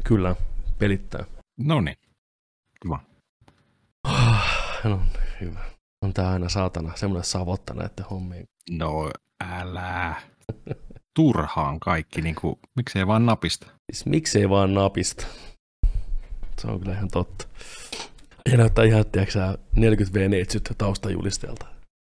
Kyllä, pelittää. Noniin, kiva. No, hyvä. On tää aina saatana semmoinen savotta näiden hommien. No älä. Turhaan kaikki, niinku, miksei vaan napista? Siis miksei vaan napista? Se on kyllä ihan totta. Ei näyttää ihan, tiedätkö sä, 40V neitsyt taustajulisteelta.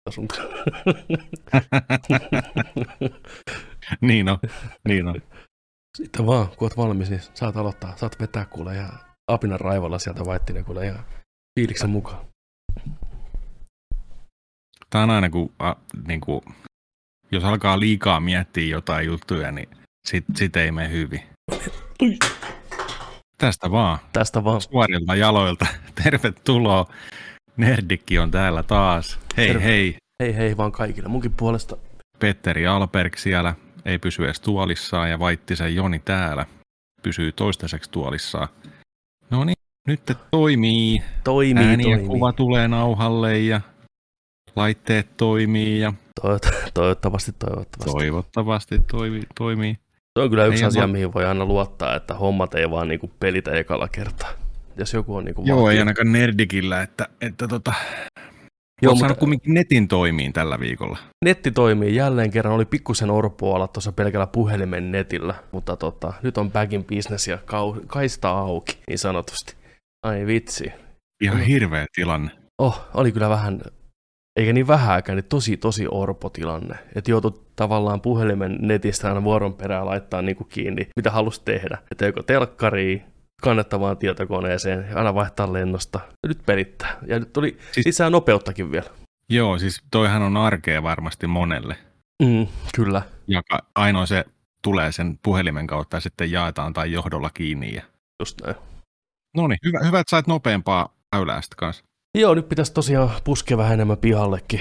Niin on. Sitten vaan, kun oot valmis, niin saat aloittaa. Saat vetää kuule ihan apinan raivolla sieltä vaittinen kuule ihan fiiliksen mukaan. Tää on aina, kun jos alkaa liikaa miettiä jotain juttuja, niin sit ei mene hyvin. Tästä vaan. Suorilta jaloilta. Tervetuloa. Nerdikki on täällä taas. Hei. Hei vaan kaikille. Munkin puolesta. Petteri Alberg siellä. Ei pysy edes tuolissaan. Ja Vaittisen Joni täällä. Pysyy toistaiseksi tuolissaan. No niin, nyt toimii. Ääni ja kuva tulee nauhalle ja laitteet toimii. Ja Toivottavasti. Toivottavasti toimii. Se on kyllä yksi asia, mihin voi aina luottaa, että hommat ei vaan niinku pelitä ekalla kertaa. Jos joku on niinku Joo, ei ainakaan Nerdikillä, että oot saanut kumminkin netin toimiin tällä viikolla. Netti toimii jälleen kerran, oli pikkusen orpoa tuossa pelkällä puhelimen netillä, mutta nyt on back in business ja kaista auki, niin sanotusti. Ai vitsi. Ihan hirveä tilanne. Oli kyllä vähän, eikä niin vähääkään, niin tosi orpo tilanne. Että joutui tavallaan puhelimen netistä aina vuoron perään laittaa niinku kiinni, mitä halusi tehdä. Että joko telkkariin, kannettavaan tietokoneeseen, aina vaihtaa lennosta. Ja nyt pelittää. Ja nyt tuli lisää nopeuttakin vielä. Joo, siis toihan on arkea varmasti monelle. Kyllä. Ja ainoa se tulee sen puhelimen kautta ja sitten jaetaan tai johdolla kiinni. Just näin. Noniin, hyvä, että sait nopeampaa äyläästä kanssa. Joo, nyt pitäisi tosiaan puskea vähän enemmän pihallekin.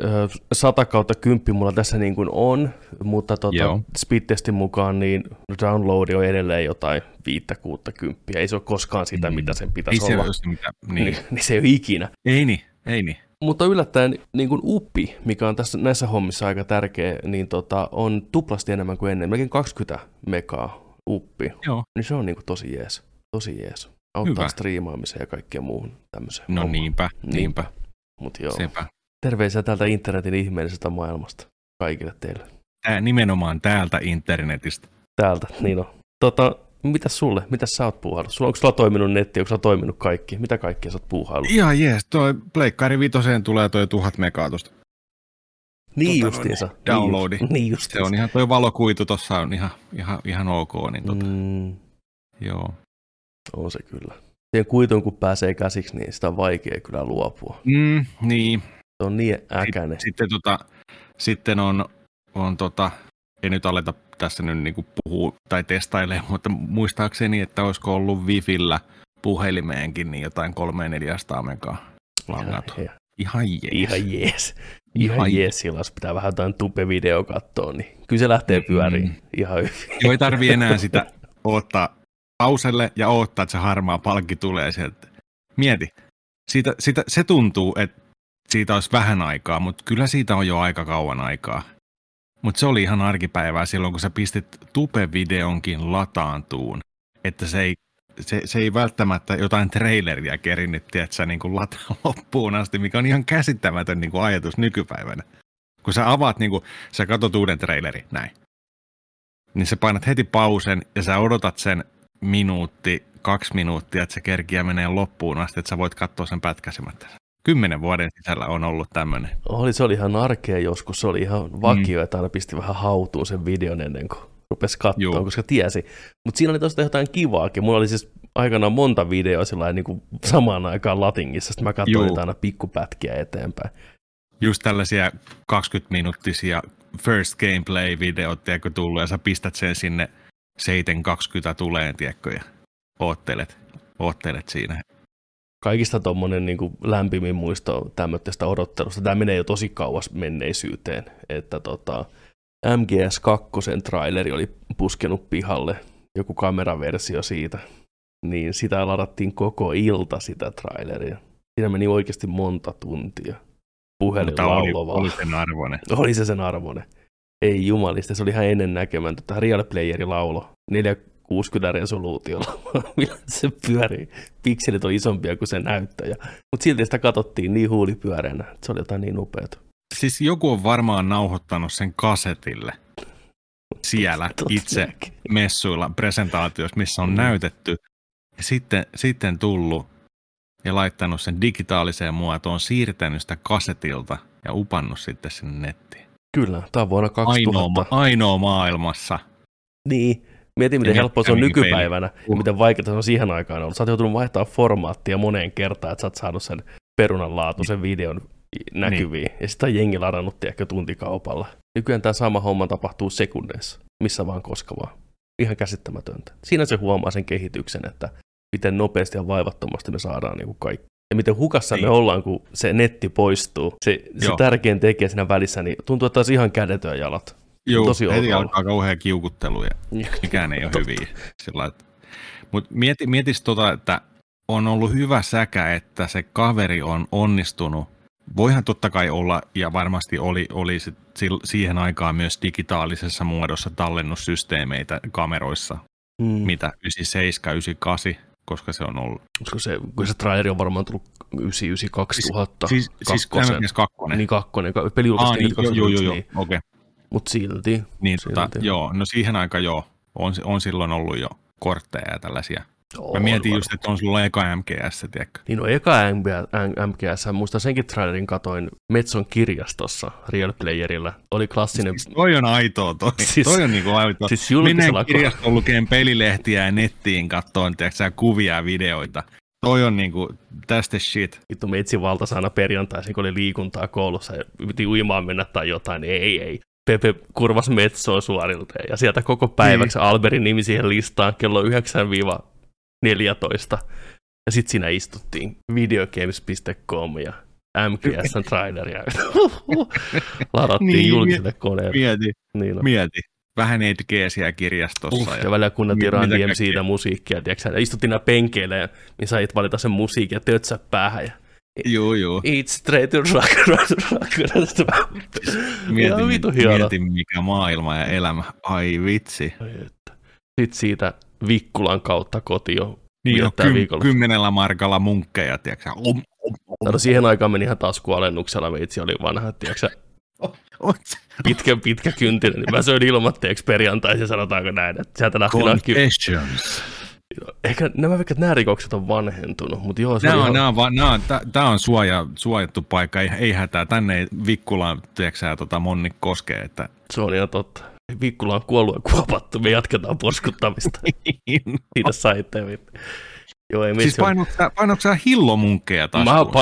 100/10 mulla tässä niin kuin on, mutta speedtestin mukaan niin downloadi on edelleen jotain 5-60. Ei se ole koskaan sitä, mitä sen pitäisi olla. Niin se ei ole ikinä. Ei niin. Mutta yllättäen niin kuin uppi, mikä on näissä hommissa aika tärkeä, niin on tuplasti enemmän kuin ennen. Melkein 20 megaa uppi. Joo. Niin se on niin kuin tosi jees. Auttaa striimaamiseen ja kaikkeen muuhun tämmöiseen. No niinpä. Mut joo. Sepä. Terveisiä täältä internetin ihmeellisestä maailmasta kaikille teille. Nimenomaan täältä internetistä. Täältä, niin on. Mitäs sulle? Mitäs sä oot puuhaillut? Onko sulla toiminut netti? Onko sulla toiminut kaikki? Mitä kaikkea sä oot puuhaillut? Ihan jees. Toi Pleikkari 5 tulee toi 1000 megaa tosta. Niin justiinsa. Downloadi. Niin justiinsa. Se on ihan toi valokuitu tossa on ihan ok. Niin joo. On se kyllä. Siihen kuituun kun pääsee käsiksi, niin sitä on vaikea kyllä luopua. Niin. Se on niin äkäinen. Sitten on ei nyt aleta tässä nyt niinku puhua tai testailemaan, mutta muistaakseni, että olisiko ollut Wifillä puhelimeenkin niin jotain 300-400 megaa langaton. Ihan jees, silloin jos pitää vähän jotain tube-video katsoa, niin kyllä se lähtee pyöriin ihan hyvin. Joo, ei tarvii enää sitä odottaa pauselle ja odottaa, että se harmaa palkki tulee sieltä. Mieti, se tuntuu, että siitä olisi vähän aikaa, mutta kyllä siitä on jo aika kauan aikaa. Mutta se oli ihan arkipäivää silloin, kun sä pistit tube-videonkin lataantuun, että se ei välttämättä jotain traileria kerinnyt, tiedätkö, niin kuin lataa loppuun asti, mikä on ihan käsittämätön niin kuin ajatus nykypäivänä. Kun sä avaat, niin kuin, sä katsot uuden trailerin, näin, niin sä painat heti pausen ja sä odotat sen 2 minuuttia, että se kerkiä menee loppuun asti, että sä voit katsoa sen pätkäsemättä. 10 vuoden sisällä on ollut tämmöinen. Se oli ihan arkea joskus, se oli ihan vakio, että aina pisti vähän hautuun sen videon ennen kuin rupesi katsoa, koska tiesi. Mutta siinä oli tosta jotain kivaakin. Mulla oli siis aikanaan monta videoa niin kuin samaan aikaan latingissa, sitten mä katsoin aina pikkupätkiä eteenpäin. Just tällaisia 20-minuuttisia first gameplay-videot, tiedätkö, tullut, ja sä pistät sen sinne 7.20 tuleen, tiedätkö, ja oottelet siinä. Kaikista tommonen niin kuin lämpimin muisto tämmöistä odottelusta. Tämä menee jo tosi kauas menneisyyteen, että MGS2 traileri oli puskenut pihalle, joku kameraversio siitä, niin sitä ladattiin koko ilta sitä traileria. Siinä meni oikeasti monta tuntia. Puhelin lauloi vaan. Oli sen arvoinen. Oli se sen arvoinen. Ei jumalista, se oli ihan ennennäkemätöntä. Real Playeri laulo 4 60 resoluutiolla, millä se pyörii. Pikselit on isompia kuin se näyttäjä. Mutta silti sitä katsottiin niin huulipyöreänä, että se oli jotain niin upeata. Siis joku on varmaan nauhoittanut sen kasetille siellä itse messuilla, presentaatioissa, missä on näytetty. Ja sitten tullut ja laittanut sen digitaaliseen muotoon, siirtänyt sitä kasetilta ja upannut sitten sinne nettiin. Kyllä, tämä on vuonna 2000. Ainoa maailmassa. Niin, mietin miten helppoa se on nykypäivänä ja miten vaikeaa se on siihen aikaan ollut. Sä oot joutunut vaihtaa formaattia moneen kertaan, että sä oot saanut sen perunanlaatuisen videon näkyviin. Niin. Ja sitä on jengi ladannut ehkä tuntikaupalla. Nykyään tämä sama homma tapahtuu sekunneissa, missä vaan koska vaan. Ihan käsittämätöntä. Siinä se huomaa sen kehityksen, että miten nopeasti ja vaivattomasti me saadaan niin kuin kaikki. Ja miten hukassa me ollaan, kun se netti poistuu. Se tärkein tekijä siinä välissä, niin tuntuu, että olisi ihan kädetön jalat. Joo, heti alkaa kauhean kiukuttelu ja mikään ei ole hyviä. Mutta mietis että on ollut hyvä säkä, että se kaveri on onnistunut. Voihan totta kai olla, ja varmasti oli siihen aikaan myös digitaalisessa muodossa tallennussysteemeitä kameroissa, mitä 97, 98, koska se on ollut. Kun se traileri on varmaan tullut 99, 2000. Siis 2. Niin 2. Peli julkaistiin joo, okei. Mutta silti. Niin, joo, no siihen aikaan on silloin ollut jo kortteja ja tällaisia. Mä mietin just, että on sulla eka MGS, tiedätkö? Niin, no eka MGS, muistan senkin trailerin katoin Metson kirjastossa Real Playerillä. Oli klassinen. Siis toi on aitoa, toi on niinku aitoa. Siis mennään kirjastoon lukeen pelilehtiä ja nettiin kattoon, tiedätkö, kuvia ja videoita. Toi on niinku, that's the shit. Vittu, me etsin valtaisana perjantaisin, kun oli liikuntaa koulussa ja piti uimaan mennä tai jotain, niin ei. Pepe kurvas Metsoa suorilteen ja sieltä koko päiväksi Alberin nimi siihen listaan kello 9-14. Ja sitten siinä istuttiin videogames.com ja MGS:n traileria. Ladattiin julkiselle koneelle. Mieti. Vähän etkeesiä kirjastossa. Ja välillä kuunneltiin Run DMC:tä musiikkia. Tiiäksä? Ja istuttiin nämä penkeille, niin sait valita sen musiikin ja tötsä päähän. Ja joo. Eat straight to rock. Mieti mikä maailma ja elämä. Ai vitsi. Sitten siitä Vikkulan kautta kotiin. Niin on 10 markalla munkkeja, tiiäksä. Siihen aikaan meni ihan taskualennuksella, veitsi oli vanha, tiiäksä. Pitkä kyntinen, niin mä söin ilmatteeksi perjantaisin, sanotaanko näin, että sieltä lähti Confessions. Ehkä nämä rikokset on vanhentunut, mutta joo. Tämä on suojattu paikka, ei hätää. Tänne ei Vikkulaan, tiiäksä, Monni koskee. Että... Se on ihan totta. Vikkula on kuollut ja kuopattu, me jatketaan porskuttamista. Siitä saitte. Joo, ei siis painoitko sä hillomunkkeja taskuun?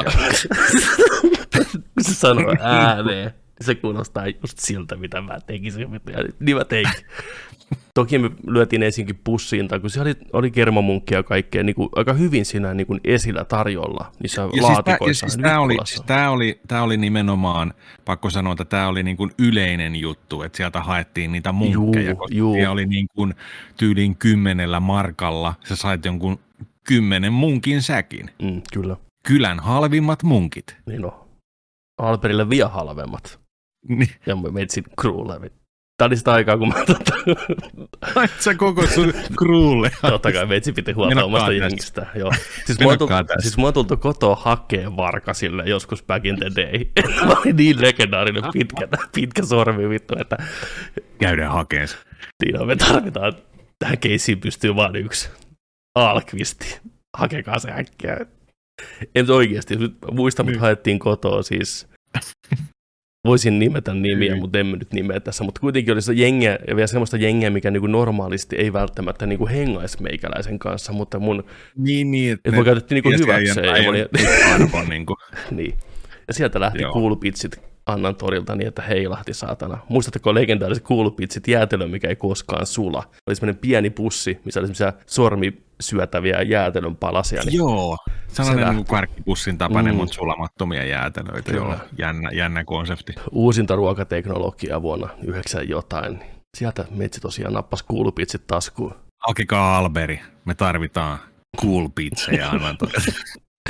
Kun se sanoo ääneen, se kuulostaa just siltä, mitä mä tekisin. Niin mä teinkin. Toki me lyötiin ensinkin pussiin, kun se oli kermamunkkia ja kaikkea niin kuin, aika hyvin siinä niin kuin esillä tarjolla niissä laatikoissa. Tämä oli nimenomaan, pakko sanoa, että tämä oli niin kuin yleinen juttu, että sieltä haettiin niitä munkkeja, koska siellä oli niin kuin tyylin 10 markalla, sä sait jonkun 10 munkin säkin. Kyllä. Kylän halvimmat munkit. Niin on. Alperille vielä halvemmat. Niin. Ja me etsin Kruulle. Tämä oli sitä aikaa, kun mä Lait sä koko sun Kruulle. Totta kai veitsi piti huolta omasta jengistä. Joo. Siis mua tultu kotoa hakeen varkasille joskus back in the day. Mä olin niin legendaarinen pitkä sormi vittu, että... Käydään hakeen. Siinä me tarvitaan, tähän keissiin pystyy vaan yksi Alkvisti. Hakekaa se äkkiä. En oikeasti, muista, mutta haettiin kotoa siis... Voisin nimetä nimiä, mutta en nyt nimeä tässä. Mutta kuitenkin oli se jengiä, ja vielä semmoista jengiä, mikä niinku normaalisti ei välttämättä niinku hengaisi meikäläisen kanssa, mutta mun... Niin, että me käytettiin niinku hyväkseen. Niinku. Niin. Ja sieltä lähti Coolpitsit Annan torilta niin, että heilahti saatana. Muistatteko legendaariset Coolpitsit jäätelö, mikä ei koskaan sula? Oli semmoinen pieni pussi, missä oli semmoisia sormisyötäviä jäätelön palasia. Niin joo, sellainen niin karkkipussin tapainen, mutta sulamattomia jäätelöitä. Joo, jännä konsepti. Uusinta ruokateknologiaa vuonna 9 jotain. Niin sieltä metsi tosiaan nappasi Coolpitsit taskuun. Hakekaa Alberi, me tarvitaan Coolpitseja aivan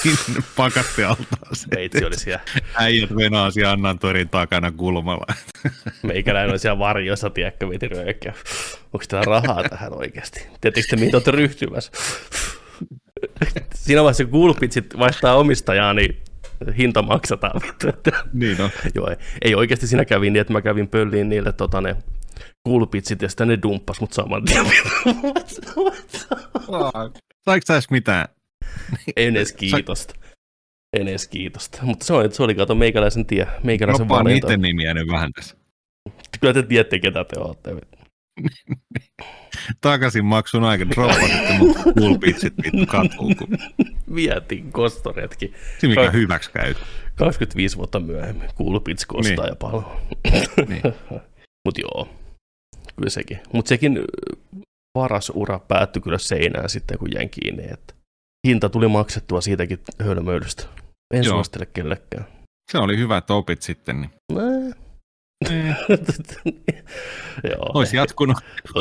sinne pakattialtaaseen. Meitsi oli siellä. Äijät venasi Annan torin takana kulmalla. Meikäläinen oli siellä varjoissa, tiedätkö, veti röökkiä. Onko täällä rahaa tähän oikeasti? Tiedättekö te, mihin olette ryhtymässä? Siinä vaiheessa, kun Coolpitsit vaihtaa omistajaa, niin hinta maksataan. Niin on. Joo, ei oikeasti siinä kävi niin, että mä kävin pölliin niille ne Coolpitsit ja sitten ne dumppas mut saman tien. Saiko sä edes mitään? En edes kiitosta. En edes kiitosta. Mutta se oli kato meikäläisen tie. Meikäläisen valinta. Niiden nimiä nyt vähän tässä. Kyllä te tiedätte, ketä te olette. Takaisin maksun aika droppasitte mut Coolpitsit vittu katuun. Vietin kostoretki. Se mikä hyväksi käy. 25 vuotta myöhemmin. Coolpits kostaa ja paljon. Niin. Mut joo. Kyllä sekin. Mutta sekin paras ura päättyi kyllä seinään sitten, kun jäin kiinni. Että hinta tuli maksettua siitäkin hölmöilystä. En suostele kellekään. Se oli hyvä, että opit sitten. Niin. Olisi jatkunut.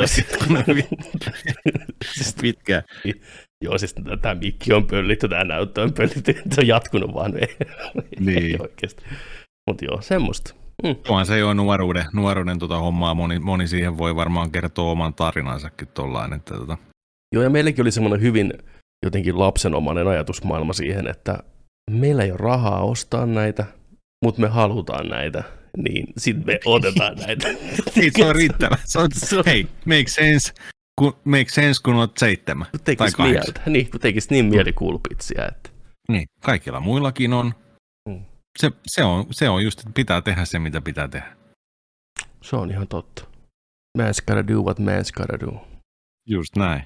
Siis pitkään. Joo, siis tämä mikki on pöllitty, tämä näyttö on pöllitty. Se on jatkunut vaan. Ei oikeasti. Mutta joo, semmoista. Tuohan se jo nuoruuden hommaa. Moni siihen voi varmaan kertoa oman tarinansakin tollain. Että Joo, ja meilläkin oli semmoinen hyvin jotenkin lapsenomainen ajatusmaailma siihen, että meillä ei ole rahaa ostaa näitä, mutta me halutaan näitä. Niin, sitten me otetaan näitä. Se on riittävä. Hei, make sense, kun olet 7 tai 8. Niin, tekisi niin mieli Coolpitsiä. Että. Niin, kaikilla muillakin on. Se on just, että pitää tehdä se, mitä pitää tehdä. Se on ihan totta. Man's gotta do what man's gotta do. Just näin.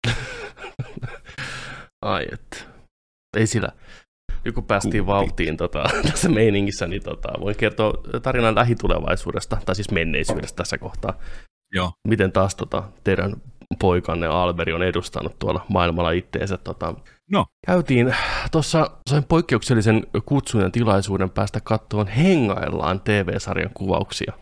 Ai että. Ei sillä. Nyt kun päästiin vauhtiin tässä meiningissä, niin voin kertoa tarinan lähitulevaisuudesta, tai siis menneisyydestä tässä kohtaa. Joo. Miten taas teidän poikanne Alberi on edustanut tuolla maailmalla itteensä. No. Käytiin tuossa, sain poikkeuksellisen kutsun ja tilaisuuden päästä katsomaan Hengaillaan TV-sarjan kuvauksia.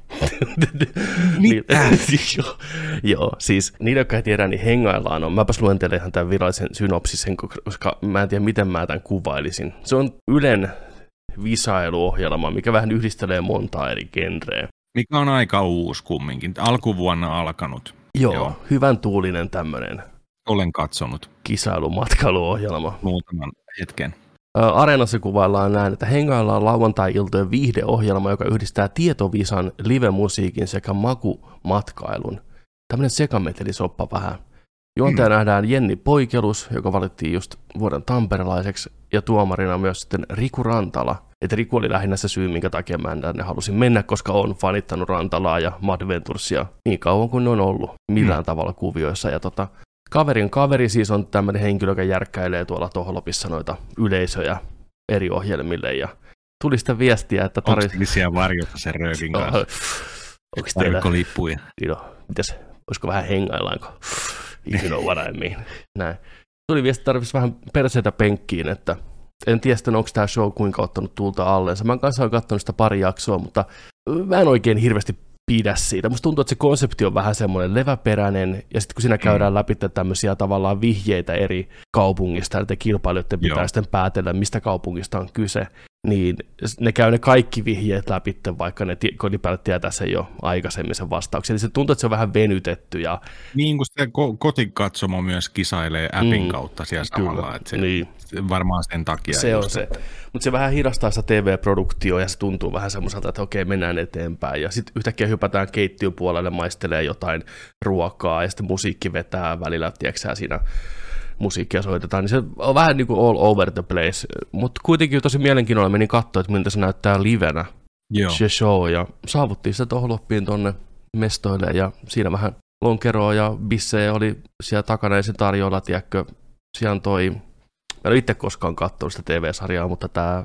Joo, siis niille, jotka ei tiedä, niin Hengaillaan on. Mäpäs luen teille ihan tämän virallisen synopsisen, koska mä en tiedä, miten mä tämän kuvailisin. Se on Ylen visailuohjelma, mikä vähän yhdistelee montaa eri genreä. Mikä on aika uusi kumminkin, alkuvuonna alkanut. Joo. Hyvän tuulinen tämmöinen. Olen katsonut. Kisailumatkailuohjelma. Muutaman hetken. Areenassa kuvaillaan näin, että Hengaillaan lauantai-iltojen viihdeohjelma, joka yhdistää tietovisan, live-musiikin sekä makumatkailun. Tämmöinen sekametelisoppa vähän. Juontaja nähdään Jenni Poikelus, joka valittiin just vuoden tamperelaiseksi, ja tuomarina myös sitten Riku Rantala. Että Riku oli lähinnä se syy, minkä takia mä tänne halusin mennä, koska on fanittanut Rantalaa ja Madventuresia niin kauan kuin ne on ollut millään tavalla kuvioissa. Ja kaverin kaveri siis on tämmöinen henkilö, joka järkkäilee tuolla Tohlopissa noita yleisöjä eri ohjelmille. Ja tuli sitä viestiä, että onko siellä varjossa sen röökin kanssa? Onko teillä? Lippuja? Mitäs, olisiko vähän hengaillaanko? You know what I mean. Näin. Tuli viesti, että tarvitsisi vähän perseitä penkkiin, että en tiedä, onko tämä show kuinka ottanut tulta alleensa. Mä kanssa olen katsonut sitä pari jaksoa, mutta mä en oikein hirveästi pidä siitä. Musta tuntuu, että se konsepti on vähän semmoinen leväperäinen, ja sitten kun siinä käydään läpi tämmöisiä tavallaan vihjeitä eri kaupungista, että kilpailijoiden pitää sitten päätellä, mistä kaupungista on kyse, niin ne käy ne kaikki vihjeet läpi, vaikka ne ylipäätään tietää sen jo aikaisemmin sen vastauksen. Eli se tuntuu, että se on vähän venytetty. Ja niin kuin se kotikatsomo myös kisailee appin kautta siellä samalla, että se varmaan sen takia. Se on se. Mutta se vähän hidastaa sitä TV-produktioa ja se tuntuu vähän semmoiselta, että okei, mennään eteenpäin. Ja sitten yhtäkkiä hypätään keittiön puolelle, maistelee jotain ruokaa ja sitten musiikki vetää välillä, tiedätkö siinä musiikkia soitetaan, niin se on vähän niin kuin all over the place, mutta kuitenkin tosi mielenkiinnolla menin katsoa, että miltä se näyttää livenä, se show, ja saavuttiin sitä Tohloppiin tonne mestoille, ja siinä vähän lonkeroa ja bissejä oli siellä takana ja sen tarjolla, tiedätkö, siellä toi, mä en ole itse koskaan katsonut sitä TV-sarjaa, mutta tämä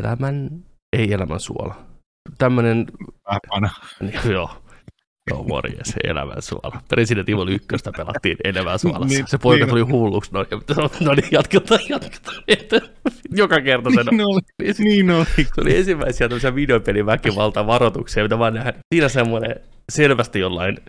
ei elämän suola. Tämmönen, joo, morjes, elämän suola. Presidentti Evil 1 pelattiin elämän suolassa. Se poika tuli hulluksi. No niin, jatketaan. Joka kerta sen niin oli. Se oli ensimmäisiä tämmöisiä videopeliväkivalta-varoituksia, mitä mä näen. Siinä semmoinen selvästi jollain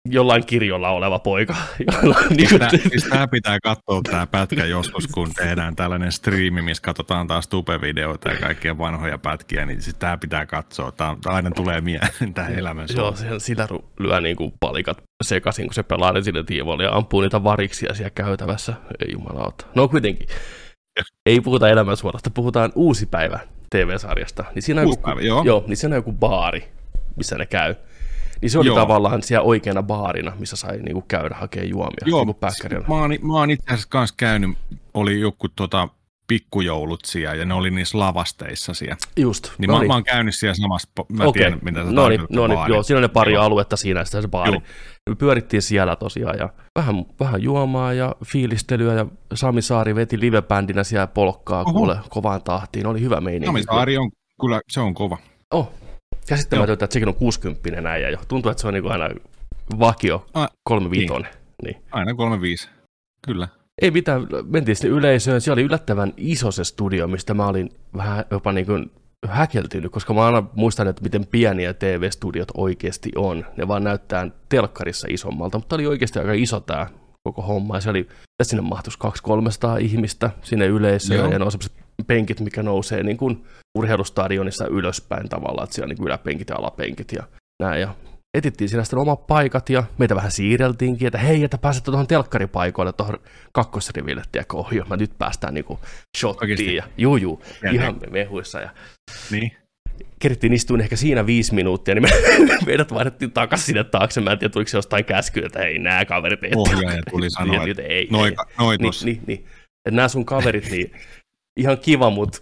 jollain kirjolla oleva poika. Siis tämä pitää katsoa tämä pätkä joskus, kun tehdään tällainen striimi, missä katsotaan taas Tube-videoita ja kaikkia vanhoja pätkiä, niin siis tämä pitää katsoa. Tämä aina tulee mieleen tähän elämän suuntaan. Joo, sillä lyö niinku palikat sekaisin, kun se pelaa Resident Evilia ja ampuu niitä variksia siellä käytävässä. Ei jumalauta. No kuitenkin. Ei puhuta elämänsuorasta, puhutaan Uusi päivä TV-sarjasta. Niin siinä on joku baari, missä ne käy. Niin se oli tavallaan siellä oikeana baarina, missä sai niinku käydä hakemaan juomia. Joo, niinku mä oon itse asiassa kanssa käynyt, oli joku pikkujoulut siellä ja ne oli niissä lavasteissa siellä. Just. Niin mä oon käynyt siellä samassa, mä tiedän mitä se tarkoittaa. Joo, siinä on ne pari aluetta siinä, se baari. Me pyörittiin siellä tosiaan ja vähän juomaa ja fiilistelyä ja Sami Saari veti livebändinä siellä polkkaa kuule kovaan tahtiin. Oli hyvä meininki. Sami Saari on kyllä, se on kova. Käsittämätöntä, että sekin on 60 äijä jo. Tuntuu, että se on niin aina vakio 35. Niin. Aina 35, kyllä. Ei mitään, mentiin sinne yleisöön. Siellä oli yllättävän iso se studio, mistä mä olin vähän jopa niin kuin häkeltynyt, koska mä aina muistan, että miten pieniä TV-studiot oikeasti on. Ne vaan näyttää telkkarissa isommalta, mutta oli oikeasti aika iso tämä koko homma. Ja se oli, sinne mahtuisi 200-300 ihmistä sinne yleisöön, ja ne on sellaiset penkit, mikä nousee niin kuin urheilustadionissa ylöspäin tavallaan, että siellä on niin kuin yläpenkit ja alapenkit ja näin. Ja etittiin siinä sitten omat paikat ja meitä vähän siirreltiinkin, että hei, että pääsette tuohon telkkaripaikoille, tuohon kakkosriville, tiedätkö, mä nyt päästään niinku shottiin ja ihan mehuissa. Ja niin. Kerittiin istuun ehkä siinä 5 minuuttia, niin meidät vaihdettiin takaisin sinne taakse. Mä en tiedä, tuliko se jostain käskyä, että hei, nämä kaverit ei. Ohjaaja tuli sanoa, että ei. Niin. Että nämä sun kaverit, niin ihan kiva, mutta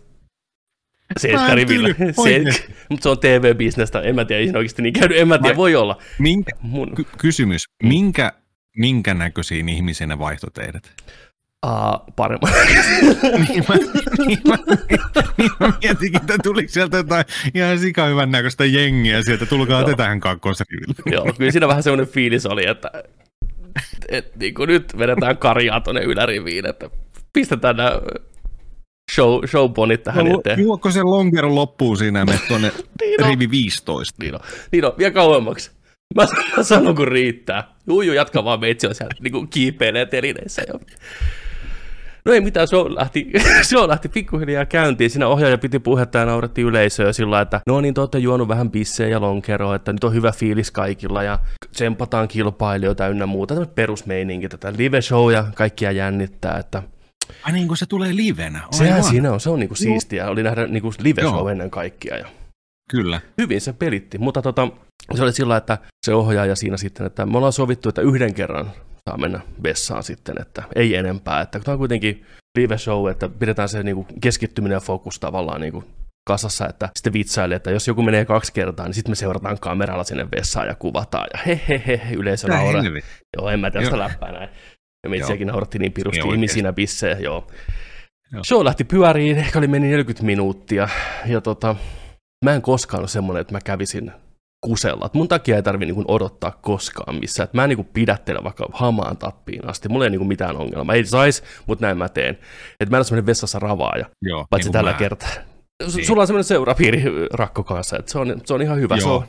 mutta se on TV-bisnestä, en mä tiedä, ihan oikeasti niin käynyt, en mä tiedä, voi olla. Kysymys, minkä näköisiin ihmisiin ne vaihto teidät? Paremmin. niin mä mietinkin, että tuliko sieltä jotain ihan sikahyvän näköistä jengiä sieltä, tulkaa te tähän kakkosriville. Joo, kyllä siinä vähän semmoinen fiilis oli, että niin kuin nyt vedetään karjaa tuonne yläriviin, että pistetään nämä showponit tähän eteen. Juokko se lonkero loppuu siinä ja menet tuonne rivi 15. Niin on, vielä kauemmaksi. Mä sanon, kun riittää. Jatka vaan, meitsi on siellä niin kiipeilee telineissä jo. No ei mitään, show lähti pikkuhiljaa käyntiin. Siinä ohjaaja piti puhetta ja naurettiin yleisöä sillä, että no niin, te olette juonut vähän bissejä ja lonkeroa, että nyt on hyvä fiilis kaikilla ja tsempataan kilpailijoita ynnä muuta. Tämä perusmeininki, tätä live-show ja kaikkia jännittää, että ai niin kuin se tulee livenä. Sehän siinä on, se on niinku siistiä. Oli nähdä niinku live-show ennen kaikkea. Ja kyllä. Hyvin se pelitti, mutta se oli sillä, että se ohjaaja siinä sitten, että me ollaan sovittu, että yhden kerran saa mennä vessaan sitten, että ei enempää. Että tämä on kuitenkin live-show, että pidetään se niinku keskittyminen ja fokus tavallaan niinku kasassa, että sitten vitsailee, että jos joku menee 2 kertaa, niin sitten me seurataan kameralla sinne vessaan ja kuvataan ja yleisö nauraa. Joo, en mä tiedä sitä läppää näin. Ja meitsiäkin nauratti niin pirusti ihmisinä bissejä, joo. Show lähti pyöriin, ehkä meni 40 minuuttia, ja mä en koskaan ole semmoinen, että mä kävisin kusella. Mun takia ei tarvitse niin odottaa koskaan missään. Mä en niin pidättele vaikka hamaan tappiin asti. Mulla ei niin mitään ongelmaa. Ei sais, mutta näin mä teen. Että mä en ole semmoinen vessassa ravaaja, paitsi niin tällä kertaa. Niin. Sulla on semmoinen seurapiiri rakko kanssa, että se on ihan hyvä. Joo,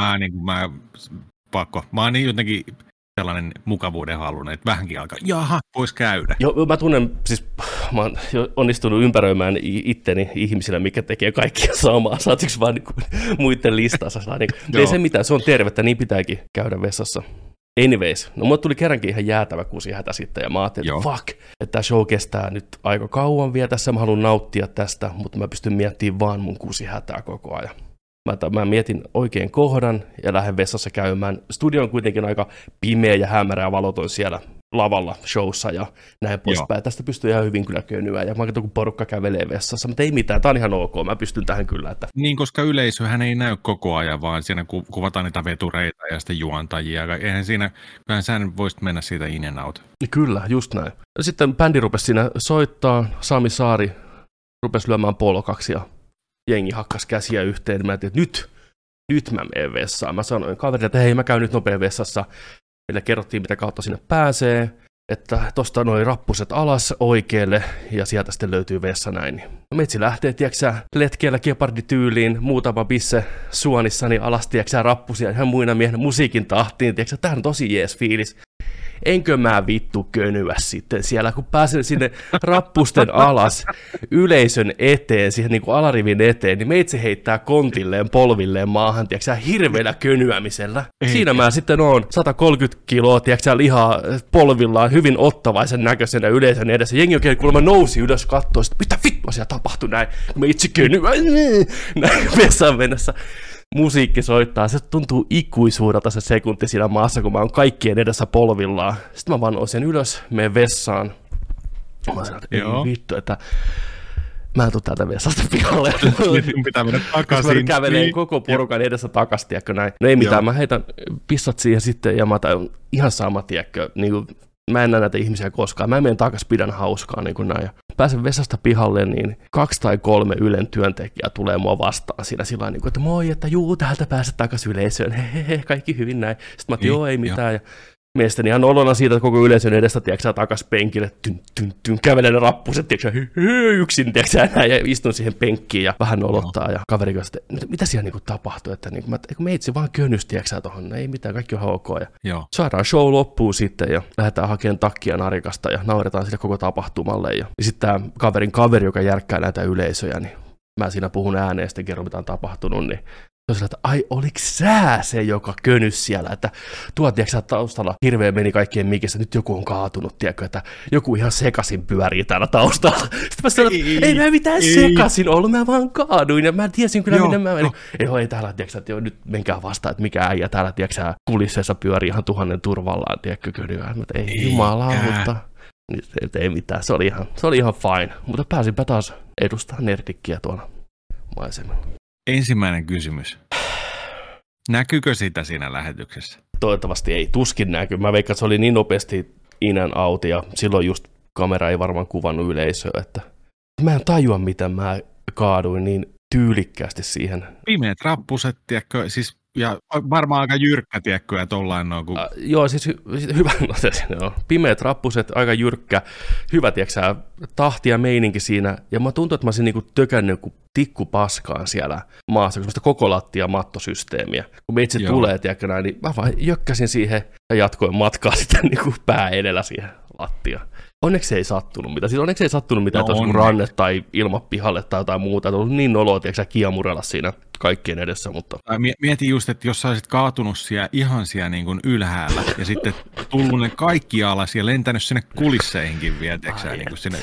mä oon niin jotenkin sellainen mukavuuden halunen, että vähänkin alkaa, jaha, voisi käydä. Joo, mä tunnen, siis mä oon onnistunut ympäröimään itteni ihmisillä, mikä tekee kaikkia samaa. Saatko vaan muiden listassa? Ei se mitään, se on tervettä, niin pitääkin käydä vessassa. Anyways, no mulle tuli kerrankin ihan jäätävä kusihätä sitten, ja mä ajattelin, että fuck, että tämä show kestää nyt aika kauan vielä tässä, mä haluan nauttia tästä, mutta mä pystyn miettimään vaan mun kusihätää koko ajan. Mä mietin oikein kohdan ja lähden vessassa käymään. Studio on kuitenkin aika pimeä ja hämärä ja valoton siellä lavalla showssa ja näin poispäin. Tästä pystyy ihan hyvin kyllä könyä ja mä katson, kun porukka kävelee vessassa, mutta ei mitään, tää on ihan ok, mä pystyn tähän kyllä. Että niin, koska yleisöhän ei näy koko ajan, vaan siinä kuvataan niitä vetureita ja sitten juontajia. Eihän siinä, kyllähän sä voisit mennä siitä in and out. Kyllä, just näin. Sitten bändi rupesi siinä soittaa, Sami Saari rupesi lyömään polokaksi ja jengi hakkas käsiä yhteen. Mä ajattelin, että nyt mä menen vessaan. Mä sanoin kaverille, että hei, mä käyn nyt nopea vessassa. Meille kerrottiin, mitä kautta sinne pääsee. että tosta noin rappuset alas oikealle ja sieltä sitten löytyy vessa näin. Metsi lähtee, tiedätkö letkeellä gepardityyliin, muutama bisse suonissani alas, tiedätkö rappusia ihan muina miehen musiikin tahtiin, tiedätkö tää on tosi jees fiilis. Enkö mä vittu könyä sitten siellä, kun pääsen sinne rappusten alas yleisön eteen, siihen niin kuin alarivin eteen, niin meitsi heittää kontilleen, polvilleen maahan, tiedätkö hirveällä könyämisellä. Siinä mä sitten oon 130 kiloa, tiedätkö lihaa polvillaan, hyvin ottavaisen näköisenä yleisön edessä. Jengi oikein kuulemma nousi ylös katsoa, että mitä vittua siellä tapahtui näin, kun mä itse könyä, näin vessaan mennessä. Musiikki soittaa, se tuntuu ikuisuudelta se sekunti siinä maassa, kun mä oon kaikkien edessä polvillaan. Sitten mä vaan nousen ylös, menen vessaan. Mä sanon, että ei vittu, että mä en tuu täältä vessasta pihalle. Pitää mennä takaisin. Mä kävelen koko porukan edessä takas, tiedätkö näin. No ei mitään, mä heitän pissat siihen sitten ja mä tajun ihan sama, tiedätkö, niin kuin, mä en näe näitä ihmisiä koskaan. Mä menen takas, pidän hauskaa niin kuin näin. Ja pääsen vessasta pihalle, niin 2 tai 3 Ylen työntekijää tulee mua vastaan siinä sillä niin kuin, että moi, että juu, täältä pääset takaisin yleisöön, hehehe, kaikki hyvin näin. Sitten mä otin, joo, ei mitään. Ja mielestäni ihan olona siitä, että koko yleisön edestä, tiedätkö, takas penkille, kävelen ne rappuset, tiedätkö, yksin, tiedätkö, näin, ja istun siihen penkkiin ja vähän nolottaa. Ja kaveri kanssa, että mitä siellä niin tapahtui, että niin kuin, meitsi vaan könys, tiedätkö, tuohon, ei mitään, kaikki on ok. Ja saadaan show loppuun sitten ja lähdetään hakemaan takkia narikasta ja nauretaan sille koko tapahtumalle. Ja sitten tämä kaverin kaveri, joka järkkää näitä yleisöjä, niin mä siinä puhun ääneen ja sitten kerron, mitä on tapahtunut, niin se että ai, oliko sä se, joka könys siellä, että tuo, tiedätkö, taustalla hirveän meni kaikkien mikissä, nyt joku on kaatunut, tiedätkö, että joku ihan sekasin pyörii täällä taustalla. Sitten mä sanoin, että ei mä mitään sekasin ollut, mä vaan kaaduin ja mä tiesin kyllä, minne mä menin. Ei täällä, tiedätkö, että nyt menkää vastaan, että mikä äijä täällä, tiedätkö, kulisseessa pyörii ihan 1000 turvallaan, tiedätkö, könyä. Ei jumalauta. Ei mitään, se oli ihan fine, mutta pääsinpä taas edustaa nerdikkiä tuolla maisemalla. Ensimmäinen kysymys. Näkyykö sitä siinä lähetyksessä? Toivottavasti ei. Tuskin näkyy. Mä veikkaan, että se oli niin nopeasti in and out, ja silloin just kamera ei varmaan kuvannut yleisöä, että mä en tajua, miten mä kaaduin niin tyylikkäästi siihen. Pimeät rappuset, tiedätkö, siis, ja varmaan aika jyrkkä, tiedätkö, ja tollain noin. Kun... joo, siis hyvä, no, pimeät rappuset, aika jyrkkä, hyvä, tiedätkö, tahti ja meininki siinä, ja mä tuntuu, että mä olisin niinku tökännyt kuin tikku paskaan siellä maassa, kun koko lattia mattosysteemiä. Kun me itse tulee, tiedätkö näin, niin mä vaan jökkäsin siihen ja jatkoin matkaa sitten niinku pää edellä siihen lattiaan. Onneksi ei sattunut mitään. Siis onneksi ei sattunut mitään, että olisi ranne tai ilmapihalle tai jotain muuta. Että on ollut niin noloa, tiedätkö, kiemurella siinä kaikkien edessä. Mutta... Mietin just, että jos sä olisit kaatunut siellä ihan siellä niin kuin ylhäällä ja sitten tullut ne kaikki alas ja lentänyt sinne kulisseihinkin vielä, tiedätkö, niin kuin sinne...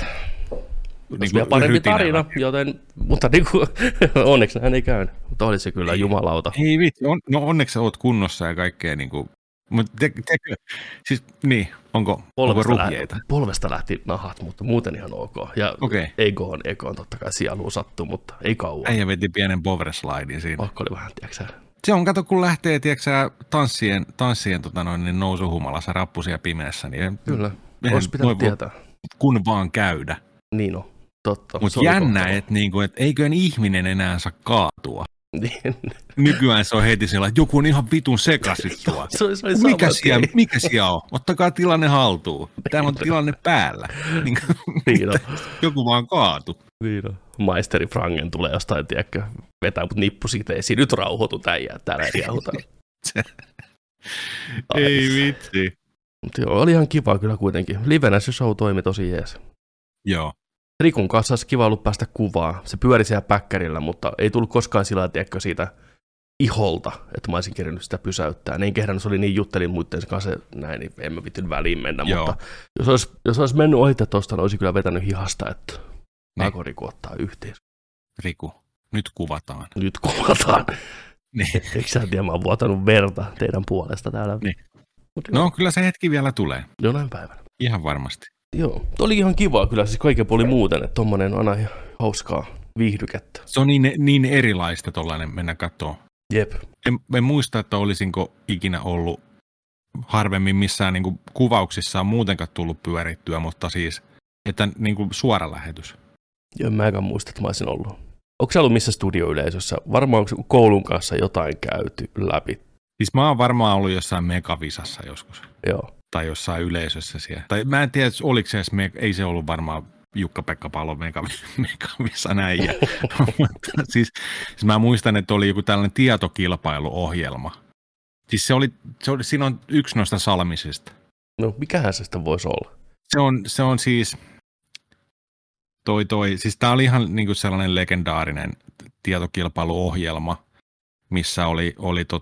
Niin vielä parempi tarina, joten, mutta niin kuin, onneksi näin ei käynyt. Mutta oli se kyllä jumalauta. Ei vitsi, onneksi oot kunnossa ja kaikkea niin kuin... Mutta siis niin, onko ruhjeita? Polvesta lähti nahat, mutta muuten ihan ok. Ja Egoon totta kai sieluun sattui, mutta ei kauan. Äijä veti pienen powerslidin siinä. Pakko oli vähän, tiedätkö. Se on, kato, kun lähtee, tiedätkö, tanssien nousuhumalassa rappusia pimeässä. Niin kyllä, olisi pitänyt tietää. Kun vaan käydä. Niin on, totta. Mutta jännä, että niinku, et eiköhän ihminen enää saa kaatua. Nykyään se on heti sellainen, että joku on ihan vitun sekasittua. Mikä siellä on? Ottakaa tilanne haltuun. Täällä on tilanne päällä. Joku vaan kaatu. Niin on. Maisteri Frangen tulee jostain, tiedätkö, vetää mut nippusiteisiin. Nyt rauhoitut äijää, täällä ei riahuta. Ei vitsi. Mutta joo, oli ihan kiva kyllä kuitenkin. Livenä se show toimi tosi jees. Joo. Rikun kanssa olisi kiva ollut päästä kuvaa. Se pyöri siellä päkkärillä, mutta ei tullut koskaan sillä tiedätkö, siitä iholta, että mä olisin kerinyt sitä pysäyttää. Niin kehdannut, se oli niin juttelin muiden kanssa näin, niin en mä vittin väliin mennä. Joo. Mutta jos olisi mennyt ohite tuosta, niin olisi kyllä vetänyt hihasta, että alkoi Riku ottaa yhteen. Riku, nyt kuvataan. Nyt kuvataan. Niin. Eikö sä tiedä, mä oon vuotanut verta teidän puolesta täällä. Niin. No kyllä se hetki vielä tulee. Jonain päivänä. Ihan varmasti. Joo, oli ihan kivaa kyllä, siis kaiken puolin muuten, että tommonen on aina hauskaa viihdykettä. Se on niin erilaista tollainen mennä katsoa. Jep. En muista, että olisinko ikinä ollut harvemmin missään niin kuin kuvauksissaan muutenkaan tullut pyörittyä, mutta siis, että niin kuin suora lähetys. Joo, mä enkä muista, että mä olisin ollut. Onko sä ollut missä studioyleisössä? Varmaan onko koulun kanssa jotain käyty läpi? Siis mä oon varmaan ollut jossain megavisassa joskus. Joo. tai jossain yleisössä siellä. Tai mä en tiedä, oliko se edes, ei se ollut varmaan Jukka-Pekka Palo Megavissa näin. siis mä muistan, että oli joku tällainen tietokilpailuohjelma. Siis siinä on yksi noista Salmisista. No, mikähän se sitten voisi olla? Se on siis, siis tää oli ihan niinku sellainen legendaarinen tietokilpailuohjelma, missä oli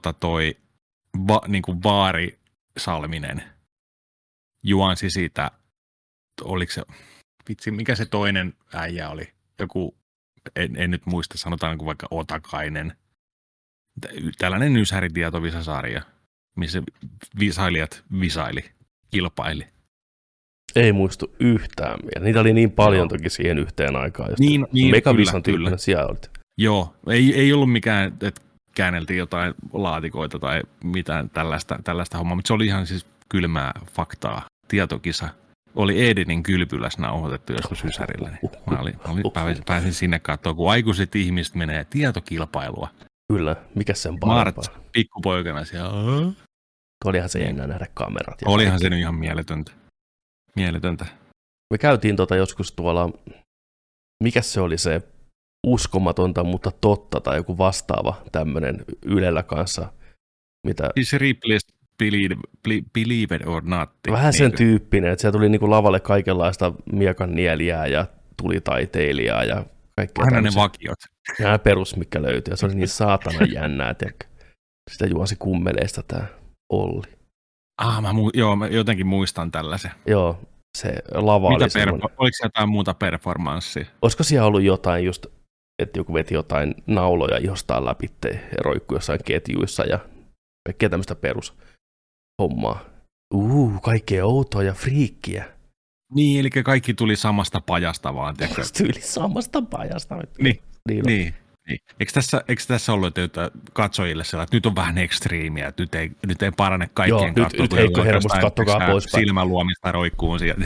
niinku Vaari Salminen juonsi siitä, oliko se, vitsi, mikä se toinen äijä oli? Joku, en nyt muista, sanotaan niin vaikka Otakainen. Tällainen ysäritietovisasarja, missä visailijat kilpaili. Ei muistu yhtään vielä. Niitä oli niin paljon toki siihen yhteen aikaan. Niin, Megavisan tyyppinen siellä olit. Joo, ei ollut mikään, että käänneltiin jotain laatikoita tai mitään tällaista hommaa, mutta se oli ihan siis kylmää faktaa. Tietokisa oli Edenin kylpyläs nauhoitettu joskus Ysärillä. Pääsin sinne katsomaan, kun aikuiset ihmiset menee tietokilpailua. Kyllä, mikä sen parempaa? Mart, pikkupoikana siellä. Olihan se jännä nähdä kamerat. Olihan se nyt ihan mieletöntä. Me käytiin joskus tuolla, mikä se oli se uskomatonta, mutta totta, tai joku vastaava tämmöinen Ylellä kanssa. Mitä... Siis Ripley's Believe it or not. Vähän sen tyyppinen, että siellä tuli niinku lavalle kaikenlaista miekannieliä ja tulitaiteilijaa ja kaikkea aina ne vakiot. Nämä perus, mikä löytyy. Ja se oli niin saatana jännää, tiedätkö? Sitä juosi kummeleista tämä Olli. Mä jotenkin muistan tällaisen. Joo, se lava oli semmoinen. Oliko se jotain muuta performanssia? Olisiko siellä ollut jotain just, että joku veti jotain nauloja jostain läpi ja roikkui jossain ketjuissa ja kaikkea tämmöistä perushommaa. Kaikkea outoa ja friikkiä. Niin, eli kaikki tuli samasta pajasta vaan. Tyyli samasta pajasta. Niin. Eikö tässä ollut katsojille sellainen, että nyt on vähän ekstriimiä, että nyt ei parane kaikkien katsoa. Nyt heikko hermosta, kattokaa poispäin. Silmäluomista roikkuun sieltä.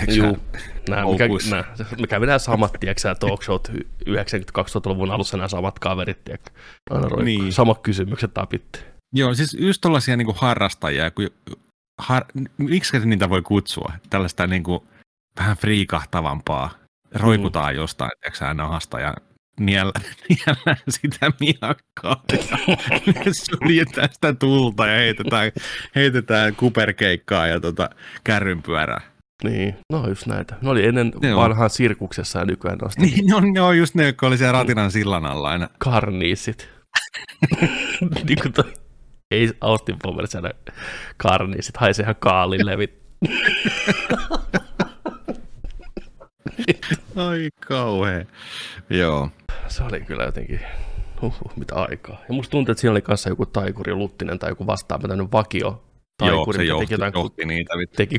Me kävi nämä samat, tiedätkö talkshowt 90-2000-luvun alussa nämä samat kaverit, tiedätkö? Aina roikkuu. Niin. Samat kysymykset tapitti. Joo, siis just tollaisia niin kuin harrastajia, miksi niitä voi kutsua? Tällaista niin kuin vähän friikahtavampaa. Roikutaan jostain, tiedätkö nahasta ja niellään sitä miakkaa ja suljetaan sitä tulta ja heitetään kuperkeikkaa ja kärrynpyörää. Niin, no just näitä. Ne oli ennen vanhaan sirkuksessa ja nykyään noista. Niin, ne on just ne, jotka oli siellä Ratinan sillan alla aina. Karniisit. Niin kuin toi, ei Austin Powers aina karniisit, haisee ihan kaalilevit. Ai kauhea. Joo. Se oli kyllä jotenkin, mitä aikaa. Ja musta tuntuu, että siinä oli kanssa joku taikuri Luttinen tai joku vastaava tämmöinen vakio taikuri. Joo, se johti niitä.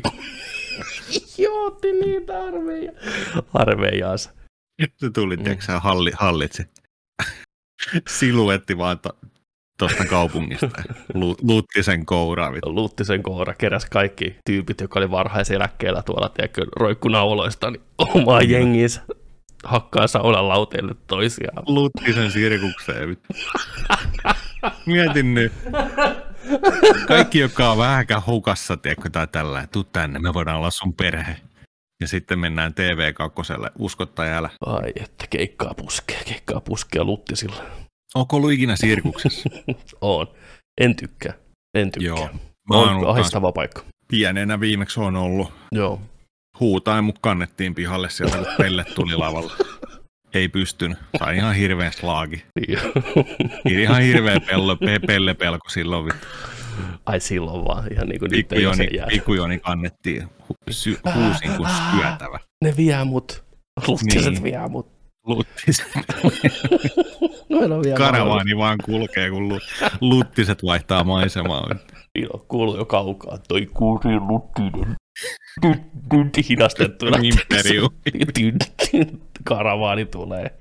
Johti niitä armeijaansa. Se tuli, tiedätkö hallitsi. Siluetti vaan tuosta kaupungista. Luttisen koura. Luttisen koura keräsi kaikki tyypit, jotka oli varhaiseläkkeellä tuolla, tiedätkö, roikkunauloista, niin omaa jenginsä hakkaa saunan lauteille toisiaan. Luttisen sirkukseen. Mietin nyt. Kaikki, jotka on vähänkään hukassa, tiedätkö, tai tällä, tuu tänne, me voidaan olla sun perhe. Ja sitten mennään TV2 uskottajalle. Ai, että keikkaa puskee Luttisilla. Onko ollut ikinä sirkuksessa? On. En tykkää. Joo. On ahistava paikka. Pienenä viimeksi on ollut. Joo. Huutain mut kannettiin pihalle sieltä, kun pellet tuli lavalla. Ei pystynyt. Tai ihan hirveä slaagi. Ihan hirveä pellepelko silloin. Ai silloin vaan. Ihan niin kuin Pikkujoni kannettiin. Huusin kuin syötävä. Ne vie mut. Luttiset vie mut. Luttiset. Karavaani vaan kulkee, kun luttiset vaihtaa maisemaa. Kuuluu jo kaukaa. Toi kuuri Luttinen. Hidastettuna. Imperium. Karavaani tulee.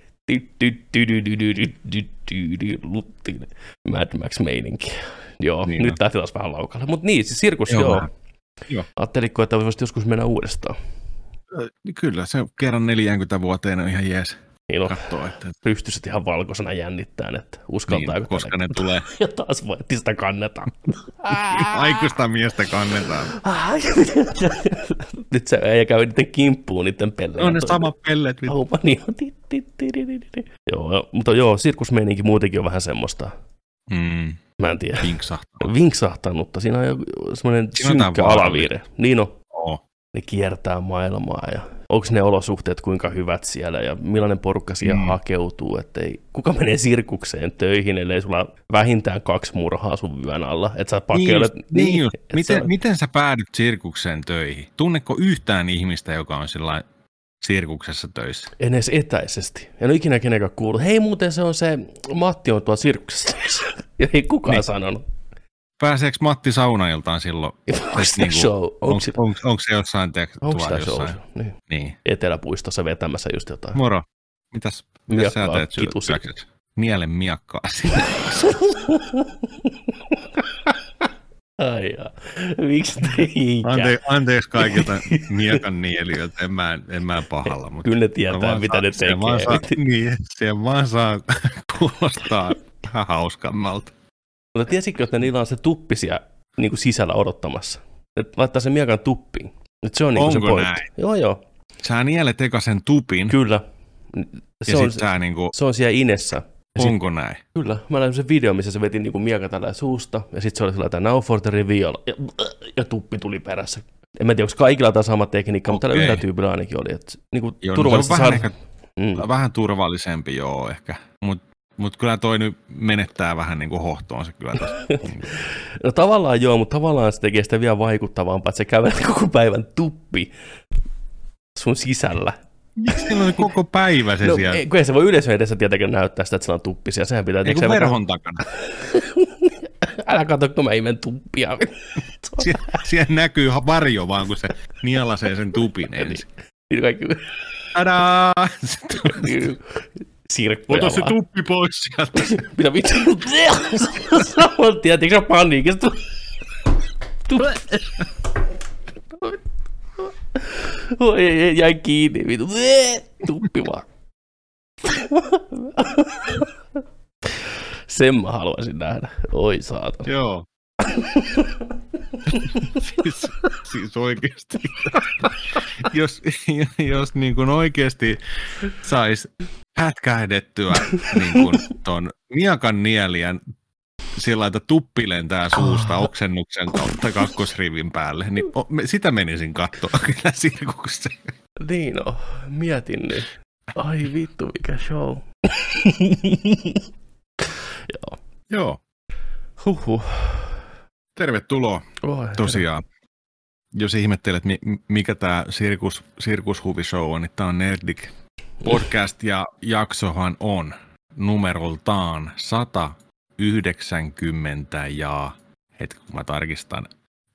Luttinen. Mad Max meininki. Joo, niin nyt lähti taas vähän laukalle. Mutta niin, siis sirkus joo. Ajatteliko, että voisit joskus mennä uudestaan? Kyllä, se kerran 40 vuoteen on ihan jees. Niin on. Katsoo, että Rystyset ihan valkoisena jännittään, että uskaltaako niin, koska ne tulee. Ja taas voitti sitä kannetaan. Aikuista miestä kannetaan. Nyt se ei käy niiden kimppuun niiden pelleillä. On ne samat pellet. Joo, mutta joo, sirkusmeininki muutenkin on vähän semmoista. Mä en tiedä. Vinksahtanutta. Siinä on semmoinen synkkä alaviire. Niin on. Ne kiertää maailmaa ja onko ne olosuhteet kuinka hyvät siellä ja millainen porukka siihen hakeutuu, että kuka menee sirkukseen töihin, ellei sulla vähintään 2 murhaa sun vyön alla, että sä pakeulet. Miten sä päädyt sirkukseen töihin? Tunnetko yhtään ihmistä, joka on sillä sirkuksessa töissä? En edes etäisesti. En ole ikinä kenenkään kuullut. Hei, muuten se on se Matti on tuolla sirkuksessa töissä. Ja ei kukaan sanonut. Pääseekö Matti saunailtaan silloin? Onko se show? Onko se jossain tuolla jossain? Niin. Eteläpuistossa vetämässä just jotain. Moro. Mitäs sä teet syökseksi? Nielen miakkaa sinne. Ai jaa. Miksi Anteeksi kaikilta miekan nielijöiltä. En mä pahalla. Mutta kyllä ne tietää, mitä ne tekee. Se vaan saa kuulostaa vähän hauskammalta. Mutta tiesitkö, että niillä on se tuppi siellä niin kuin sisällä odottamassa? Että laittaa sen miekan tuppiin. Että se on niin kuin se pointti. Näin? Joo. Sä nielet eka sen tupin. Kyllä. Se on siellä inessä. Onko näin? Kyllä. Mä näin sen video, missä se veti niin kuin miekan tällä suusta. Ja sitten se oli sellainen now for the reveal. Ja tuppi tuli perässä. En mä tiedä, onko kaikilla tämä sama tekniikka, mutta tällä yhdellä tyypillä ainakin oli. Että, niin kuin vähän turvallisempi, joo ehkä. Mutta kyllä toi nyt menettää vähän niin kuin hohtoonsa kyllä tässä. No tavallaan joo, mutta tavallaan se tekee sitä vielä vaikuttavampaa, että se kävelee koko päivän tuppi sun sisällä. Miksi on koko päivä se siellä? Kun ei se voi yleisön edessä tietenkin näyttää sitä, että sillä on tuppisia. Sehän pitää... Eiku verhon takana. Älä katso, kun mä imen tuppia. Siellä näkyy varjo vaan, kun se nielasee sen tupin ensin. Kaikki... Tadaa! Sirkkuja ota se tuppi pois sieltä. Mitä vittu? Tiedätkö sä paniikista? Oi, jäi kiinni. Vittu. Tuppi vaan. Sen mä haluaisin nähdä. Oi saatana. Joo. siis oikeasti. jos niin kuin oikeasti sais hätkähdettyä niin kuin ton miekan nielijän sillä että tuppi lentää suusta oksennuksen kautta kakkosrivin päälle, niin sitä menisin katsoa kyllä sirkukseen. Niin on, mietin nyt. Ai vittu, mikä show. Joo. Huhhuh. Tervetuloa tosiaan. Jos ihmettelet, mikä tämä sirkushuvishow on, niin tämä on Nerdik podcast ja jaksohan on numeroltaan 190 ja hetki kun mä tarkistan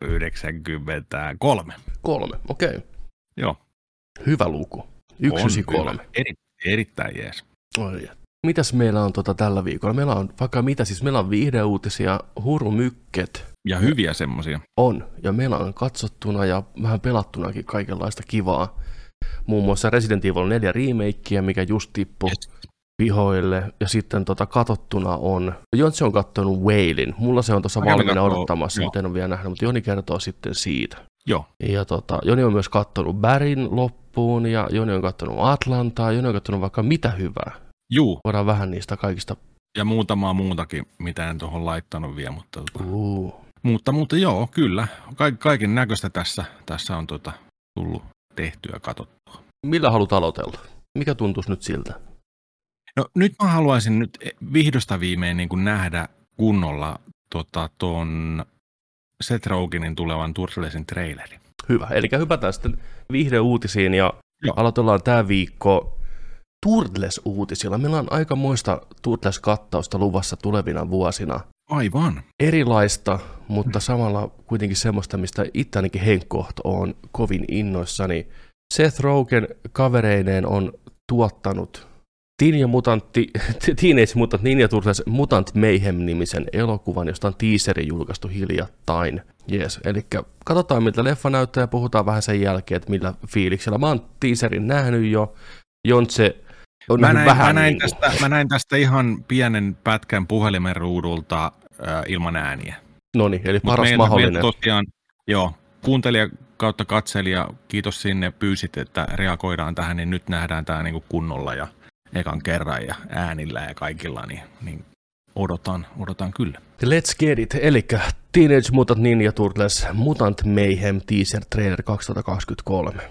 93. 3, okei. Okay. Joo. Hyvä luku. 193. Erittäin jees. Mitäs meillä on tällä viikolla? Meillä on vaikka mitä, siis meillä on viihdeuutisia, hurumykket. Ja hyviä semmosia. On, ja meillä on katsottuna ja vähän pelattunakin kaikenlaista kivaa. Muun muassa Resident Evil 4 remakeä, mikä just tippui pihoille. Ja sitten katsottuna on, Jontsi on katsonut Whalen. Mulla se on tuossa valmiina odottamassa, mutta en ole vielä nähnyt, mutta Joni kertoo sitten siitä. Joo. Ja Joni on myös katsonut Barryn loppuun, ja Joni on katsonut Atlantaa, Joni on katsonut vaikka mitä hyvää. Juu. Voidaan vähän niistä kaikista. Ja muutamaa muutakin, mitä en tuohon laittanut vielä, mutta joo, kyllä. Kaiken näköistä tässä on tullut tehtyä, katsottua. Millä haluat aloitella? Mikä tuntuisi nyt siltä? No nyt mä haluaisin nyt vihdosta viimein niin kuin nähdä kunnolla tuon Seth Rogenin tulevan Turtlesin trailerin. Hyvä, eli hypätään sitten viihdeuutisiin ja aloitellaan tämä viikko Turtles-uutisilla. Meillä on aikamoista Turtles-kattausta luvassa tulevina vuosina. Aivan. Erilaista, mutta samalla kuitenkin semmoista, mistä itse ainakin henkkoht on kovin innoissani. Seth Rogen kavereineen on tuottanut Teenage Mutant Ninja Turtles Mutant Mayhem-nimisen elokuvan, josta on teaseri julkaistu hiljattain. Yes, eli katsotaan miltä leffa näyttää ja puhutaan vähän sen jälkeen, että millä fiiliksellä. Mä oon teaserin nähnyt jo. Jontse Mä näin tästä ihan pienen pätkän puhelimen ruudulta ilman ääniä. Noniin, eli paras mahdollinen. Meillä tosiaan, joo, kuuntelija kautta katselija, kiitos sinne, pyysit, että reagoidaan tähän, niin nyt nähdään tämä niinku kunnolla ja ekan kerran ja äänillä ja kaikilla, niin odotan kyllä. Let's get it, eli Teenage Mutant Ninja Turtles Mutant Mayhem teaser trailer 2023.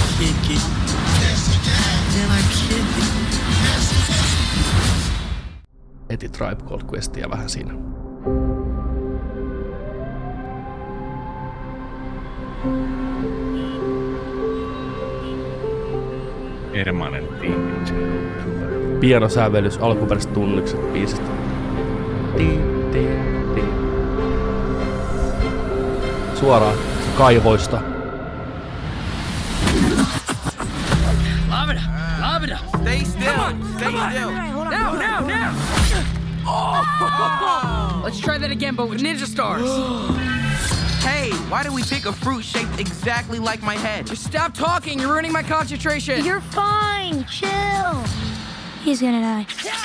Heti Tribe Called Questia vähän siinä. Permanentti. Pieno sävellys, alkuperäiset tunnukset biisistä. Suoraan kaivoista. Lavida! Stay still! Now! Let's try that again, but with ninja stars. Hey, why did we pick a fruit shaped exactly like my head? Just stop talking, you're ruining my concentration. You're fine, chill. He's gonna die.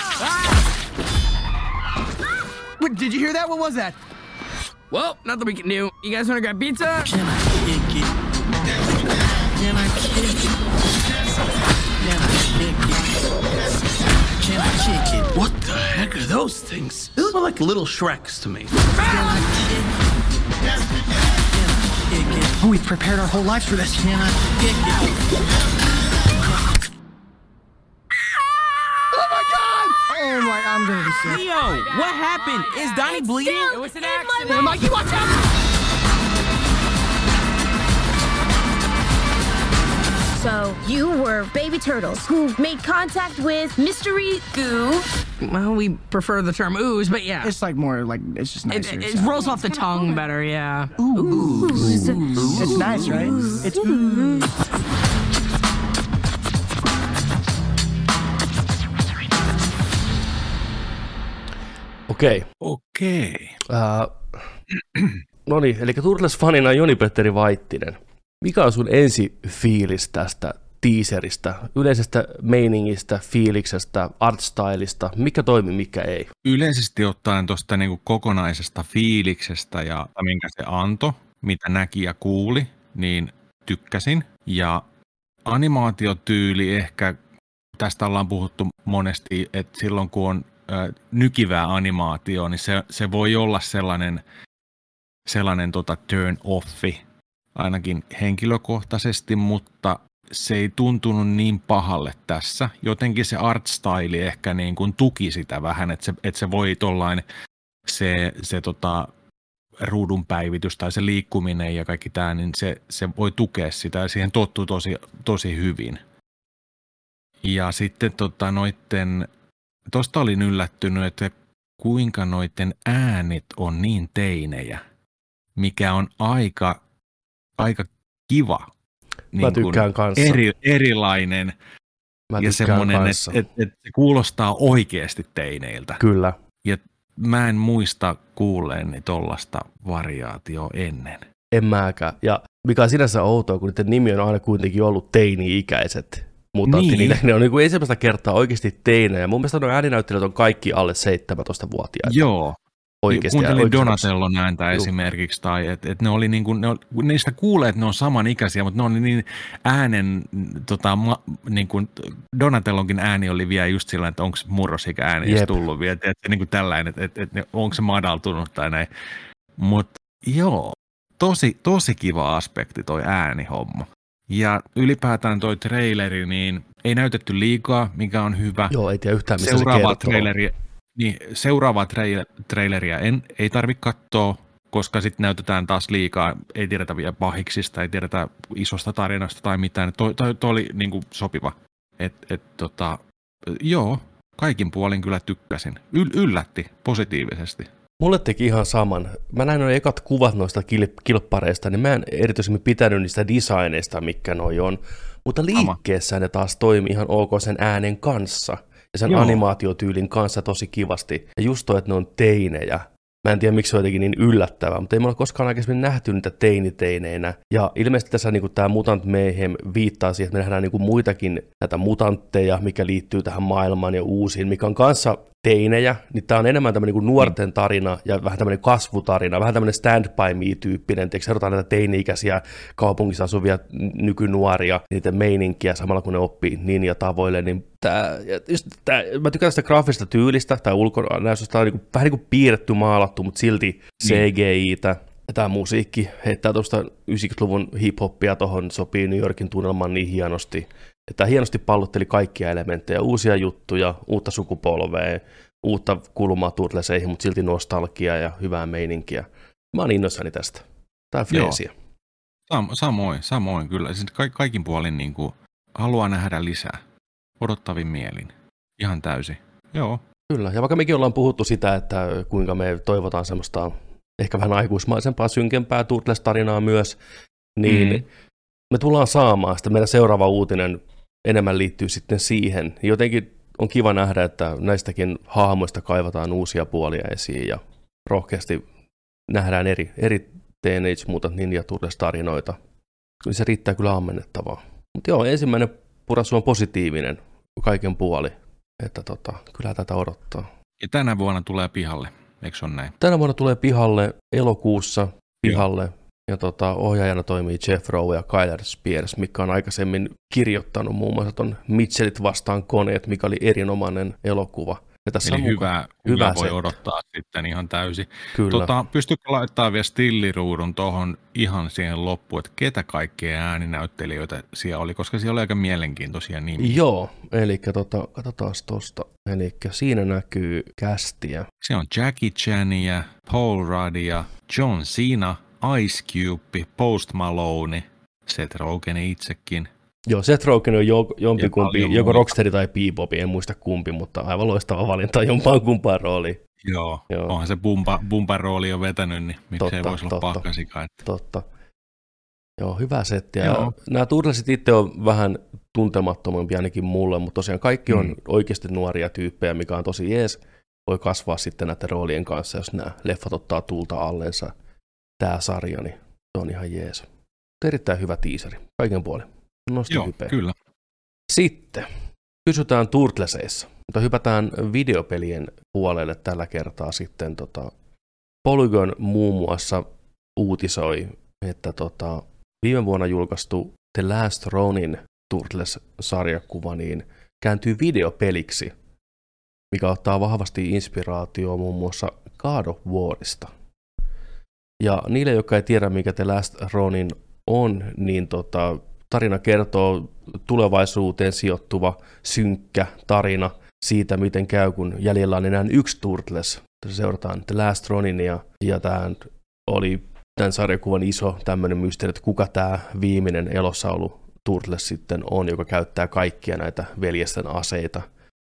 What, did you hear that? What was that? Well, nothing we can do. You guys wanna grab pizza? Can I kick it? Can I kick it? Can I kick it? Can I kick it? What the heck are those things? They look like little Shreks to me. Can I kick it? Oh, we've prepared our whole lives for this. Can I kick it? Oh my, I'm gonna be sick. Leo, what happened? Is Donnie bleeding? It was an accident. Mikey, watch out! So, you were baby turtles who made contact with mystery goo. Well, we prefer the term ooze, but yeah. It's like more like, it's just nicer. It rolls off the tongue better, yeah. Ooze. It's nice, right? It's ooze. Okei. No niin, eli Turtles-fanina Joni-Petteri Vaittinen. Mikä on sun ensifiilis tästä teaserista, yleisestä meiningistä, fiiliksestä, artstylista? Mikä toimi, mikä ei? Yleisesti ottaen tuosta niinku kokonaisesta fiiliksestä ja minkä se antoi, mitä näki ja kuuli, niin tykkäsin. Ja animaatiotyyli ehkä, tästä ollaan puhuttu monesti, että silloin kun on nykivää animaatio, niin se voi olla sellainen turn offi, ainakin henkilökohtaisesti, mutta se ei tuntunut niin pahalle tässä. Jotenkin se art style ehkä niin kuin tuki sitä vähän, että se voi tollain se ruudun päivitys tai se liikkuminen ja kaikki tämä, niin se voi tukea sitä ja siihen tottuu tosi hyvin. Ja sitten tosta olin yllättynyt, että kuinka noiden äänet on niin teinejä, mikä on aika kiva. Mä tykkään kanssa. Erilainen ja semmoinen, että se kuulostaa oikeasti teineiltä. Kyllä. Ja mä en muista kuulleeni tollasta variaatioa ennen. En mäkään. Ja mikä on sinänsä outoa, kun niiden nimi on aina kuitenkin ollut teini-ikäiset mutantti, niin ne on niin kuin ensimmäistä kertaa oikeasti teinejä. Mun mielestä nuo ääninäyttelijät on kaikki alle 17-vuotiaita. Joo. Oikeasti. Kuuntelin Donatellon ääntä esimerkiksi, tai että ne oli niin kuin, niistä kuulee, että ne on samanikäisiä, mutta ne on niin äänen, niin kuin Donatellonkin ääni oli vielä just sillä, että onko murrosikä ääni tullut vielä, että niin kuin tällainen, että onko se madaltunut tai näin. Mutta joo, tosi kiva aspekti toi äänihomma. Ja ylipäätään toi traileri, niin ei näytetty liikaa, mikä on hyvä. Joo, ei tiedä yhtään, missä se kertoo. Seuraavaa traileria ei tarvitse katsoa, koska sitten näytetään taas liikaa, ei tiedetä vielä pahiksista, ei tiedetä isosta tarinasta tai mitään. Toi oli niinku sopiva. Joo, kaikin puolin kyllä tykkäsin. Yllätti positiivisesti. Mulle teki ihan saman. Mä näin nuo ekat kuvat noista kilppareista, niin mä en erityisemmin pitänyt niistä designeista, mitkä noi on. Mutta liikkeessä ne taas toimi ihan ok sen äänen kanssa. Ja sen animaatiotyylin kanssa tosi kivasti. Ja just toi, että ne on teinejä, Mä en tiedä, miksi se on jotenkin niin yllättävää, mutta ei me ole koskaan aikaisemmin nähty niitä teiniteineinä. Ja ilmeisesti tässä niin tämä Mutant Mayhem viittaa siihen, että me nähdään niin muitakin näitä mutantteja, mikä liittyy tähän maailmaan ja uusiin, mikä on kanssa teinejä. Niin tämä on enemmän tämmöinen niin nuorten tarina ja vähän tämmöinen kasvutarina, vähän tämmöinen Stand By Me-tyyppinen. Seurataan näitä teini-ikäisiä kaupungissa asuvia nykynuoria, niiden meininkiä samalla kun ne oppii ninja-tavoille. Niin mä tykkään tästä graafista tyylistä, tai ulkonäöstä on vähän niin kuin piirretty, maalattu, mutta silti CGI-tä. Ja tämä musiikki heittää tuosta 90-luvun hip-hoppia tuohon, sopii New Yorkin tunnelmaan niin hienosti. Tämä hienosti pallotteli kaikkia elementtejä, uusia juttuja, uutta sukupolvea, uutta kulmaa Turtleseihin, mutta silti nostalgiaa ja hyvää meininkiä. Mä oon innoissani tästä. Tää on freesiä. Samoin kyllä. Siis kaikin puolin niin kuin haluaa nähdä lisää. Odottavin mielin. Ihan täysin. Joo. Kyllä, ja vaikka mekin ollaan puhuttu sitä, että kuinka me toivotaan semmoista ehkä vähän aikuismaisempaa, synkempää Turtles-tarinaa myös, niin me tullaan saamaan sitä. Meidän seuraava uutinen enemmän liittyy sitten siihen. Jotenkin on kiva nähdä, että näistäkin hahmoista kaivataan uusia puolia esiin ja rohkeasti nähdään eri Teenage Mutant Ninja Turtles-tarinoita. Se riittää kyllä ammennettavaa. Mutta joo, ensimmäinen purasu on positiivinen kaiken puoli, että kyllä tätä odottaa. Ja tänä vuonna tulee pihalle, eikö se ole näin? Tänä vuonna tulee pihalle elokuussa pihalle. Ja ohjaajana toimii Jeff Rowe ja Kyler Spears, mikä on aikaisemmin kirjoittanut muun muassa ton Mitchellit vastaan koneet, mikä oli erinomainen elokuva. Ja tässä eli hyvä voi odottaa sitten ihan täysin. Kyllä. Pystytkö laittamaan vielä stilliruudun tuohon ihan siihen loppuun, että ketä kaikkia ääninäyttelijöitä siellä oli, koska siellä oli aika mielenkiintoisia nimiä. Joo, eli katsotaan tuosta. Eli siinä näkyy kästiä. Se on Jackie Chania, Paul Ruddia, John Cena, Ice Cube, Post Malone, Seth Rogen itsekin. Joo, Seth Rogen on jompikumpi, joko Rocksteady tai Bebop, en muista kumpi, mutta aivan loistava valinta jompaan kumpaan rooliin. Joo, onhan se Bumpan rooli jo vetänyt, niin miksei voisi olla Pahkasikaan. Totta. Joo, hyvä setti. Nämä Turtlesit itse on vähän tuntemattomampia ainakin mulle, mutta tosiaan kaikki on oikeasti nuoria tyyppejä, mikä on tosi jees. Voi kasvaa sitten näiden roolien kanssa, jos nämä leffat ottaa tulta allensa. Tämä sarja, niin se on ihan jees. Erittäin hyvä tiiseri, kaiken puolin. Joo, hypeä. Kyllä. Sitten pysytään Turtleseissa, mutta hypätään videopelien puolelle tällä kertaa sitten. Polygon muun muassa uutisoi, että viime vuonna julkaistu The Last Ronin Turtles-sarjakuva niin kääntyy videopeliksi, mikä ottaa vahvasti inspiraatioon muun muassa God of Warista. Ja niille, jotka ei tiedä, mikä The Last Ronin on, niin tarina kertoo tulevaisuuteen sijoittuva synkkä tarina siitä, miten käy, kun jäljellä on enää yksi Turtles. Seurataan The Last Roninia, ja tämä oli tämän sarjakuvan iso tämmöinen mysteeri, että kuka tämä viimeinen elossa ollut Turtles sitten on, joka käyttää kaikkia näitä veljesten aseita.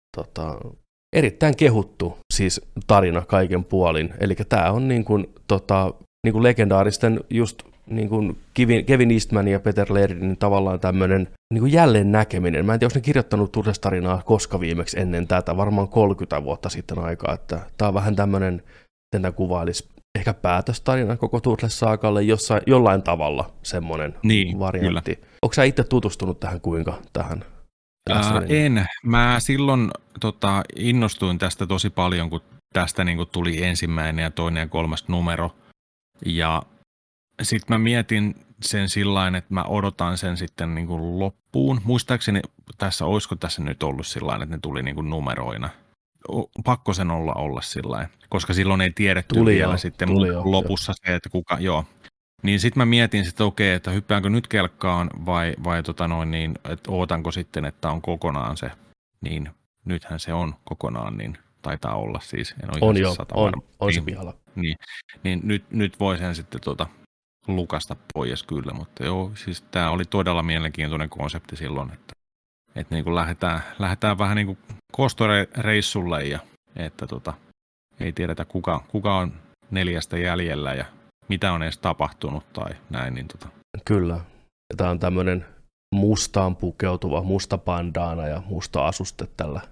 Erittäin kehuttu siis tarina kaiken puolin, eli tämä on niin kuin legendaaristen just niin kuin Kevin Eastman ja Peter Laird, niin tavallaan tämmöinen niin kuin jälleen näkeminen. Mä en tiedä, onko ne kirjoittanut Turtles-tarinaa koska viimeksi ennen tätä, varmaan 30 vuotta sitten aikaa. Että tämä on vähän tämmöinen, miten kuvailisi ehkä päätöstarina koko Turtles-saakalle, jollain tavalla semmoinen variantti. Kyllä. Onko sä itse tutustunut tähän kuinka tähän? En. Mä silloin innostuin tästä tosi paljon, kun tästä niin kuin tuli ensimmäinen ja toinen ja kolmas numero. Ja sitten mä mietin sen sillain, että mä odotan sen sitten niin kuin loppuun. Muistaakseni olisiko tässä nyt ollut sillain, että ne tuli niin kuin numeroina. Pakko sen olla sillain, koska silloin ei tiedetty vielä sitten lopussa se, että kuka, Niin sitten mä mietin sitten, okei, että hyppäänkö nyt kelkkaan vai että ootanko sitten, että on kokonaan se, niin nythän se on kokonaan, niin taitaa olla siis. On se pihalla. Niin nyt voi sen sitten lukasta pois kyllä, mutta joo, siis tämä oli todella mielenkiintoinen konsepti silloin, että niin kuin lähdetään vähän niin kuin kostoreissulle ja että ei tiedetä kuka on 4 jäljellä ja mitä on edes tapahtunut tai näin. Niin Kyllä. Tämä on tämmöinen mustaan pukeutuva, musta bandaana ja musta asuste tällä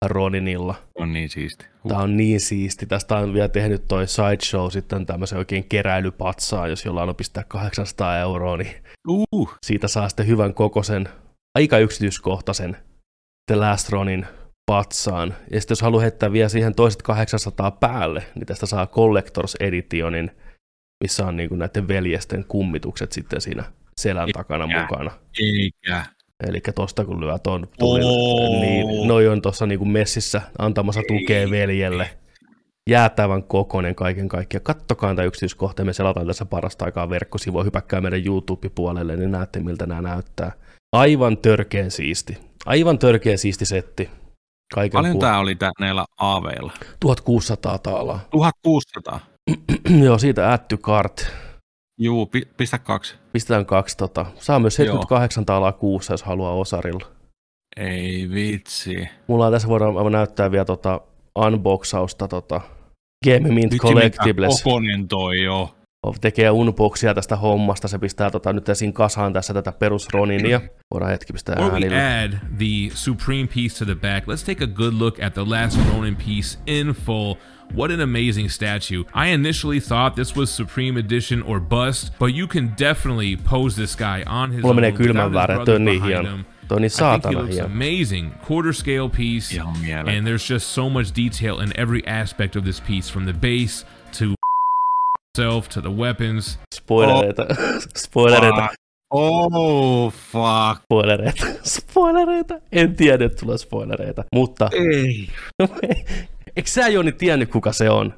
Roninilla. On niin siisti. Tämä on niin siisti. Tästä on vielä tehnyt toi Sideshow sitten tämmöisen oikein keräilypatsaa, jos jollain on pistää 800 €, niin siitä saa sitten hyvän kokoisen, aika yksityiskohtaisen The Last Ronin patsaan. Ja sitten jos haluaa heittää vielä siihen toiset 800 päälle, niin tästä saa Collector's Editionin, missä on niin kuin näiden veljesten kummitukset sitten siinä selän takana mukana. Eikä. Eli tosta kun lyö ton niin noi on tuossa niinku messissä antamassa tukea veljelle. Jäätävän kokoinen kaiken kaikkiaan. Kattokaa tämä yksityiskohta, me selataan tässä parasta aikaa verkkosivua, hypäkkää meidän YouTube-puolelle, niin näette miltä nämä näyttää. Aivan törkeän siisti. Aivan törkeän siisti setti. Paljon tämä oli näillä AV-lla? 1600 taalaa. 1600? Joo, siitä add to cart. Juu, pistä 2. Pistetään 2. Saa myös 78 taalaa kuussa, jos haluaa osarilla. Ei vitsi. Mulla on tässä voidaan näyttää vielä unboxausta Game Mint Collectibles. Kokonen toi jo. Tekee unboxia tästä hommasta, se pistää nyt esiin kasaan tässä tätä perus Roninia. Voidaan hetki pistää äänille. Before we add the Supreme piece to the back, let's take a good look at the Last Ronin piece in full. What an amazing statue. I initially thought this was Supreme Edition or bust, but you can definitely pose this guy on his Mulla own menee without kylmän his väärä, brother toi on niin behind hieno. him. Toi on niin I think he saatana looks hieno. amazing. Quarter scale piece, and there's just so much detail in every aspect of this piece, from the base to itself to the weapons. Spoilereita. Spoilereita. Oh, fuck. Spoilereita. En tiedä, että tulee spoilereita, mutta... Ei. Eikö sä, Joni, tiennyt, kuka se on?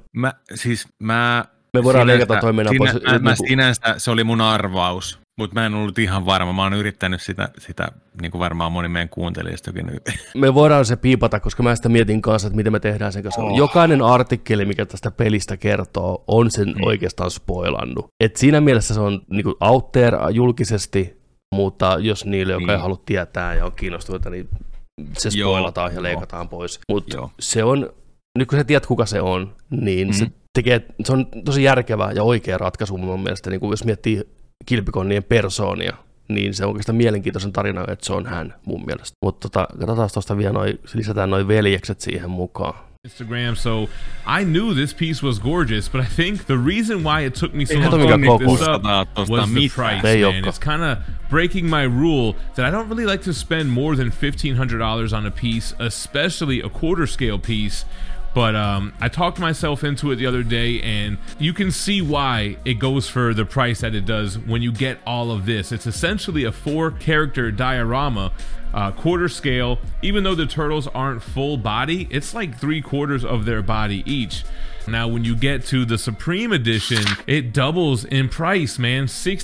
Me voidaan leikata toi mennä pois. Sinänsä se oli mun arvaus, mutta mä en ollut ihan varma. Mä oon yrittänyt sitä niin kuin varmaan moni meidän kuuntelijastakin. Me voidaan se piipata, koska mä sitä mietin kanssa, että miten me tehdään sen kanssa. Jokainen artikkeli, mikä tästä pelistä kertoo, on sen oikeastaan spoilannut. Et siinä mielessä se on niin kuin out there julkisesti, mutta jos niille, jotka ei halua tietää ja on kiinnostuneita, niin se spoilataan ja leikataan pois. Mutta se on, nyt kun sä tiedät, kuka se on, niin se on tosi järkevä ja oikea ratkaisu mun mielestä, niin kuin jos miettii kilpikonnien persoonia, niin se on oikeastaan mielenkiintoisen tarina, että se on hän mun mielestä. Mutta katsotaan tuosta vielä lisätään noi veljekset siihen mukaan. Instagram, so I knew this piece was gorgeous, but I think the reason why it took me so long to pick this up was the price, man. It's kind of breaking my rule that I don't really like to spend more than $1,500 on a piece, especially a quarter scale piece. But I talked myself into it the other day, and you can see why it goes for the price that it does when you get all of this. It's essentially a 4-character diorama, quarter scale. Even though the turtles aren't full body, it's like 3/4 of their body each. Now, when you get to the Supreme Edition, it doubles in price, man.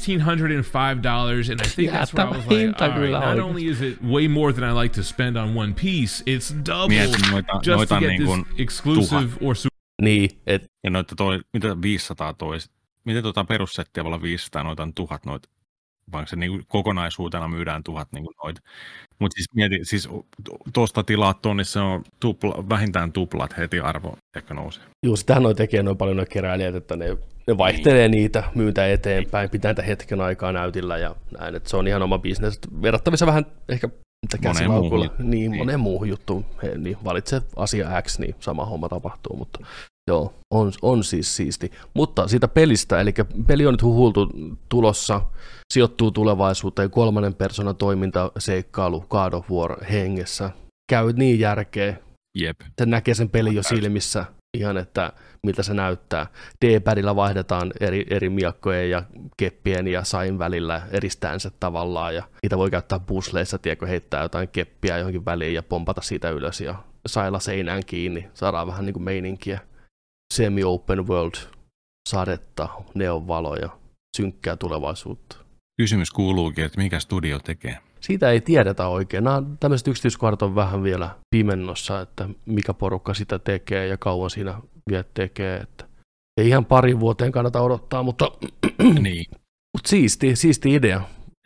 $1,605, and I think that's where I was like, all right, not only is it way more than I like to spend on one piece, it's double just to get this exclusive or Niin, ja noita mitä 500 toisi? Miten perussettiä voi olla 500, noita on 1000 noita? Vaan se niin kokonaisuutena myydään 1000 niin noita. Mutta siis mieti, tuosta tilaat tonnissa on vähintään tuplat heti arvo ehkä nousee. Joo, sitähän noi tekee noin paljon noi keräilijät, että ne vaihtelee niitä, myytä eteenpäin, pitää niitä hetken aikaa näytillä ja näin, että se on ihan oma bisnes. Verrattavissa vähän ehkä käsilaukulla, moneen muuhun juttuun, niin valitse asia X, niin sama homma tapahtuu, mutta joo, on siis siisti. Mutta siitä pelistä, eli peli on nyt huhultu tulossa, sijoittuu tulevaisuuteen, 3. persoonan toimintaseikkailu God of War hengessä. Käy niin järkeä. Jep. Se näkee sen pelin jo silmissä ihan, että miltä se näyttää. D-padilla vaihdetaan eri miakkojen ja keppien ja sain välillä eri stanset tavallaan, ja niitä voi käyttää puzzleissa, tiedätkö, heittää jotain keppiä johonkin väliin ja pompata siitä ylös ja sailla seinään kiinni. Saadaan vähän niin kuin meininkiä. Semi-open world, sadetta, neonvaloja, synkkää tulevaisuutta. Kysymys kuuluukin, että mikä studio tekee? Siitä ei tiedetä oikein. Nämä tämmöiset yksityiskohdat on vähän vielä pimennossa, että mikä porukka sitä tekee ja kauan siinä vielä tekee. Että ei ihan pari vuoteen kannata odottaa, mutta, niin. Mutta siisti idea.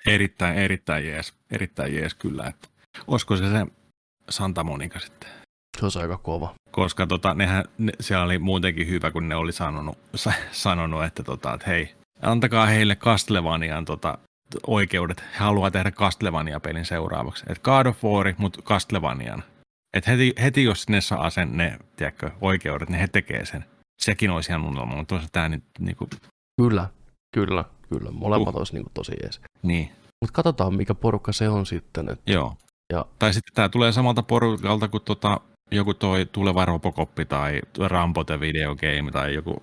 Erittäin jees kyllä. Että olisiko se Santa Monica sitten? Se olisi aika kova. Koska siellä oli muutenkin hyvä, kun ne oli sanonut että hei, antakaa heille Castlevanian oikeudet. He haluaa tehdä Castlevania-pelin seuraavaksi. Et God of War, mutta Castlevanian. Että heti jos ne saa sen, ne tiedätkö, oikeudet, niin he tekee sen. Sekin olisi ihan unelma, mutta toisaalta tämä nyt niinku... Kyllä. Molemmat olisi niinku tosi jees. Niin. Mutta katsotaan, mikä porukka se on sitten. Että... Joo. Ja... Tai sitten tämä tulee samalta porukalta kuin joku toi tuleva Robocop tai Rambo the Video Game tai joku...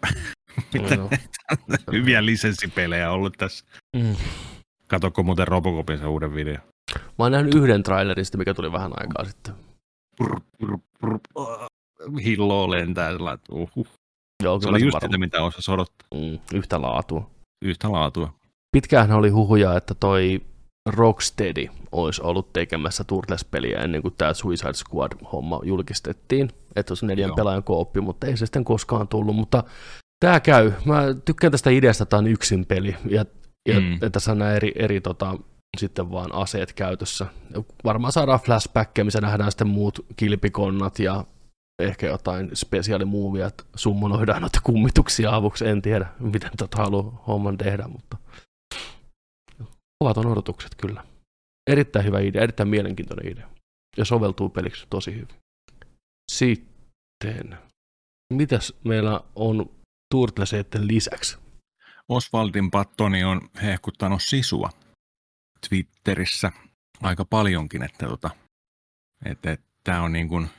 Hyviä lisenssipelejä ollut tässä. Katokko muuten Robocopin se uuden video? Mä oon nähnyt yhden trailerista, mikä tuli vähän aikaa sitten. Hilloa lentää sellainen, Joo, se oli just sitä, mitä osasi odottaa. Yhtä laatua. Pitkään oli huhuja, että toi Rocksteady olisi ollut tekemässä Turtles-peliä ennen kuin tämä Suicide Squad-homma julkistettiin. Että olisi 4 pelaajan kooppi, mutta ei se sitten koskaan tullut. Mutta tämä käy. Mä tykkään tästä ideasta, että tämä on yksin peli ja että saa nämä eri sitten vaan aseet käytössä. Varmaan saadaan flashbackkejä, missä nähdään sitten muut kilpikonnat ja ehkä jotain spesiaalimuuvia, että summonoidaan noita kummituksia avuksi. En tiedä, miten haluaa homman tehdä, mutta ovat on odotukset kyllä. Erittäin hyvä idea, erittäin mielenkiintoinen idea. Ja soveltuu peliksi tosi hyvin. Sitten, mitäs meillä on Turtleseiden lisäksi? Oswaldin Pattoni on hehkuttanut sisua Twitterissä aika paljonkin, että tämä on niin kuin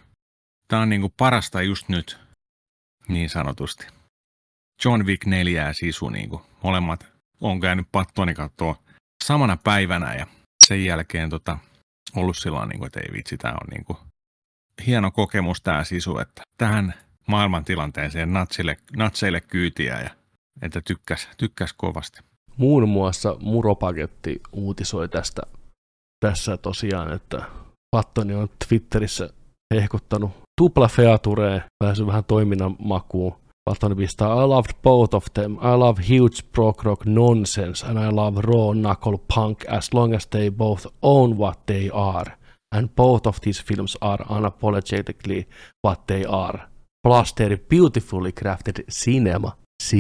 parasta just nyt, niin sanotusti. John Wick 4 ja sisu, niin kuin molemmat on käynyt Pattoni katsoa samana päivänä ja sen jälkeen ollut sillä niin kuin, että ei vitsi, tämä on niin kuin hieno kokemus tämä sisu, että tähän maailmantilanteeseen natseille kyytiä ja että tykkäs kovasti. Muun muassa Muropaketti uutisoi tässä tosiaan, että Pattoni on Twitterissä hehkuttanut tupla featureen, päässyt vähän toiminnan makuun. Pattoni pistää, I loved both of them. I love huge prog rock nonsense and I love raw knuckle punk as long as they both own what they are. And both of these films are unapologetically what they are. Plus their beautifully crafted cinema.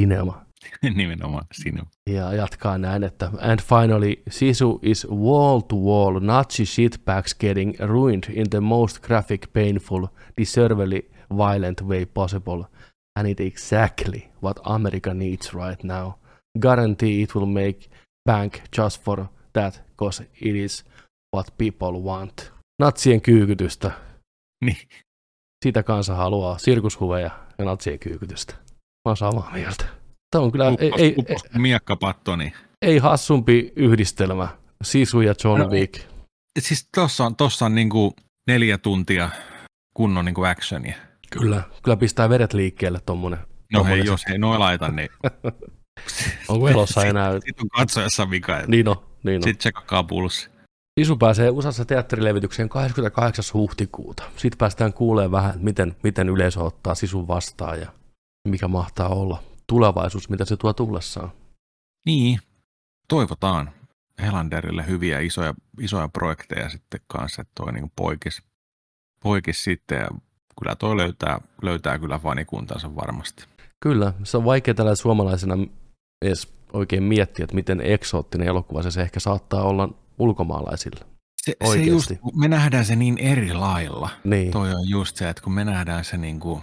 Nimenomaan cinema. Ja jatkaa näin, että and finally, Sisu is wall-to-wall Nazi shitbags getting ruined in the most graphic, painful, deservedly violent way possible. And it's exactly what America needs right now. Guarantee it will make bank just for that, because it is what people want. Natsien kyykytystä. Niin. Sitä kansa haluaa, sirkushuveja ja natsien kyykytystä. Mä oon samaa mieltä. Tämä on kyllä Miekkapattoni. Ei hassumpi yhdistelmä. Sisu ja John Wick. Siis tossa on niinku 4 tuntia kunnon niinku actionia. Kyllä pistää veret liikkeelle tommonen. No hei, jos ei noin laita, niin... Onko elossa enää? Sitten on katsojassa vika. Niin on. Sitten tsekakkaa pulssi. Sisu pääsee USAssa teatterilevitykseen 28. huhtikuuta. Sitten päästään kuulemaan vähän, miten yleisö ottaa Sisun vastaan ja mikä mahtaa olla tulevaisuus, mitä se tuo tullessaan. Niin, toivotaan Helanderille hyviä isoja projekteja sitten kanssa, että toi niin poikis sitten ja kyllä toi löytää kyllä fanikuntansa varmasti. Kyllä, se on vaikea tällä suomalaisena edes oikein miettiä, että miten eksoottinen elokuva se ehkä saattaa olla ulkomaalaisilla. Se just, me nähdään se niin eri lailla. Niin. Toi on just se, että kun me nähdään se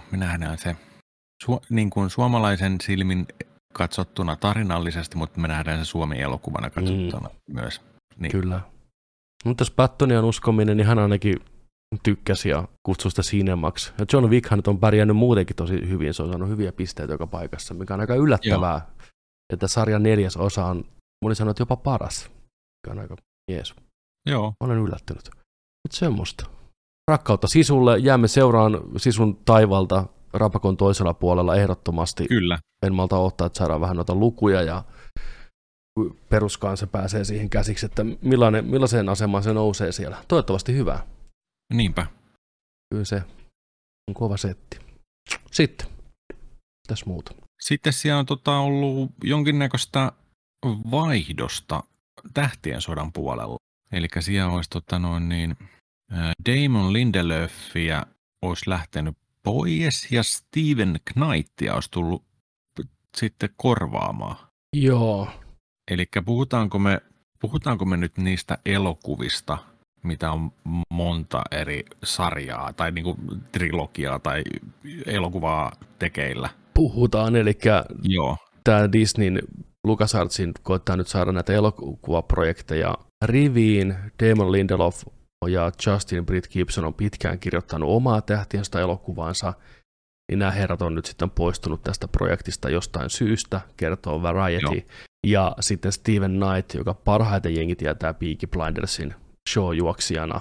niin kuin suomalaisen silmin katsottuna tarinallisesti, mutta me nähdään se Suomi-elokuvana katsottuna myös. Niin. Kyllä. Mutta jos Pattonian uskominen, niin hän ainakin tykkäsi ja kutsui sitä cinemaksi. Ja John Wickhan on pärjännyt muutenkin tosi hyvin. Se on saanut hyviä pisteitä joka paikassa, mikä on aika yllättävää. Joo. Että sarjan 4. osa on, moni sanoo, että jopa paras. Mikä on aika jees. Joo. Olen yllättynyt. Nyt semmoista. Rakkautta Sisulle. Jäämme seuraan Sisun taivalta Rapakon toisella puolella ehdottomasti. Kyllä. En malta odottaa, että saadaan vähän noita lukuja ja peruskansa pääsee siihen käsiksi, että millaiseen asemaan se nousee siellä. Toivottavasti hyvää. Niinpä. Kyllä se on kova setti. Sitten. Mitäs muuta? Sitten siellä on ollut jonkinnäköistä vaihdosta Tähtien sodan puolella. Eli siellä olisi Damon Lindelöfia olisi lähtenyt pois ja Steven Knightia olisi tullut sitten korvaamaan. Joo. Eli puhutaanko me nyt niistä elokuvista, mitä on monta eri sarjaa tai niinku trilogiaa tai elokuvaa tekeillä. Puhutaan, eli tämä Disneyn LucasArtsin koittaa nyt saada näitä elokuvaprojekteja riviin. Damon Lindelof ja Justin Britt Gibson on pitkään kirjoittanut omaa tähtiensä elokuvaansa, niin nämä herrat on nyt sitten poistunut tästä projektista jostain syystä, kertoo Variety. Joo. Ja sitten Steven Knight, joka parhaiten jengi tietää Peaky Blindersin show-juoksijana,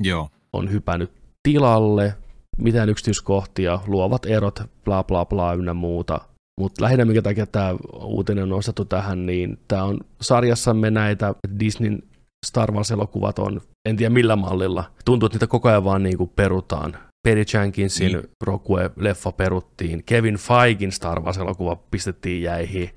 on hypännyt tilalle. Mitään yksityiskohtia, luovat erot, bla bla bla ynnä muuta. Mutta lähinnä minkä takia tämä uutinen on nostettu tähän, niin tämä on sarjassamme näitä Disneyn Star Wars-elokuvat on, en tiedä millä mallilla. Tuntuu, että niitä koko ajan vaan niinku perutaan. Perry Jenkinsin Rogue-leffa peruttiin. Kevin Feigen Star Wars-elokuva pistettiin jäihin.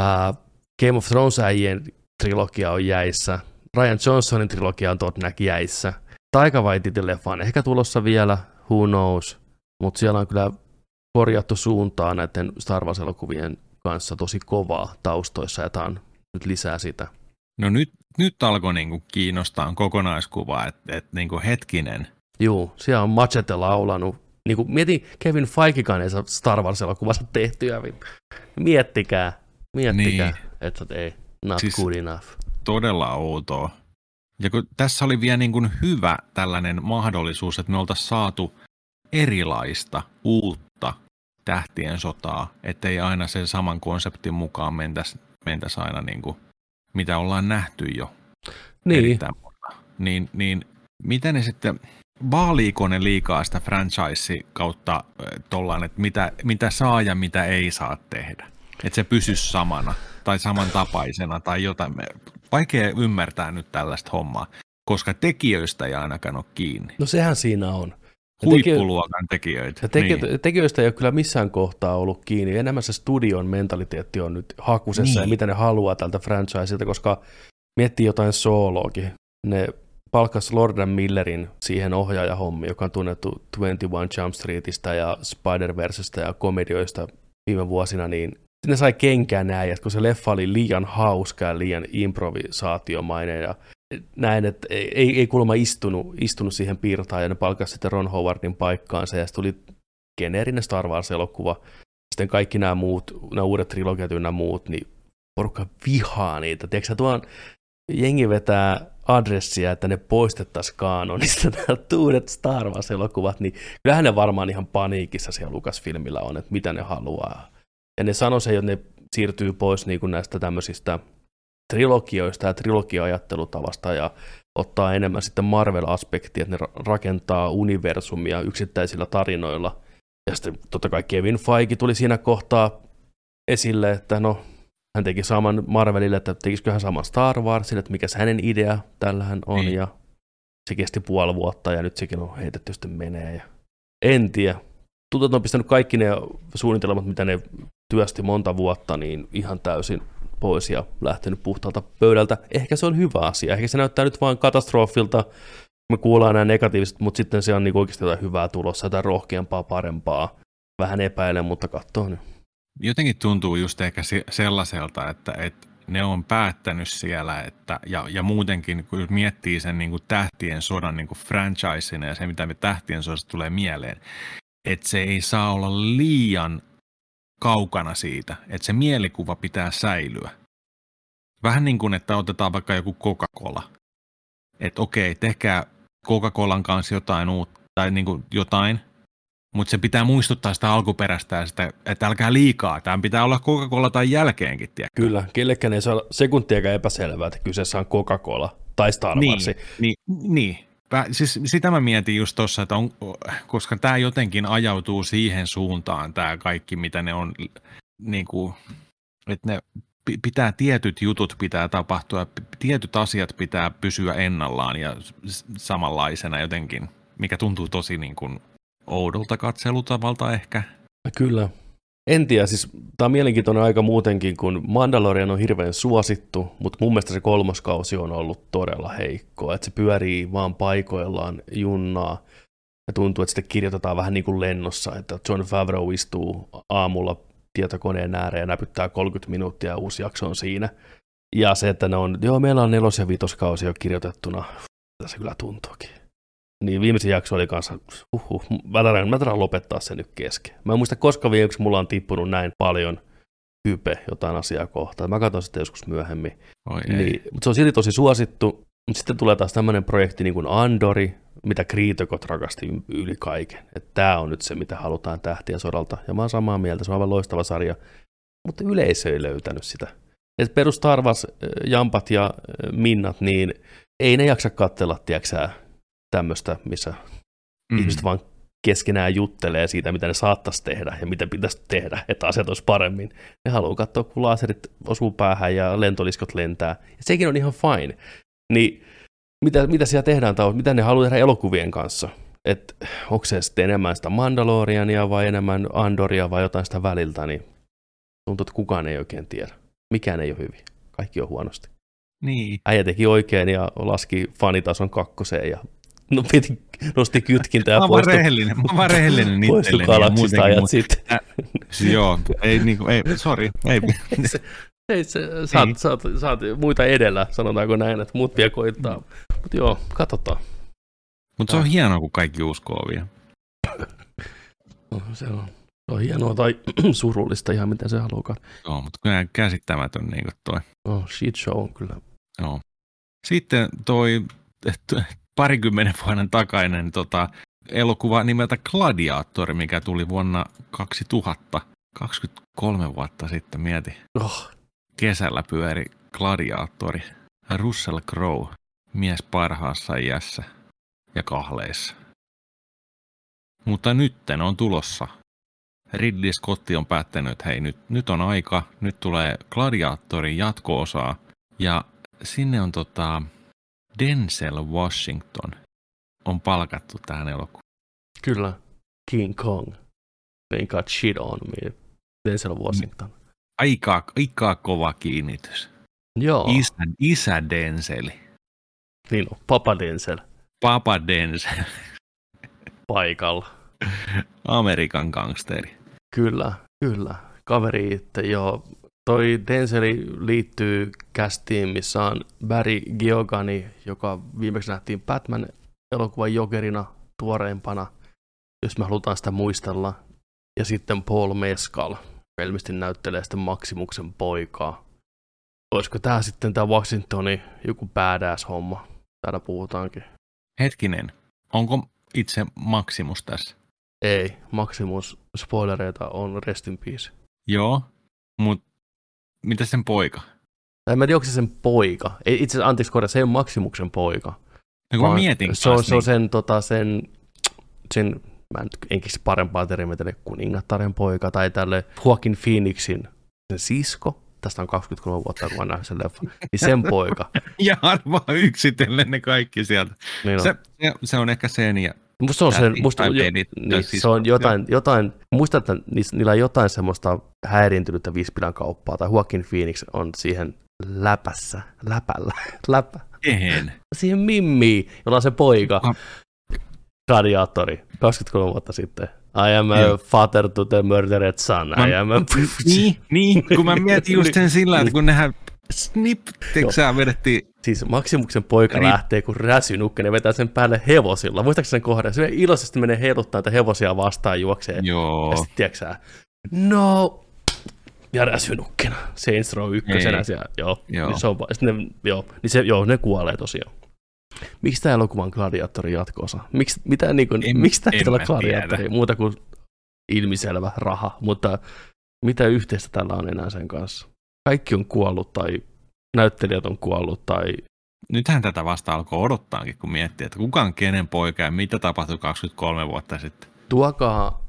Game of Thrones-äijien trilogia on jäissä. Ryan Johnsonin trilogia on jäissä. Taika Waititin leffa on ehkä tulossa vielä, who knows. Mutta siellä on kyllä korjattu suuntaa näiden Star Wars-elokuvien kanssa tosi kovaa taustoissa, ja tämä on nyt lisää sitä. No nyt alkoi niinku kiinnostaa kokonaiskuva, että niinku hetkinen. Juu, siellä on Machete laulanut. Niinku, mietin, Kevin Feigekaan ei saa Star Wars-elokuvassa tehtyä. Miettikää, niin. Että ei, not siis good enough. Todella outoa. Ja kun tässä oli vielä niin kuin hyvä tällainen mahdollisuus, että me oltaisiin saatu erilaista, uutta tähtien sotaa, ettei aina sen saman konseptin mukaan mentäisi aina niin kuin, mitä ollaan nähty jo. Niin. Niin miten ne sitten, vaaliiko ne liikaa sitä franchise kautta tollaan, että mitä saa ja mitä ei saa tehdä? Että se pysyisi samana tai samantapaisena tai jotain. Vaikea ymmärtää nyt tällaista hommaa, koska tekijöistä ei ainakaan ole kiinni. No sehän siinä on. Huippuluokan tekijöitä. Tekijöistä ei ole kyllä missään kohtaa ollut kiinni. Enemmän se studion mentaliteetti on nyt hakusessa ja mitä ne haluaa tältä franchiselta, koska miettii jotain sooloakin. Ne palkkasi Lord Millerin siihen ohjaajahommiin, joka on tunnettu 21 Jump Streetistä ja Spider-Versestä ja komedioista viime vuosina, niin ne sai kenkään äijät, kun se leffa oli liian hauska ja liian improvisaatiomainen ja näin, että ei kuulemma istunut siihen piirtaan ja ne palkkasi sitten Ron Howardin paikkaansa ja sitten tuli geneerinen Star Wars-elokuva. Sitten kaikki nämä uudet trilogiat ynnä muut, niin porukka vihaa niitä. Tiedätkö tuon jengi vetää adressia, että ne poistettaisiin kaanonista nämä uudet Star Wars-elokuvat, niin kyllähän ne varmaan ihan paniikissa siellä Lucasfilmillä on, että mitä ne haluaa. Ja ne sanoi se, että ne siirtyy pois niin kuin näistä tämmöisistä trilogioista ja trilogia-ajattelutavasta ja ottaa enemmän sitten Marvel-aspektia, että ne rakentaa universumia yksittäisillä tarinoilla. Ja sitten totta kai Kevin Feige tuli siinä kohtaa esille, että no, hän teki saman Marvelille, että tekisikö hän saman Star Warsille, että mikä hänen idea tällähän on. Ja se kesti puoli vuotta ja nyt sekin on heitetty sitten menee. Ja en tiedä. Tuntuu, että on pistänyt kaikki ne suunnitelmat, mitä ne työsti monta vuotta, niin ihan täysin pois ja lähtenyt puhtaalta pöydältä. Ehkä se on hyvä asia. Ehkä se näyttää nyt vain katastrofilta. Me kuullaan nämä negatiiviset, mutta sitten se on niin oikeasti jotain hyvää tulossa, jotain rohkeampaa, parempaa. Vähän epäilen, mutta katsoo nyt. Jotenkin tuntuu just ehkä sellaiselta, että ne on päättänyt siellä, että, ja muutenkin kun miettii sen niin kuin tähtien sodan niin kuin franchisena ja se, mitä me tähtien sodasta tulee mieleen, että se ei saa olla liian kaukana siitä, että se mielikuva pitää säilyä. Vähän niin kuin, että otetaan vaikka joku Coca-Cola. Että okei, tehkää Coca-Colan kanssa jotain uutta, tai niin kuin jotain, mutta se pitää muistuttaa sitä alkuperäistä ja sitä, että älkää liikaa. Tämä pitää olla Coca-Cola tai jälkeenkin, tiedätkö? Kyllä, kellekään ei saa sekuntiakaan epäselvää, että kyseessä on Coca-Cola tai Star Wars. Niin. Siis sitä mä mietin just tuossa, että koska tämä jotenkin ajautuu siihen suuntaan, tämä kaikki, mitä ne on, niin kuin, että ne pitää, tietyt jutut pitää tapahtua, tietyt asiat pitää pysyä ennallaan ja samanlaisena jotenkin, mikä tuntuu tosi niin kuin oudolta katselutavalta ehkä. Kyllä. En tiedä, siis tämä on mielenkiintoinen aika muutenkin, kun Mandalorian on hirveän suosittu, mutta mun mielestä se 3. kausi on ollut todella heikkoa, että se pyörii vaan paikoillaan junnaa ja tuntuu, että sitten kirjoitetaan vähän niin kuin lennossa, että Jon Favreau istuu aamulla tietokoneen ääreen ja näpyttää 30 minuuttia ja uusi jakso on siinä. Ja se, että ne on, meillä on 4. ja 5. kausi jo kirjoitettuna, se kyllä tuntuukin. Niin viimeisin jakso oli kanssa, mä tarvitsen lopettaa sen nyt kesken. Mä en muista, koska viimeksi mulla on tippunut näin paljon hype jotain asiaa kohtaan. Mä katson sitä joskus myöhemmin. Niin, mutta se on silti tosi suosittu. Sitten tulee taas tämmöinen projekti niin kuin Andori, mitä kriitikot rakasti yli kaiken. Että tää on nyt se, mitä halutaan Tähtien sodalta. Ja mä oon samaa mieltä, se on aivan loistava sarja. Mutta yleisö ei löytänyt sitä. Et perus Star Wars, jampat ja minnat, niin ei ne jaksa katsella, tiedätkö tämmöistä, missä ihmiset vaan keskenään juttelee siitä, mitä ne saattaisi tehdä ja mitä pitäisi tehdä, että asiat olisi paremmin. Ne haluaa katsoa, kun laserit osuu päähän ja lentoliskot lentää. Ja sekin on ihan fine. Niin mitä siellä tehdään, mitä ne haluaa tehdä elokuvien kanssa? Että onko se sitten enemmän sitä Mandaloriania vai enemmän Andoria vai jotain sitä väliltä, niin tuntuu, että kukaan ei oikein tiedä. Mikään ei ole hyvin. Kaikki on huonosti. Niin. Äijä teki oikein ja laski fanitason 2 ja nosti kytkintä ja poistui rehellinen galaksista ajat sitten. Joo, ei, sorry. Saat muita edellä, sanotaanko näin, että muut vielä koittaa. Mutta joo, katsotaan. Mutta se on hienoa, kun kaikki uskoo vielä. Se on hienoa tai surullista ihan miten se haluaa. Joo, mutta kyllä käsittämätön niin kuin toi. Shit show on kyllä. Joo. Sitten toi 20 vuoden takainen elokuva nimeltä Gladiator, mikä tuli vuonna 2000. 23 vuotta sitten, mieti. Kesällä pyöri Gladiatori. Russell Crowe, mies parhaassa iässä ja kahleissa. Mutta nytten on tulossa. Ridley Scott on päättänyt, että hei, nyt on aika, nyt tulee Gladiatorin jatko-osaa. Ja sinne on Denzel Washington on palkattu tähän elokuvaan. Kyllä, King Kong. Ain't got shit on me. Denzel Washington. Aika kova kiinnitys. Joo. Isä Denzeli. Niin on, Papa Denzel. Papa Denzel. Paikalla. Amerikan gangsteri. Kyllä. Kaveri itse, joo. Toi Denzeli liittyy castiin, missä on Barry Keoghan, joka viimeksi nähtiin Batman-elokuvan Jokerina tuoreimpana, jos me halutaan sitä muistella. Ja sitten Paul Mescal ilmeisesti näyttelee sitten Maximuksen poikaa. Olisiko tää sitten tää Washingtoni joku badass-homma? Täällä puhutaankin. Hetkinen, onko itse Maximus tässä? Ei, Maximus, spoilereita on rest in peace. Joo, mutta mitä sen poika? En mä tiedä, onko se sen poika. Ei, itse asiassa, anteeksi korjaa, se ei ole Maximuksen poika. No kun mä mietin se on sen mä nyt en keksi parempaa termiä tälle kuningattaren poika tai tälle Joaquin Phoenixin sen sisko. Tästä on 23 vuotta, kun mä näin sen leffan. Niin sen poika. Ja harvaa yksitellen ne kaikki sieltä. Niin se on ehkä sen ja se on jotain, muista, että niillä on jotain semmoista häiriintynyttä vispilän kauppaa, tai Joaquin Phoenix on siihen läpä. Kehen? Siihen mimmiin, jolla on se poika. Gladiatori, 23 vuotta sitten. I am a father to the murdered son. Niin, kun mä mietin just sen sillä, että kun nehän snip-teksää vedettiin. Siis Maximuksen poika lähtee, kun räsynukke, ne vetää sen päälle hevosilla. Muistaakseni sen kohdan? Se iloisesti menee heiluttaa näitä hevosia vastaan juoksee. Joo. Ja sitten tiedätkö no, ja räsynukkena. Saints Row 1 siellä. Joo. Ne kuolee tosiaan. Miksi tämä elokuva on Gladiatorin jatko-osa? Miksi tämä pitää olla Gladiatori? Muuta kuin ilmiselvä raha, mutta mitä yhteistä tällä on enää sen kanssa? Kaikki on kuollut tai näyttelijät on kuollut tai... Nythän tätä vasta alkoi odottaakin, kun miettii, että kuka on kenen poika ja mitä tapahtui 23 vuotta sitten. Tuokaa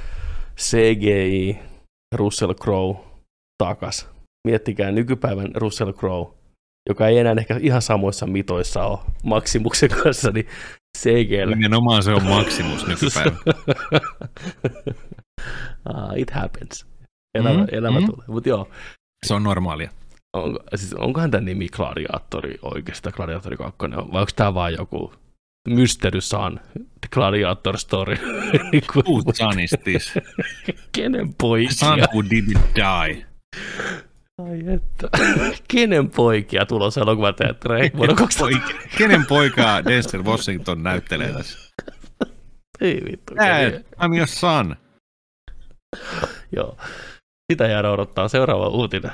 CGI Russell Crowe takas. Miettikää nykypäivän Russell Crowe, joka ei enää ehkä ihan samoissa mitoissa ole Maximuksen kanssa, niin CGL. Nimenomaan se on Maximus nykypäivä. It happens. Elämä tulee, mutta joo. Se on normaalia. Onkohan tämä nimi Gladiatori oikeastaan, Gladiatori 2, vai onko tämä vaan joku Mystery Son, The Gladiator Story? Who son is this? Kenen poikia? Son who didn't die. Ai että. Kenen poikia tulossa elokuvateattereihin vuonna 2000? Kenen poikaa Denzel Washington näyttelee tässä? Ei vittu. I'm your son. Joo. Sitä jäädä odottaa seuraava uutinen.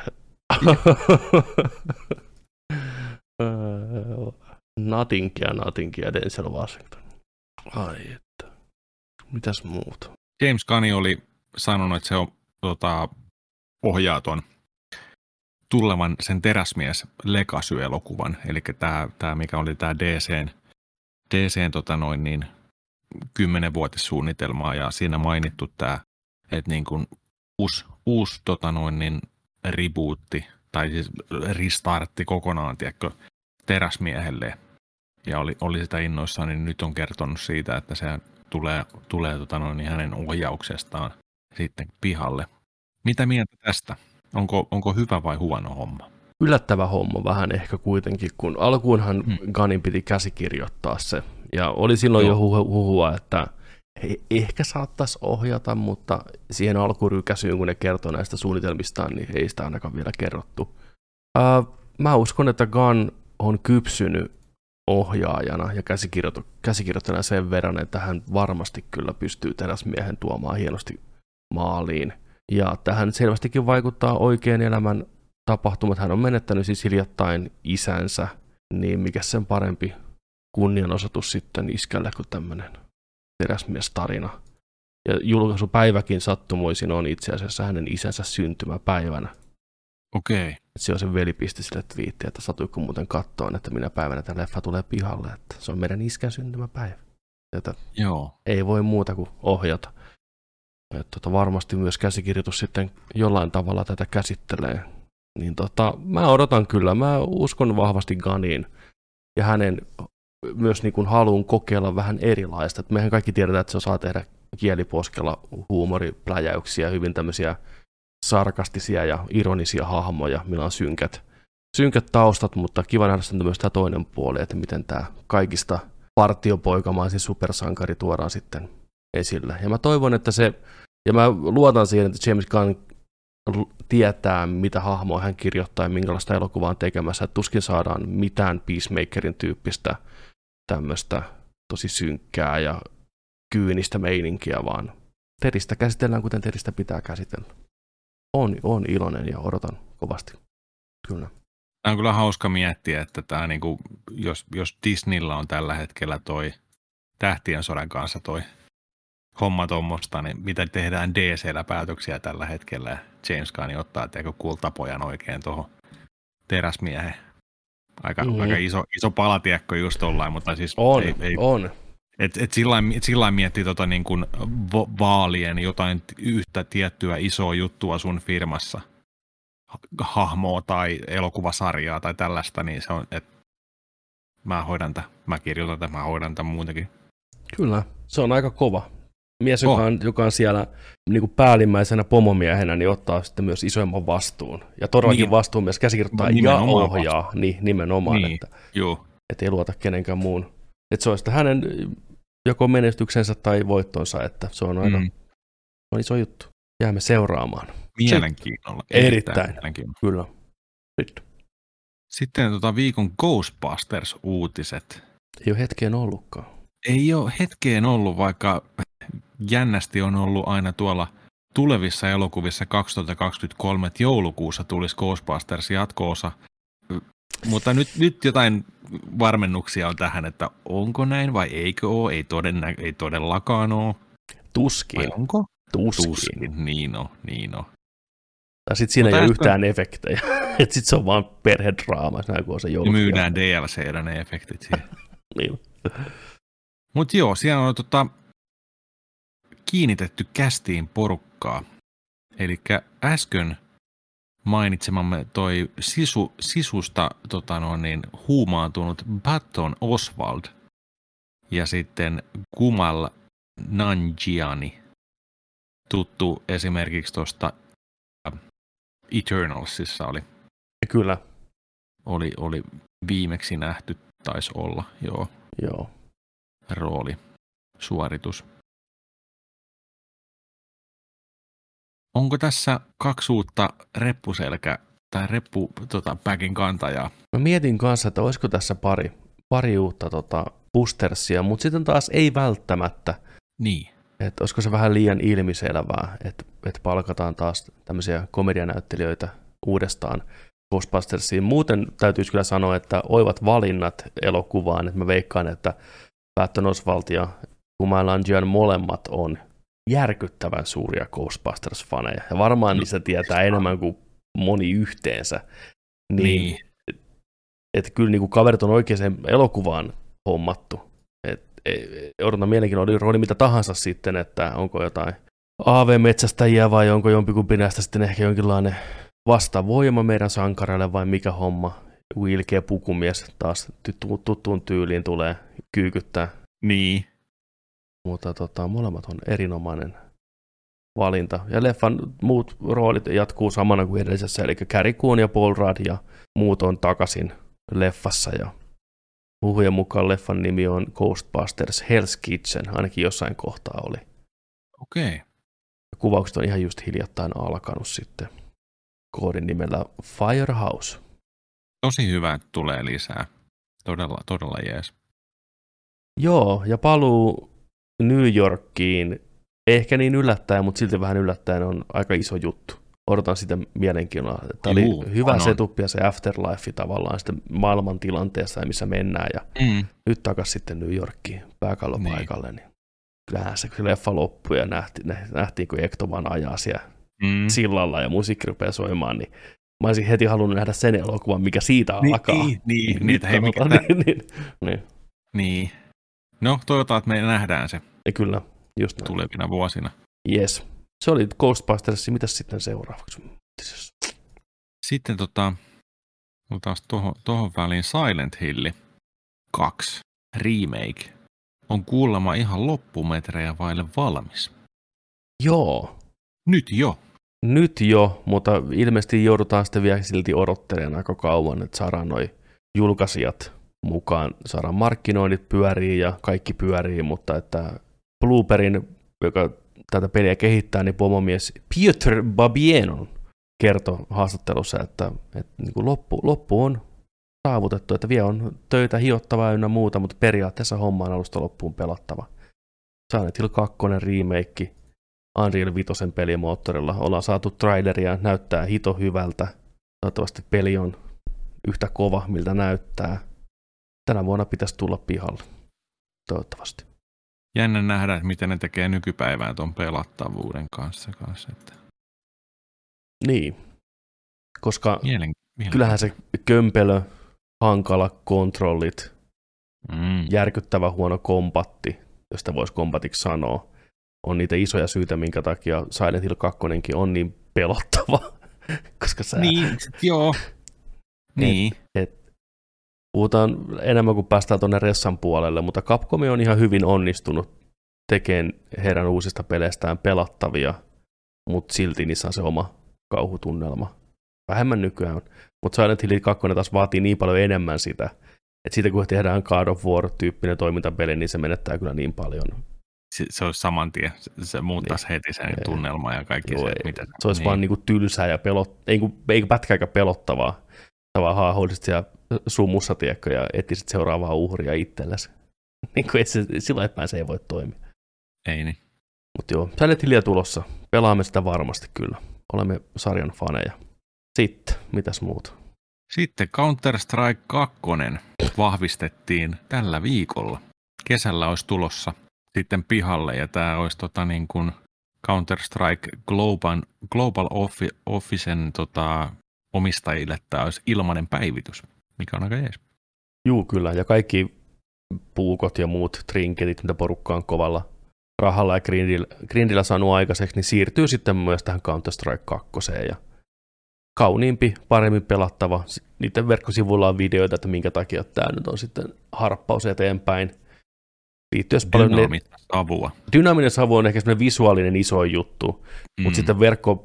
Natinkia Denzel Washington. Ai että. Mitäs muuta? James Gunn oli sanonut, että se on ohjaa ton tulevan sen Teräsmies Legacy-elokuvan, eli tämä mikä oli tämä DC:n 10-vuotissuunnitelmaa, ja siinä mainittu tämä, että niin kuin uusi rebootti, tai siis restartti kokonaan, tiedätkö, Teräsmiehelle, ja oli sitä innoissaan, niin nyt on kertonut siitä, että se tulee hänen ohjauksestaan sitten pihalle. Mitä mieltä tästä? Onko hyvä vai huono homma? Yllättävä homma vähän ehkä kuitenkin, kun alkuunhan Gunnin piti käsikirjoittaa se. Ja oli silloin jo huhua, että he ehkä saattaisi ohjata, mutta siihen alkurykäsyyn, kun ne kertoo näistä suunnitelmistaan, niin ei sitä ainakaan vielä kerrottu. Mä uskon, että Gunn on kypsynyt ohjaajana ja käsikirjoittajana sen verran, että hän varmasti kyllä pystyy Teräsmiehen tuomaan hienosti maaliin. Ja tähän selvästikin vaikuttaa oikean elämän tapahtumat. Hän on menettänyt siis hiljattain isänsä, niin mikä sen parempi kunnianosoitus sitten iskälle kuin tämmöinen teräsmiestarina. Ja julkaisupäiväkin sattumoisin on itse asiassa hänen isänsä syntymäpäivänä. Okei. Se on sen veli pisti sille twiittiä, että satuiko muuten kattoon, että minä päivänä tämä leffa tulee pihalle. Että se on meidän iskän syntymäpäivä. Että ei voi muuta kuin ohjata. Että varmasti myös käsikirjoitus sitten jollain tavalla tätä käsittelee. Niin mä odotan kyllä, mä uskon vahvasti Gunniin ja hänen myös niin kuin haluun kokeilla vähän erilaista. Että mehän kaikki tiedetään, että se osaa tehdä kieliposkella huumoripläjäyksiä, hyvin tämmöisiä sarkastisia ja ironisia hahmoja, millä on synkät taustat, mutta kiva nähdä sitten myös tämä toinen puoli, että miten tämä kaikista partiopoikamaisin supersankari tuodaan sitten esille. Ja mä toivon, että ja mä luotan siihen, että James Gunn tietää, mitä hahmoa hän kirjoittaa ja minkälaista elokuvaa on tekemässä. Että tuskin saadaan mitään Peacemakerin tyyppistä tämmöistä tosi synkkää ja kyynistä meininkiä, vaan Teristä käsitellään, kuten Teristä pitää käsitellä. On iloinen ja odotan kovasti. Kyllä. Tämä on kyllä hauska miettiä, että tämä niinku, jos Disneyllä on tällä hetkellä toi Tähtien sodan kanssa toi homma tuommoista, niin mitä tehdään DC:llä päätöksiä tällä hetkellä. James Gunn ottaa kultapojan oikein tuohon Teräsmiehen. Aika iso palatiekko just tollain, mutta siis on. Sillä miettii niin kuin vaalien jotain yhtä tiettyä isoa juttua sun firmassa, hahmoa tai elokuvasarjaa tai tällaista, niin se on, että mä kirjoitan tämän, mä hoidan tämän muutenkin. Kyllä, se on aika kova. Mies, joka on siellä niin kuin päällimmäisenä pomomiehenä, niin ottaa sitten myös isoimman vastuun. Ja todellakin vastuun myös käsikirjoittaa ja ohjaa nimenomaan, että ei luota kenenkään muun. Että se on sitten hänen joko menestyksensä tai voittonsa, että se on aika on iso juttu. Jäämme seuraamaan. Mielenkiinnolla. Erittäin. Kyllä. Sitten viikon Ghostbusters-uutiset. Ei ole hetkeen ollutkaan. Ei ole hetkeen ollut, vaikka jännästi on ollut aina tuolla tulevissa elokuvissa 2023, että joulukuussa tulisi Ghostbusters jatko-osa. Mutta nyt jotain varmennuksia on tähän, että onko näin vai eikö ole, ei todellakaan ole. Tuskin. Vai onko? Tuskin. Niin on. Tai sitten siinä ei ole yhtään efektejä. Että sitten se on vaan perhedraama, kun on se joulukuussa. Myydään DLC:dä ne efektit siihen. Niin. Mutta joo, siellä on kiinnitetty kästiin porukkaa. Eli äsken mainitsemamme toi sisusta huumaantunut Patton Oswalt ja sitten Kumail Nanjiani, tuttu esimerkiksi tuosta Eternalsissa Kyllä. Oli viimeksi nähty, taisi olla, joo. Rooli, suoritus. Onko tässä 2 uutta reppuselkä tai reppupäkin kantajaa. Mä mietin kanssa, että olisiko tässä pari uutta boostersia, mutta sitten taas ei välttämättä. Niin. Että olisiko se vähän liian ilmiselvää, että palkataan taas tämmöisiä komedianäyttelijöitä uudestaan Ghostbustersiin. Muuten täytyisi kyllä sanoa, että oivat valinnat elokuvaan, että mä veikkaan, että Patton Oswalt ja Kumail Nanjian molemmat on järkyttävän suuria Ghostbusters-faneja. Ja varmaan niistä tietää enemmän kuin moni yhteensä. Niin. Että kyllä niin kuin kaverit on oikeaan elokuvaan hommattu. Odotan mielenkiinnolla, oli mitä tahansa sitten, että onko jotain AV-metsästäjiä vai onko jompikumpi näistä sitten ehkä jonkinlainen vastavoima meidän sankareille vai mikä homma. Ilkeä pukumies taas tuttuun tyyliin tulee kyykyttää. Niin. Mutta molemmat on erinomainen valinta. Ja leffan muut roolit jatkuu samana kuin edellisessä, eli Carrie Coon ja Paul Rudd ja muut on takaisin leffassa. Ja huhujen mukaan leffan nimi on Ghostbusters Hell's Kitchen, ainakin jossain kohtaa oli. Okei. Kuvaukset on ihan just hiljattain alkanut sitten koodin nimellä Firehouse. Tosi hyvä, että tulee lisää. Todella jees. Joo, ja paluu New Yorkiin, ehkä niin yllättäen, mutta silti vähän yllättäen on aika iso juttu. Odotan sitä mielenkiinnolla. Tämä oli hyvä setup ja se afterlife tavallaan sitten maailman tilanteessa, missä mennään. Ja nyt takaisin sitten New Yorkiin pääkallopaikalle. Niin kyllähän se leffa loppui ja nähtiin kun Ekto vaan ajaa siellä sillalla ja musiikki rupeaa soimaan, niin mä olisin heti halunnut nähdä sen elokuvan, mikä siitä alkaa. Niin. No, toivotaan, että me nähdään se. Ja kyllä, just näin. Tulevina vuosina. Yes. Se oli Ghostbusters. Mitäs sitten seuraavaksi? Sitten otetaan tuohon väliin Silent Hill 2 remake. On kuulemma ihan loppumetrejä vaille valmis. Joo. Nyt jo, mutta ilmeisesti joudutaan sitten vielä silti odottelemaan aika kauan, että saadaan noi julkaisijat mukaan, saadaan markkinoinnit pyörii ja kaikki pyörii, mutta että Blooperin, joka tätä peliä kehittää, niin pomomies Piotr Babienon kertoi haastattelussa, että niin kuin loppu on saavutettu, että vielä on töitä hiottavaa ynnä muuta, mutta periaatteessa homma on alusta loppuun pelattava. Silent Hill 2 remake Unreal 5 pelimoottorilla. Ollaan saatu traileria, näyttää hito hyvältä. Toivottavasti peli on yhtä kova, miltä näyttää. Tänä vuonna pitäisi tulla pihalle. Toivottavasti. Jännä nähdä, miten ne tekee nykypäivää tuon pelattavuuden kanssa. Että... Niin, koska kyllähän se kömpelö, hankala kontrollit, järkyttävä huono kompatti, josta voisi kompatiksi sanoa, on niitä isoja syitä, minkä takia Silent Hill 2 on niin pelottava. Koska sä... Niin, joo. Niin. Puhutaan enemmän kuin päästään tuonne ressan puolelle, mutta Capcom on ihan hyvin onnistunut tekemään heidän uusista peleistään pelattavia, mutta silti niissä on se oma kauhutunnelma. Vähemmän nykyään on. Mutta Silent Hill 2 taas vaatii niin paljon enemmän sitä, että siitä kun tehdään God of War-tyyppinen toimintapeli, niin se menettää kyllä niin paljon. Se olisi saman tien. Se muuttaisi heti sen tunnelman ja kaikki se. Mitä se olisi vaan niinku tylsää ja ei pätkääkään pelottavaa. Sä vaan haahuilisit siellä sumussa, tiedätkö, ja etsisit seuraavaa uhria itsellesi. Sillä epään se ei voi toimia. Ei niin. Mutta joo, Silent Hillia tulossa. Pelaamme sitä varmasti kyllä. Olemme sarjan faneja. Sitten, mitäs muuta? Sitten Counter-Strike 2 vahvistettiin tällä viikolla. Kesällä olisi tulossa sitten pihalle, ja tämä olisi niin kuin Counter-Strike Global Officen omistajille tämä olisi ilmainen päivitys, mikä on aika jees. Juu, kyllä, ja kaikki puukot ja muut trinketit, mitä porukka on kovalla rahalla ja grindillä saanut aikaiseksi, niin siirtyy sitten myös tähän Counter-Strike 2. Ja kauniimpi, paremmin pelattava. Niiden verkkosivuilla on videoita, että minkä takia tämä nyt on sitten harppaus eteenpäin. Dynaamista savua. Dynaaminen savu on ehkä semmoinen visuaalinen iso juttu, mutta sitten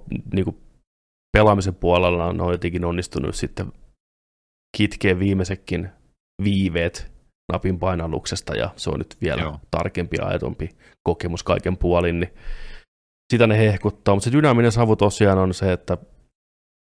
pelaamisen puolella on jotenkin onnistunut sitten kitkeä viimeisetkin viiveet napin painalluksesta, ja se on nyt vielä tarkempi ja ajatompi kokemus kaiken puolin, niin sitä ne hehkuttaa. Mutta se dynaaminen savu tosiaan on se, että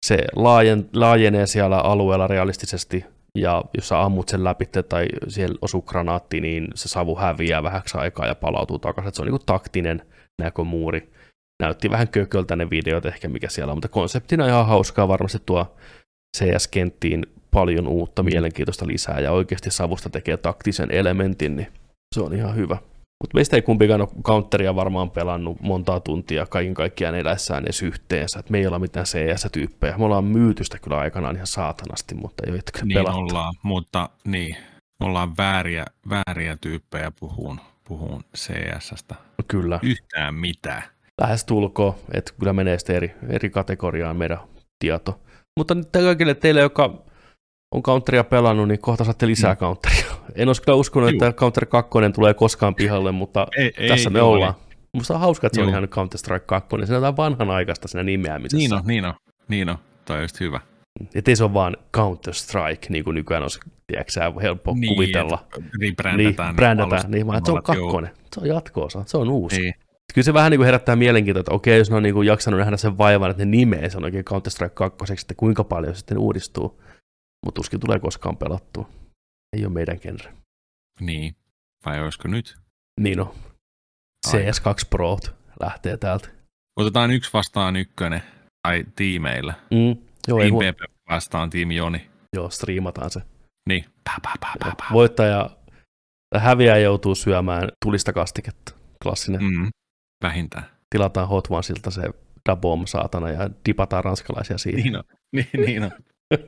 se laajenee siellä alueella realistisesti, ja jos sä ammut sen läpi tai siellä osuu granaatti, niin se savu häviää vähäksi aikaa ja palautuu takaisin. Se on niin kuin taktinen näkömuuri. Näytti vähän kököltä ne videot ehkä, mikä siellä on, mutta konseptina ihan hauskaa. Varmasti tuo CS-kenttiin paljon uutta, mielenkiintoista lisää, ja oikeasti savusta tekee taktisen elementin, niin se on ihan hyvä. Mutta meistä ei kumpikaan ole Counteria varmaan pelannut montaa tuntia kaiken kaikkiaan eläessään edes yhteensä. Et me ei olla mitään CS-tyyppejä. Me ollaan myyty sitä kyllä aikanaan ihan saatanasti, mutta ei ole kyllä pelattu. Ollaan, mutta ollaan vääriä tyyppejä puhun CS-stä. Kyllä. Yhtään mitään. Lähestulkoon, että kyllä menee sitten eri kategoriaan meidän tieto. Mutta nyt kaikille teille, joka on Counteria pelannut, niin kohta saatte lisää Counteria. En olisi kyllä uskonut, että Counter 2 tulee koskaan pihalle, mutta tässä me ollaan. Musta on hauska, että se on ihan Counter-Strike 2. Se on jotain vanhanaikaista siinä nimeämisessä. Niin on. Toi on just hyvä. Että ei se ole vaan Counter-Strike, niin kuin nykyään olisi, tiedätkö, helppo kuvitella. Brändätään. Niin, vaan se on 2. Se on jatko-osa, se on uusi. Niin. Kyllä se vähän niin kuin herättää mielenkiintoa, että okei, jos ne on niin kuin jaksanut nähdä sen vaivan, että ne nimeä se on oikein Counter-Strike 2, että kuinka paljon se sitten uudistuu. Mutta tuskin tulee koskaan pelattua. Ei ole meidän genre. Niin. Vai olisiko nyt? Niin on. CS2 Pro lähtee täältä. Otetaan 1-1 tai tiimeillä. Joo, Team PP vastaan Team Joni. Joo, striimataan se. Niin. Voittaja tai häviäjä joutuu syömään tulista kastiketta. Klassinen. Vähintään. Tilataan Hot Onesilta se Dabom saatana ja dipataan ranskalaisia siihen. Niin on.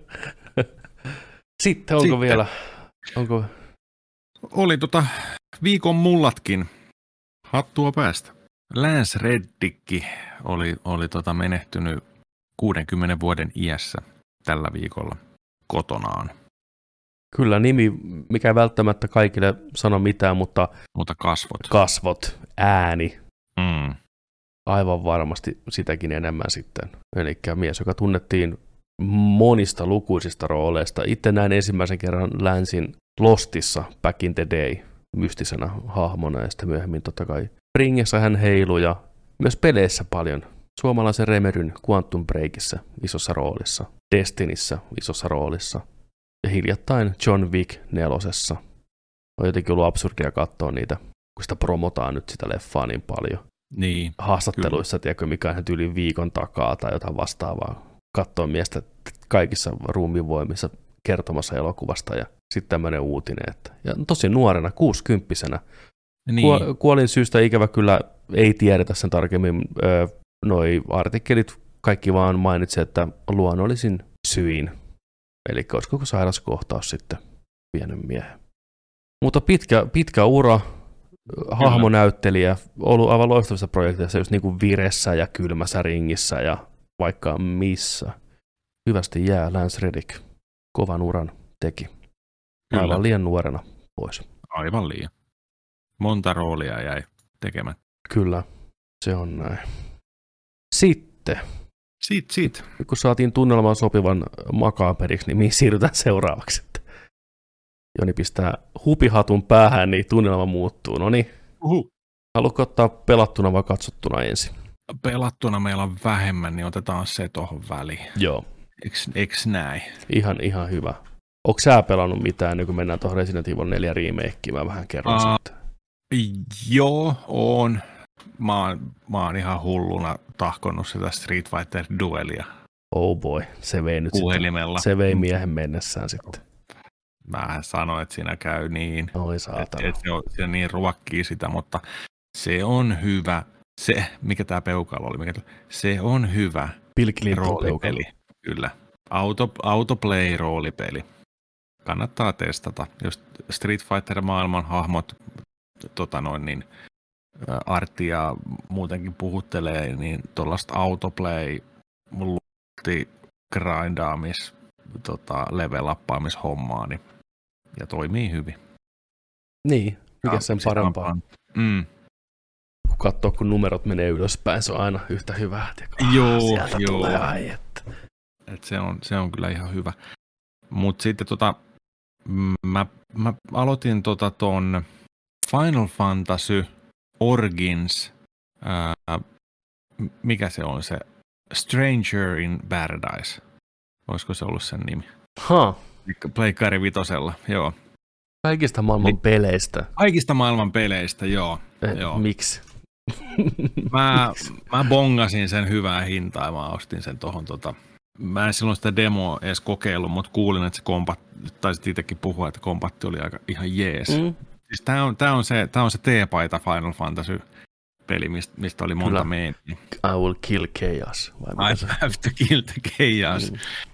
Sitten onko vielä? Oli viikon mullatkin. Hattua päästä. Lance Reddick oli menehtynyt 60 vuoden iässä tällä viikolla kotonaan. Kyllä nimi, mikä ei välttämättä kaikille sano mitään, mutta kasvot, ääni. Aivan varmasti sitäkin enemmän sitten. Eli mies, joka tunnettiin monista lukuisista rooleista. Itse näin ensimmäisen kerran Lancen Lostissa Back in the Day mystisenä hahmona, ja sitten myöhemmin totta kai Springessä hän heilui, ja myös peleissä paljon. Suomalaisen Remeryn Quantum Breakissä isossa roolissa, Destinyssä isossa roolissa, ja hiljattain John Wick 4. On jotenkin ollut absurdia katsoa niitä, kun sitä promotaan nyt sitä leffaa niin paljon. Niin, haastatteluissa, tiedätkö, mikä on yli viikon takaa tai jotain vastaavaa. Katsoa miestä kaikissa ruumiinvoimissa kertomassa elokuvasta, ja sitten tämmöinen uutinen. Ja tosi nuorena, 60-vuotiaana. Niin. Kuolin syystä ikävä kyllä ei tiedetä sen tarkemmin. Noi artikkelit kaikki vaan mainitsi, että luonnollisin syin. Eli olisiko sairaskohtaus sitten pienen miehen. Mutta pitkä ura, hahmonäyttelijä, ollut aivan loistavissa projekteissa, just niin kuin Viressä ja Kylmässä ringissä ja vaikka missä. Hyvästi jää Lance Reddick. Kovan uran teki. Aivan liian nuorena pois. Aivan liian. Monta roolia jäi tekemättä. Kyllä, se on näin. Sitten. Kun saatiin tunnelman sopivan makaaperiksi, niin mihin siirrytään seuraavaksi? Joni pistää hupihatun päähän, niin tunnelma muuttuu. No niin. Haluatko ottaa pelattuna vai katsottuna ensin? Pelattuna meillä on vähemmän, niin otetaan se tuohon väliin. Joo. Eiks näin? Ihan hyvä. Onko sä pelannut mitään, kun mennään tuohon Resident Evil 4 remakeen? Mä vähän kerron siitä. Joo, oon. Mä oon ihan hulluna tahkonnut sitä Street Fighter Duelia. Oh boy, se vei nyt puhelimella. Se vei miehen mennessään sitten. Mä sanoin, että siinä käy niin. Oi saatana. Että se niin ruokkii sitä, mutta se on hyvä. Se, mikä tää peukalo oli, se on hyvä roolipeli. Kyllä. Autoplay-roolipeli. Kannattaa testata. Jos Street Fighter-maailman hahmot artia muutenkin puhuttelee, niin tuollaista autoplay grindamis level-appaamishommaa, niin, ja toimii hyvin. Niin, mikä sen parempaa. Kun katsoo, kun numerot menee ylöspäin, se on aina yhtä hyvää. Joo. Tulee aietta. Se on kyllä ihan hyvä. Mutta sitten mä aloitin ton Final Fantasy Origins, mikä se on se? Stranger in Paradise. Olisiko se ollut sen nimi? Ha. Pleikkari 5:lla, joo. Kaikista maailman peleistä. Kaikista maailman peleistä, joo. Joo. Miksi? Mä bongasin sen hyvää hintaa ja mä ostin sen tohon Mä en silloin sitä demoa edes kokeillut, mutta kuulin, että se taisit itsekin puhua, että kombatti oli ihan jees. Siis tää on se T-paita Final Fantasy peli, mistä oli monta meemiä. I will kill chaos. I have to kill the chaos.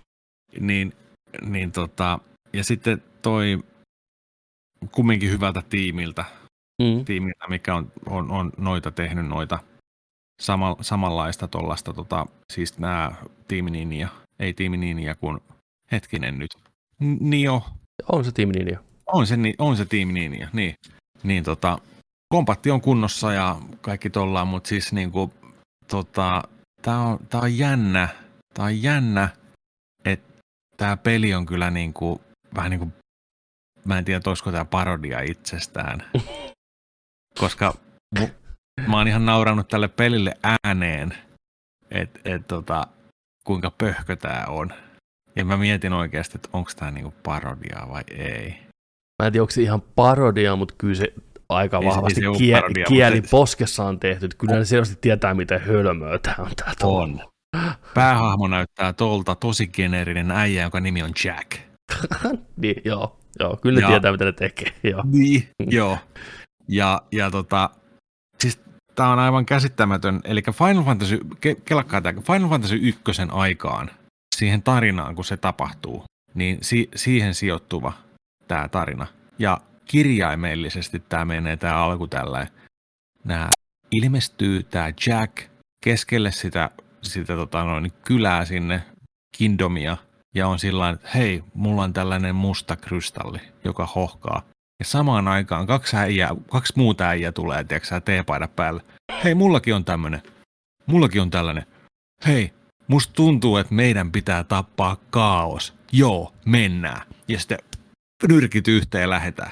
Ja sitten toi kumminkin hyvältä tiimiltä, mikä on noita tehnyt noita samanlaista tollasta, siis nämä Team Ninja, ei Team Ninja, kun hetkinen nyt, Nio. On se Team Ninja. On se Team Ninja, niin kompatti on kunnossa ja kaikki tollaan, mutta siis niinku, tää on jännä, että tää peli on kyllä niinku, vähän niinku, mä en tiedä, olisiko tää parodia itsestään, koska mä oon ihan naurannut tälle pelille ääneen, että kuinka pöhkö tää on. Ja mä mietin oikeasti, että onko tää niinku parodiaa vai ei. Mä en tiedä, onko se ihan parodia, mutta kyllä se aika vahvasti kieli poskessa on tehty. Kyllä ne selvästi tietää, miten hölmöä tää on. On. Päähahmo näyttää tosi geneerinen äijä, jonka nimi on Jack. Niin, joo. Kyllä ne tietää, mitä ne tekee. Joo. Niin, joo. Ja siis tää on aivan käsittämätön. Eli Final Fantasy 1 aikaan, siihen tarinaan, kun se tapahtuu, niin siihen sijoittuva tää tarina. Ja kirjaimellisesti tää menee tää alku tällainen. Ilmestyy tää Jack keskelle sitä kylää sinne, Kingdomia, ja on sillain, että hei, mulla on tällainen musta kristalli, joka hohkaa. Ja samaan aikaan kaksi muuta äijää tulee, tiedätkö teepaidan päälle. Hei, mullakin on tällainen. Hei, musta tuntuu, että meidän pitää tappaa kaos. Joo, mennään. Ja sitten nyrkit yhteen lähdetään.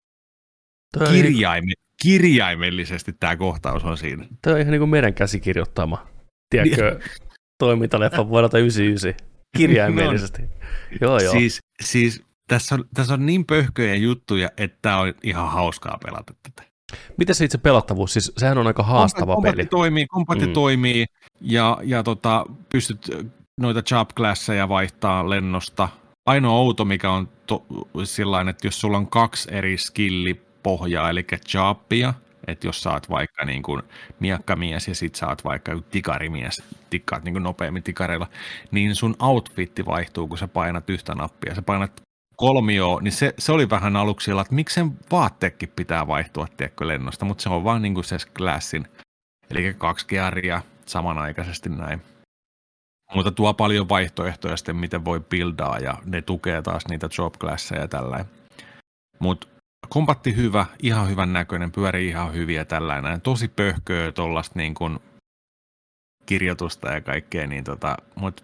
Kirjaimellisesti tämä kohtaus on siinä. Tämä on ihan niin kuin meidän käsikirjoittama. Tiedätkö, toimintaleffa vuodelta 1999. Kirjaimellisesti. Joo. Siis tässä on niin pöhköjä juttuja, että tämä on ihan hauskaa pelata tätä. Miten se itse pelattavuus? Siis sehän on aika haastava peli. Kompatti toimii ja pystyt noita job-klasseja vaihtaa lennosta. Ainoa outo, mikä on sillain, että jos sulla on 2 eri skillipohjaa, eli jobia, että jos sä oot vaikka niin kuin miakkamies ja sit sä oot vaikka tikarimies, tikkaat niin kuin nopeammin tikareilla, niin sun outfitti vaihtuu, kun sä painat yhtä nappia. Sä painat 3, niin se oli vähän aluksi sillä, että miksi sen vaatteekin pitää vaihtua, tiedätkö, lennosta, mutta se on vaan niin kuin se klassin, eli 2 gearia samanaikaisesti näin. Mutta tuo paljon vaihtoehtoja sitten, miten voi buildaa, ja ne tukee taas niitä job-klasseja ja tällainen. Mutta kombatti hyvä, ihan hyvän näköinen, pyörii ihan hyviä tällainen. Tosi pöhköä tuollaista niin kuin kirjoitusta ja kaikkea, niin mutta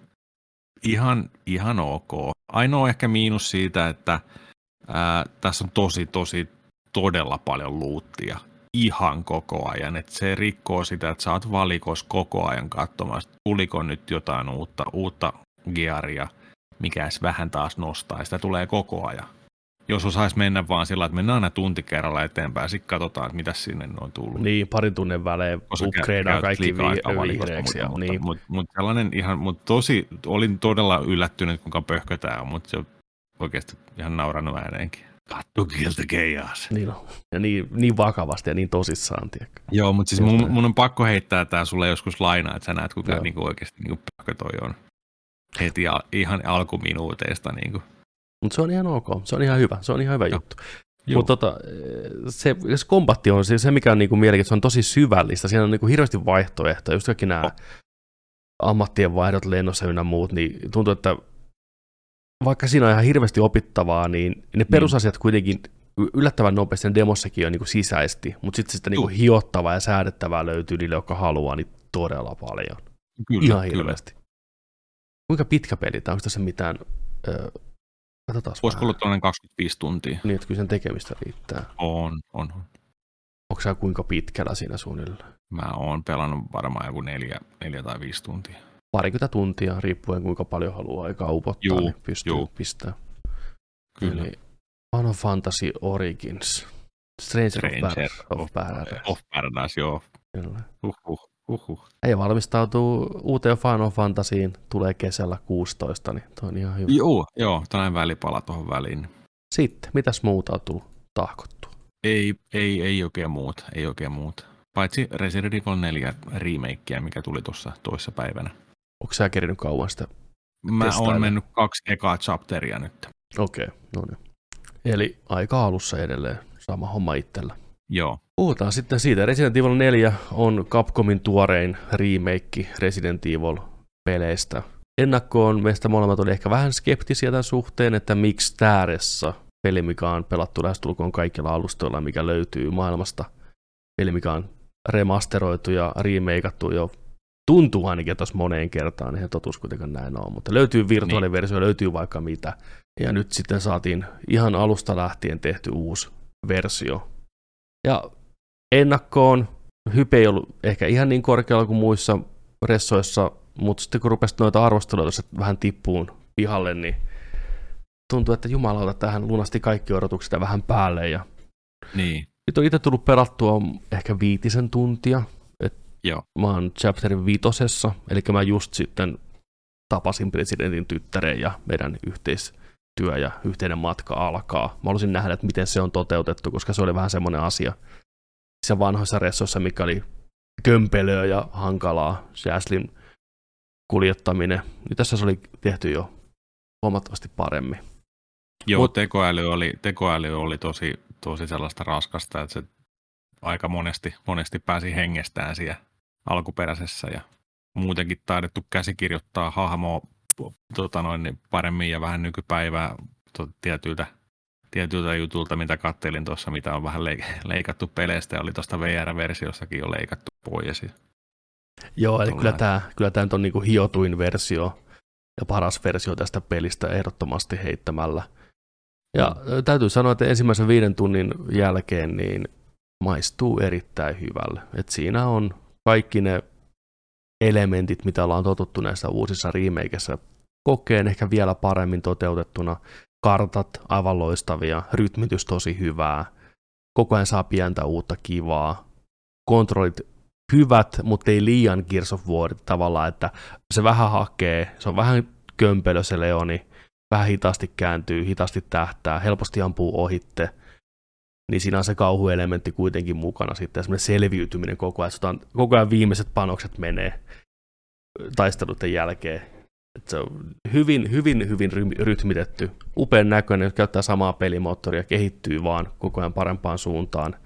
ihan ok. Ainoa ehkä miinus siitä, että tässä on tosi todella paljon luuttia ihan koko ajan. Että se rikkoo sitä, että sä oot valikossa koko ajan katsomaan, tuliko nyt jotain uutta gearia, mikä edes vähän taas nostaa. Sitä tulee koko ajan. Jos osaisi mennä vaan sillä, että mennään aina tunti kerralla eteenpäin, sitten katsotaan, että mitä sinne on tullut. Niin, parin tunnin välein upgradeaa kaikki vihreäksi. Niin. Mutta sellainen ihan, olin todella yllättynyt, kuinka pöhkö tämä on, mutta se on oikeasti ihan naurannut ääneenkin. Kattu kieltä chaos. Niin on. Ja niin vakavasti ja niin tosissaan. Tiedätkö? Joo, mutta siis mun on pakko heittää tää sulle joskus lainaa, että sä näet, kuinka niinku oikeasti niinku pöhkö toi on. Heti ihan alkuminuuteista niinku. Mutta se on ihan ok, se on ihan hyvä juttu. Mutta se kombatti on se mikä on niinku mielenkiintoista, se on tosi syvällistä, siinä on niinku hirveästi vaihtoehtoja, just kaikki nämä ammattien vaihdot lennossa ynnä muut, niin tuntuu, että vaikka siinä on ihan hirveästi opittavaa, niin ne perusasiat kuitenkin yllättävän nopeasti, ne demossakin on niinku sisäisesti, mutta sitten sitä niinku hiottavaa ja säädettävää löytyy niille, jotka haluaa, niin todella paljon. Ihan hirveästi. Kuinka pitkä peli tämä? Onko tässä mitään... Voisiko olla tuollainen 25 tuntia? Niin, että kyllä sen tekemistä riittää. On. Onko sä kuinka pitkällä siinä suunnilleen? Mä oon pelannut varmaan joku 4 tai 5 tuntia. parikymmentä tuntia, riippuen kuinka paljon haluaa aikaa upottaa, niin pystyy pistämään. Kyllä. Eli Final Fantasy Origins. Stranger of Paradise, joo. Kyllä. Ei valmistautuu uuteen Final Fantasyin, tulee kesällä 16, niin toi on ihan hyvä. Joo, tällainen välipala tuohon väliin. Sitten, mitäs muuta on tullut tahkottua? Ei oikein muuta. Paitsi Resident Evil 4 remakeä, mikä tuli tuossa toissa päivänä. Onko sä kerinyt kauan sitä Mä oon mennyt 2 ekaa chapteria nyt. Okei, no niin. Eli aika alussa edelleen, sama homma itsellä. Joo. Puhutaan sitten siitä. Resident Evil 4 on Capcomin tuorein remake Resident Evil-peleistä. Ennakkoon meistä molemmat oli ehkä vähän skeptisiä tämän suhteen, että miksi Tääressä peli, mikä on pelattu lähestulkoon kaikilla alustoilla, mikä löytyy maailmasta, peli, mikä on remasteroitu ja remakeattu jo, tuntuu ainakin tuossa moneen kertaan, eihän totuus kuitenkaan näin ole, mutta löytyy virtuaaliversio, löytyy vaikka mitä. Ja nyt sitten saatiin ihan alusta lähtien tehty uusi versio. Ja ennakkoon hype ei ollut ehkä ihan niin korkealla kuin muissa ressoissa, mutta sitten kun rupesi noita arvosteluita vähän tippuun pihalle, niin tuntuu, että jumalauta, tähän lunasti kaikki odotukset ja vähän päälle. Ja niin. Nyt on itse tullut pelattua ehkä 5 tuntia. Joo. Mä oon chapterin 5, eli mä just sitten tapasin presidentin tyttären ja meidän yhteistyö ja yhteinen matka alkaa. Mä halusin nähdä, että miten se on toteutettu, koska se oli vähän semmoinen asia se vanhoissa ressoissa, mikä oli kömpelöä ja hankalaa, se Ashlyn kuljettaminen. Niin tässä se oli tehty jo huomattavasti paremmin. Joo, tekoäly oli tosi sellaista raskasta, että se aika monesti pääsi hengestään siellä alkuperäisessä ja muutenkin taidettu käsikirjoittaa hahmoa paremmin ja vähän nykypäivää tietyltä jutulta, mitä kattelin tuossa, mitä on vähän leikattu peleistä ja oli tuosta VR-versiossakin jo leikattu pois. Joo, eli kyllä tämä on niinku hiotuin versio ja paras versio tästä pelistä ehdottomasti heittämällä. Ja täytyy sanoa, että ensimmäisen 5 tunnin jälkeen niin maistuu erittäin hyvälle. Et siinä on kaikki ne elementit, mitä ollaan totuttu näissä uusissa remakeissa kokeen ehkä vielä paremmin toteutettuna. Kartat aivan loistavia, rytmitys tosi hyvää, koko ajan saa pientä uutta kivaa, kontrollit hyvät, mutta ei liian Gears of War tavallaan, että se vähän hakee, se on vähän kömpelö se Leoni, vähän hitaasti kääntyy, hitaasti tähtää, helposti ampuu ohitte, niin siinä on se kauhuelementti kuitenkin mukana sitten, semmoinen selviytyminen koko ajan, koko ajan viimeiset panokset menee taisteluiden jälkeen. Että se on hyvin rytmitetty, upean näköinen, jos käyttää samaa pelimoottoria, kehittyy vaan koko ajan parempaan suuntaan.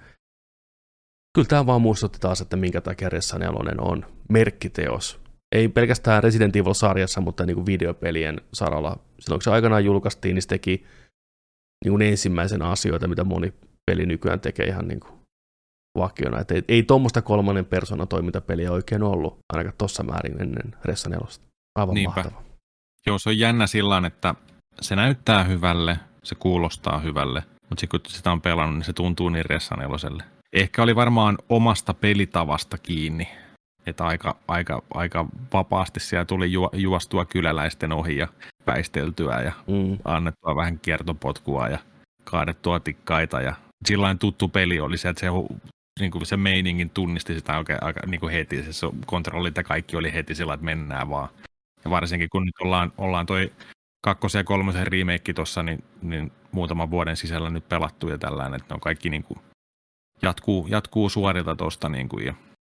Kyllä tämä vaan muistutti taas, että minkä takia Resident 4 on merkkiteos. Ei pelkästään Resident Evil-sarjassa, mutta niin kuin videopelien saralla. Silloin kun se aikanaan julkaistiin, niin se teki niin kuin ensimmäisen asioita, mitä moni peli nykyään tekee ihan niin kuin vakiona. Että ei tuommoista 3. persoonan toimintapeliä oikein ollut, ainakaan tuossa määrin ennen Resident 4. Aivan mahtava. Joo, se on jännä sillä että se näyttää hyvälle, se kuulostaa hyvälle, mutta kun sitä on pelannut, niin se tuntuu niin Resident 4. Ehkä oli varmaan omasta pelitavasta kiinni, että aika vapaasti siellä tuli juostua kyläläisten ohi ja väisteltyä ja annettua vähän kiertopotkua ja kaadettua tikkaita. Ja sillain tuttu peli oli se, että se meiningin tunnisti sitä oikein aika niin kuin heti. Se kontrollit ja kaikki oli heti sillä, että mennään vaan. Ja varsinkin kun nyt ollaan toi 2. ja 3. remake tuossa, niin muutaman vuoden sisällä nyt pelattu ja tällainen, että ne on kaikki niin kuin jatkuu suorilta tuosta. Niin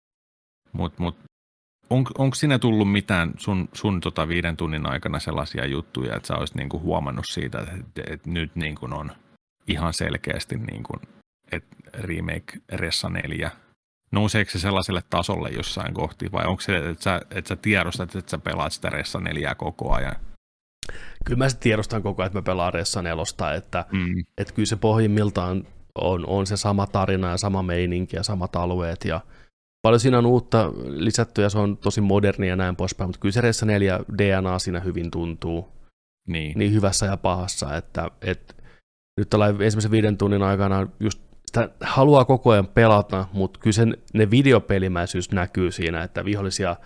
onko sinä tullut mitään sun 5 tunnin aikana sellaisia juttuja, että sä olisit niin kuin huomannut siitä, että nyt niin kuin on ihan selkeästi, niin kuin, että remake Ressa 4, nouseeko se sellaiselle tasolle jossain kohti, vai onko se, että sä tiedostat, että sä pelaat sitä Ressa 4 koko ajan? Kyllä mä tiedostan koko ajan, että mä pelaan Ressa 4, että kyllä se pohjimmiltaan on se sama tarina ja sama meininki ja samat alueet ja paljon siinä on uutta lisätty ja se on tosi modernia ja näin poispäin, mutta kyllä se Ressa 4 DNA siinä hyvin tuntuu niin hyvässä ja pahassa, että nyt tällainen ensimmäisen 5 tunnin aikana just sitä haluaa koko ajan pelata, mutta kyllä ne videopelimäisyys näkyy siinä, että vihollisia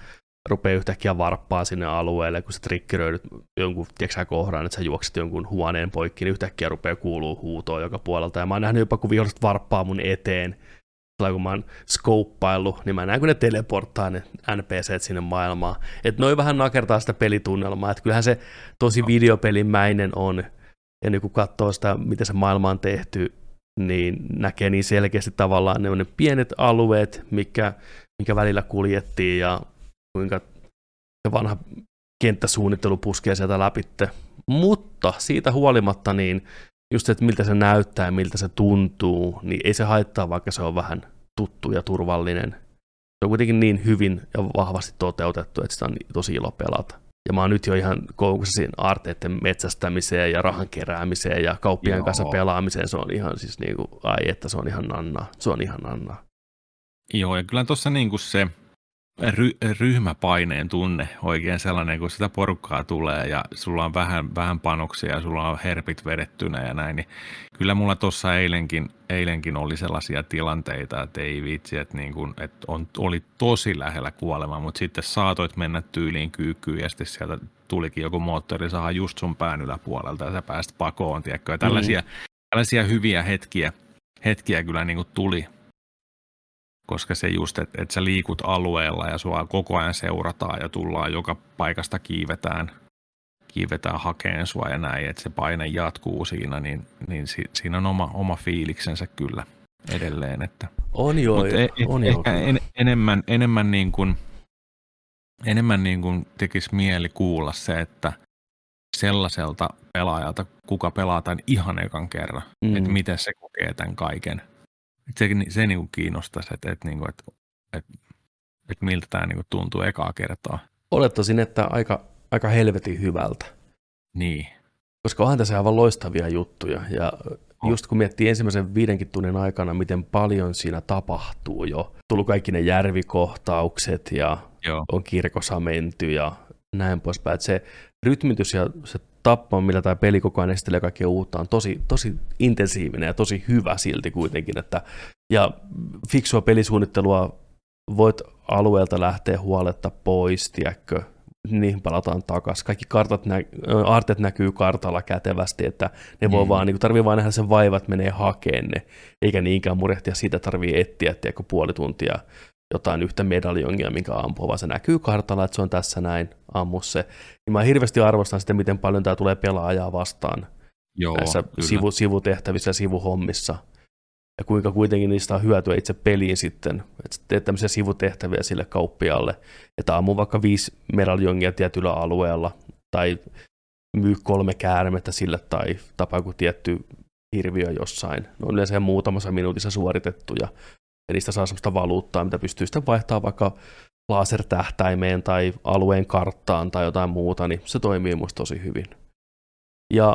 rupeaa yhtäkkiä varppaa sinne alueelle, kun sä triggeröidyt jonkun kohdan, että sä juokset jonkun huoneen poikki, niin yhtäkkiä rupeaa kuuluu huutoa joka puolelta. Ja mä oon nähnyt jopa, kun viholliset varppaa mun eteen. Kun mä oon skouppaillut, niin mä näen, kun ne teleporttaa ne NPCt sinne maailmaan. Että noi vähän nakertaa sitä pelitunnelmaa. Että kyllähän se tosi videopelimäinen on. Ja niin kun katsoo sitä, miten se maailma on tehty, niin näkee niin selkeästi tavallaan ne pienet alueet, mikä välillä kuljettiin ja kuinka se vanha kenttäsuunnittelu puskee sieltä läpitte. Mutta siitä huolimatta, niin just se, että miltä se näyttää ja miltä se tuntuu, niin ei se haittaa, vaikka se on vähän tuttu ja turvallinen. Se on kuitenkin niin hyvin ja vahvasti toteutettu, että sitä on tosi ilo pelata. Ja mä oon nyt jo ihan koukussa siinä aarteiden metsästämiseen ja rahan keräämiseen ja kauppien kanssa pelaamiseen. Se on ihan siis niinku, että se on ihan nannaa. Se on ihan nannaa. Joo, ja kyllä tuossa niinku se ryhmäpaineen tunne oikein sellainen, kun sitä porukkaa tulee ja sulla on vähän panoksia ja sulla on herpit vedettynä ja näin, niin kyllä mulla tuossa eilenkin oli sellaisia tilanteita, että ei vitsi, että, oli tosi lähellä kuolemaa, mutta sitten saatoit mennä tyyliin kyykkyyn ja sitten sieltä tulikin joku moottorisaha just sun pään yläpuolelta ja sä pääsit pakoon, tiedätkö? Ja tällaisia hyviä hetkiä kyllä niin kuin tuli. Koska se just, että sä liikut alueella ja sua koko ajan seurataan ja tullaan joka paikasta kiivetään hakeen sua ja näin, että se paine jatkuu siinä, niin siinä on oma fiiliksensä kyllä edelleen. Että. On joo. Enemmän niin kuin tekisi mieli kuulla se, että sellaiselta pelaajalta, kuka pelaa tämän ihan ekan kerran, että miten se kokee tämän kaiken. Se niin kuin kiinnostaisi, että miltä tämä niin kuin tuntuu ekaa kertaa. Olettaisin, että aika helvetin hyvältä. Niin. Koska onhan tässä aivan loistavia juttuja. Ja just kun miettii ensimmäisen 5 tunnin aikana, miten paljon siinä tapahtuu jo. Tullut kaikki ne järvikohtaukset ja on kirkossa menty ja näin poispäin. Että se rytmitys ja se tappa, millä tämä peli koko ajan esittelee kaikkea uutta, on tosi intensiivinen ja tosi hyvä silti kuitenkin. Ja fiksua pelisuunnittelua voit alueelta lähteä huoletta pois, tiedätkö? Niihin palataan takaisin. Kaikki aarteet näkyy kartalla kätevästi, että ne voi vaan, tarvii vaan nähdä sen vaivat menee hakeen ne, eikä niinkään murehtia siitä, tarvii etsiä, tiedätkö, puoli tuntia jotain yhtä medaljongia, minkä ampuu, vaan se näkyy kartalla, että se on tässä näin, ammu se. Niin mä hirveästi arvostan sitä, miten paljon tämä tulee pelaajaa vastaan näissä sivutehtävissä ja sivuhommissa. Ja kuinka kuitenkin niistä on hyötyä itse peliin sitten, että teet tämmöisiä sivutehtäviä sille kauppiaalle, että ammu vaikka 5 medaljongia tietyllä alueella, tai myy 3 käärmettä sille, tai tapaa joku tietty hirviö jossain. Ne on yleensä muutamassa minuutissa suoritettuja. Ja niistä saa semmoista valuuttaa, mitä pystyy sitten vaihtamaan vaikka lasertähtäimeen tai alueen karttaan tai jotain muuta, niin se toimii musta tosi hyvin. Ja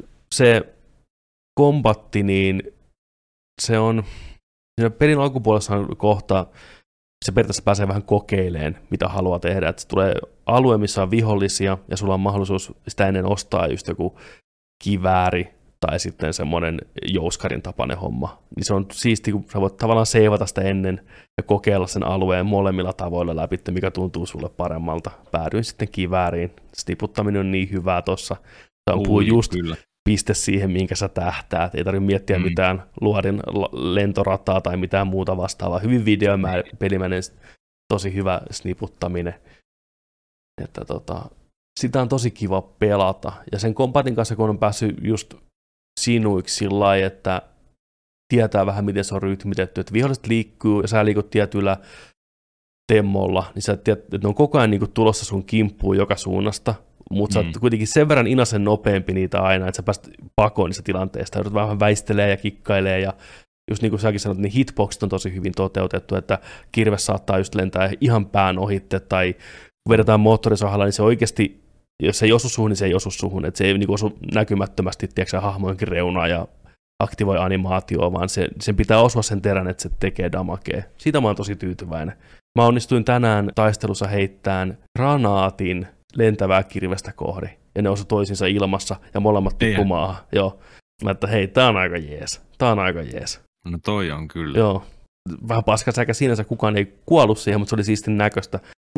se kombatti, niin se on, siinä pelin alkupuolessa on kohta, se periaatteessa pääsee vähän kokeileen, mitä haluaa tehdä. Että se tulee alue, missä on vihollisia, ja sulla on mahdollisuus sitä ennen ostaa just joku kivääri, tai sitten semmoinen jouskarin tapainen homma. Niin se on siisti, kun sä voit tavallaan seivata sitä ennen ja kokeilla sen alueen molemmilla tavoilla läpi, mikä tuntuu sulle paremmalta. Päädyin sitten kivääriin. Sniputtaminen on niin hyvää tuossa. Se ampuu just piste siihen, minkä sä tähtäät. Ei tarvitse miettiä mitään luodin lentorataa tai mitään muuta vastaavaa. Hyvin videopelimäinen, tosi hyvä sniputtaminen. Että sitä on tosi kiva pelata. Ja sen kompatin kanssa, kun on päässyt just sinuiksi sillä lailla, että tietää vähän, miten se on rytmitetty, että viholliset liikkuu ja sä liikut tietyllä temmolla, niin sä tiedät, että ne on koko ajan niin kuin tulossa sun kimppuun joka suunnasta, mutta sä oot kuitenkin sen verran inasen nopeampi niitä aina, että sä pääst pakoon niistä tilanteista, joudut vähän väistelee ja kikkailee, ja just niin kuin säkin sanot, niin hitboxit on tosi hyvin toteutettu, että kirves saattaa just lentää ihan pään ohitte, tai kun vedetään moottorisahalla, niin se oikeasti, jos se ei osu suhun, niin se ei osu suhun, että se ei niin kuin osu näkymättömästi, tiedätkö, hahmoinkin reunaa ja aktivoi animaatioon, vaan sen pitää osua sen terän, että se tekee damagea. Siitä mä oon tosi tyytyväinen. Mä onnistuin tänään taistelussa heittämään granaatin lentävää kirvestä kohdi, ja ne osu toisinsa ilmassa, ja molemmat tippu maahan. Joo. Mä että hei, tää on aika jees. No toi on kyllä. Joo. Vähän paskasäkä sinänsä, kukaan ei kuollut siihen, mutta se oli siistin näköistä.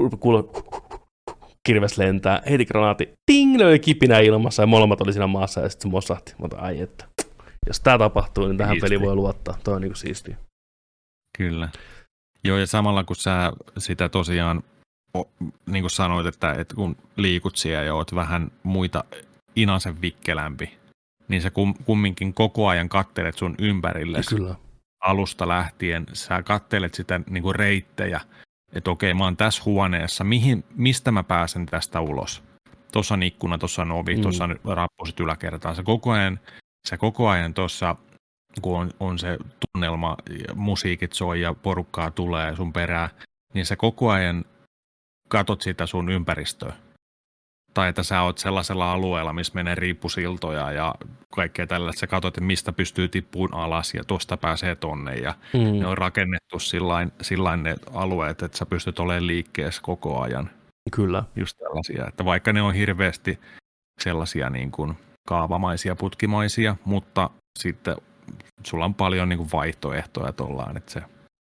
kuulee kirves lentää, heiti granaatti, ting, löi kipinä ilmassa ja molemmat oli siinä maassa ja sitten se mosahti. Mutta ai että, jos tää tapahtuu, niin tähän peliin voi luottaa. Toi on niinku siistiä. Kyllä. Joo, ja samalla kun sä sitä tosiaan, niin kuin sanoit, että kun liikut siellä ja oot vähän muita inasen vikkelämpi, niin sä kumminkin koko ajan kattelet sun ympärille alusta lähtien. Sä kattelet sitä niin kuin reittejä, että okei, mä oon tässä huoneessa, mistä mä pääsen tästä ulos? Tuossa on ikkuna, tuossa on ovi, tuossa on rappuset yläkertaan. Sä koko ajan tuossa, kun on se tunnelma, musiikit soi ja porukkaa tulee sun perään, niin sä koko ajan katot sitä sun ympäristöä. Tai että sä oot sellaisella alueella, missä menee riippusiltoja ja kaikkea tällaista. Sä katot, että mistä pystyy tippuun alas ja tuosta pääsee tonne. Ja ne on rakennettu sillain ne alueet, että sä pystyt olemaan liikkeessä koko ajan. Kyllä. Just tällaisia. Että vaikka ne on hirveästi sellaisia niin kuin kaavamaisia, putkimaisia, mutta sitten sulla on paljon niin kuin vaihtoehtoja tollaan. Että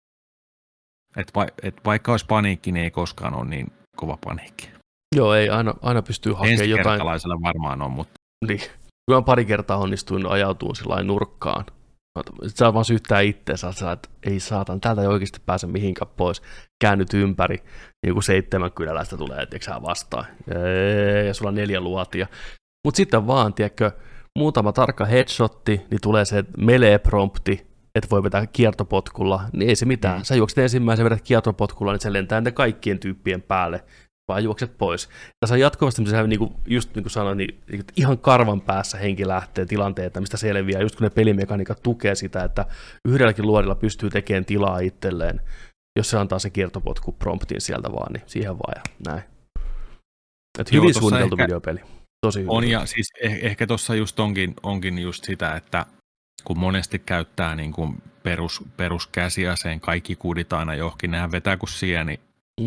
vaikka olisi paniikki, niin ei koskaan ole niin kova paniikki. Joo, ei aina pystyy hakemaan jotain. Ensikertalaisella varmaan on, mutta... Niin. Kyllä pari kertaa onnistuin ajautumaan sillain nurkkaan. Sä vaan syyttää itseänsä, että ei saatan, täältä ei oikeasti pääse mihinkään pois. Käännyt ympäri, niin kuin 7 kyläläistä tulee, etteikö sä vastaan. Ja sulla on 4 luotia. Mutta sitten vaan, tiedätkö, muutama tarkka headshotti, niin tulee se melee-prompti, että voi vetää kiertopotkulla, niin ei se mitään. Sä juokset ensimmäisen, vedät kiertopotkulla, niin se lentää niiden kaikkien tyyppien päälle. Vaan juokset pois. Tässä on jatkuvasti, just niin kuin sanoin, niin ihan karvan päässä henki lähtee tilanteita, mistä selviää, just kun ne pelimekaniikat tukee sitä, että yhdelläkin luodilla pystyy tekemään tilaa itselleen, jos se antaa se kiertopotku promptin sieltä vaan, niin siihen vaan ja näin. Että hyvin suunniteltu videopeli. Tosi hyvin. On, ja siis ehkä tuossa just onkin just sitä, että kun monesti käyttää niin kuin peruskäsiaseen, kaikki kuudit aina johonkin, nehän vetää kuin sieni,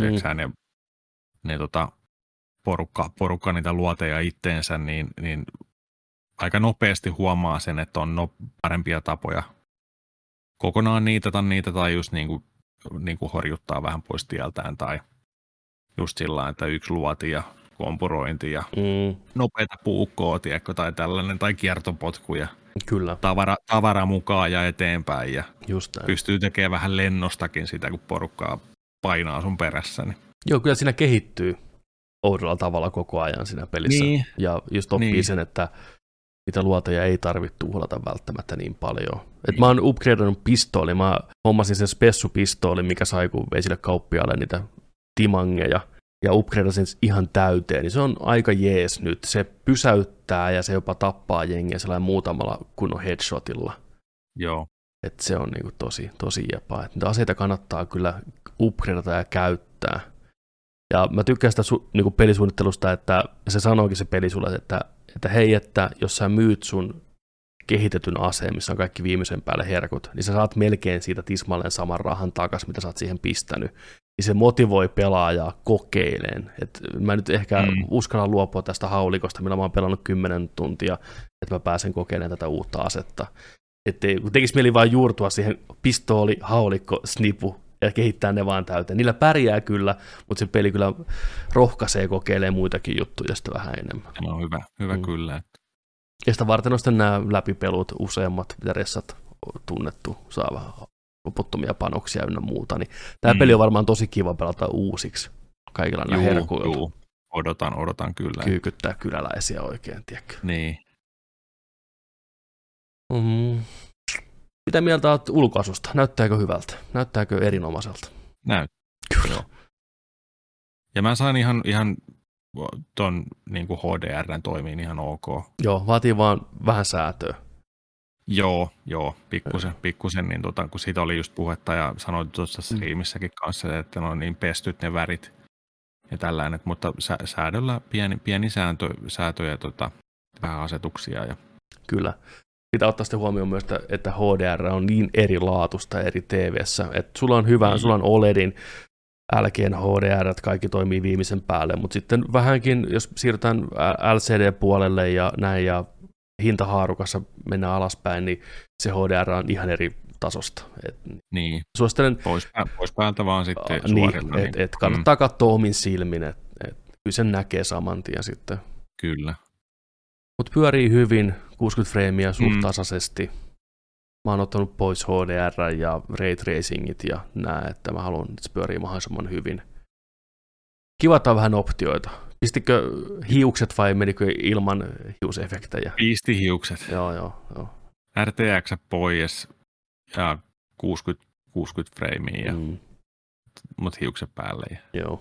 ne porukka niitä luoteja itteensä, niin aika nopeasti huomaa sen, että on parempia tapoja kokonaan niitä tai just niin kuin horjuttaa vähän pois tieltään tai just sillä että yksi luoti ja kompurointi ja nopeita puukkoa, tiedätkö, tai tällainen, tai kiertopotkuja. Kyllä. Tavara mukaan ja eteenpäin ja just pystyy tekemään vähän lennostakin sitä, kun porukkaa painaa sun perässä. Niin. Joo, kyllä siinä kehittyy oudolla tavalla koko ajan siinä pelissä. Niin. Ja just oppii sen, että niitä luoteja ei tarvitse tuhlata välttämättä niin paljon. Et mä oon upgradeannut pistooli, mä hommasin sen spessupistooli, mikä sai, kun vei sille kauppiaalle niitä timangeja, ja upgradeasin ihan täyteen, niin se on aika jees nyt. Se pysäyttää ja se jopa tappaa jengiä sellainen muutamalla kunnon headshotilla. Joo. Et se on niinku tosi jepaa. Et niitä aseita kannattaa kyllä upgradeata ja käyttää. Ja mä tykkään sitä niinku pelisuunnittelusta, että se sanookin se peli sulle, että hei, että jos sä myyt sun kehitetyn aseen, missä on kaikki viimeisen päälle herkut, niin sä saat melkein siitä tismalleen saman rahan takas, mitä sä oot siihen pistänyt. Niin se motivoi pelaajaa kokeileen. Et mä nyt ehkä uskallan luopua tästä haulikosta, millä mä oon pelannut 10 tuntia, että mä pääsen kokeilemaan tätä uutta asetta. Että tekisi mieli vaan juurtua siihen pistooli, haulikko, snipu ja kehittää ne vaan täyteen. Niillä pärjää kyllä, mutta se peli kyllä rohkaisee kokeilemaan muitakin juttuja sitten vähän enemmän. No hyvä kyllä. Ja sitä varten on sitten nämä läpipelut, useammat, mitä Ressat tunnettu, saa vähän loputtomia panoksia ynnä muuta. Niin tämä peli on varmaan tosi kiva pelata uusiksi kaikilla näillä herkuilla. Juu. Odotan kyllä. Kyykyttää kyläläisiä oikein, tiedätkö? Niin. Mitä mieltä olet ulkoasusta? Näyttääkö hyvältä? Näyttääkö erinomaiselta? Kyllä. Ja mä sain ihan ton niin kuin HDR:n toimiin ihan ok. Joo, vaatii vaan vähän säätöä. Joo, pikkusen niin kun siitä oli just puhetta ja sanoin tuossa striimissäkin kanssa, että ne on niin pestyt ne värit ja tällainen, mutta säädöllä pieni säätö ja vähän asetuksia. Ja... Kyllä. Pitää ottaa sitten huomioon myös, että HDR on niin erilaatuista eri TV:ssä, että sulla on hyvä, sulla on OLEDin LG:n HDR, että kaikki toimii viimeisen päälle, mutta sitten vähänkin, jos siirrytään LCD-puolelle ja näin, ja hintahaarukassa mennään alaspäin, niin se HDR on ihan eri tasosta. Niin, suosittelen, pois päältä vaan sitten suorilla. Niin, kannattaa katsoa omin silmin, että kyllä sen näkee saman tien sitten. Kyllä. Mutta pyörii hyvin, 60 freimiä suht tasaisesti. Mä oon ottanut pois HDR ja Ray Tracingit ja nää, että mä haluan, että se pyörii mahdollisimman hyvin. Kiva, että on vähän optioita. Pistikö hiukset vai menikö ilman hiusefektejä? Pisti hiukset. Joo. RTX pois ja 60 freimiä, mutta hiukset päälle. Joo.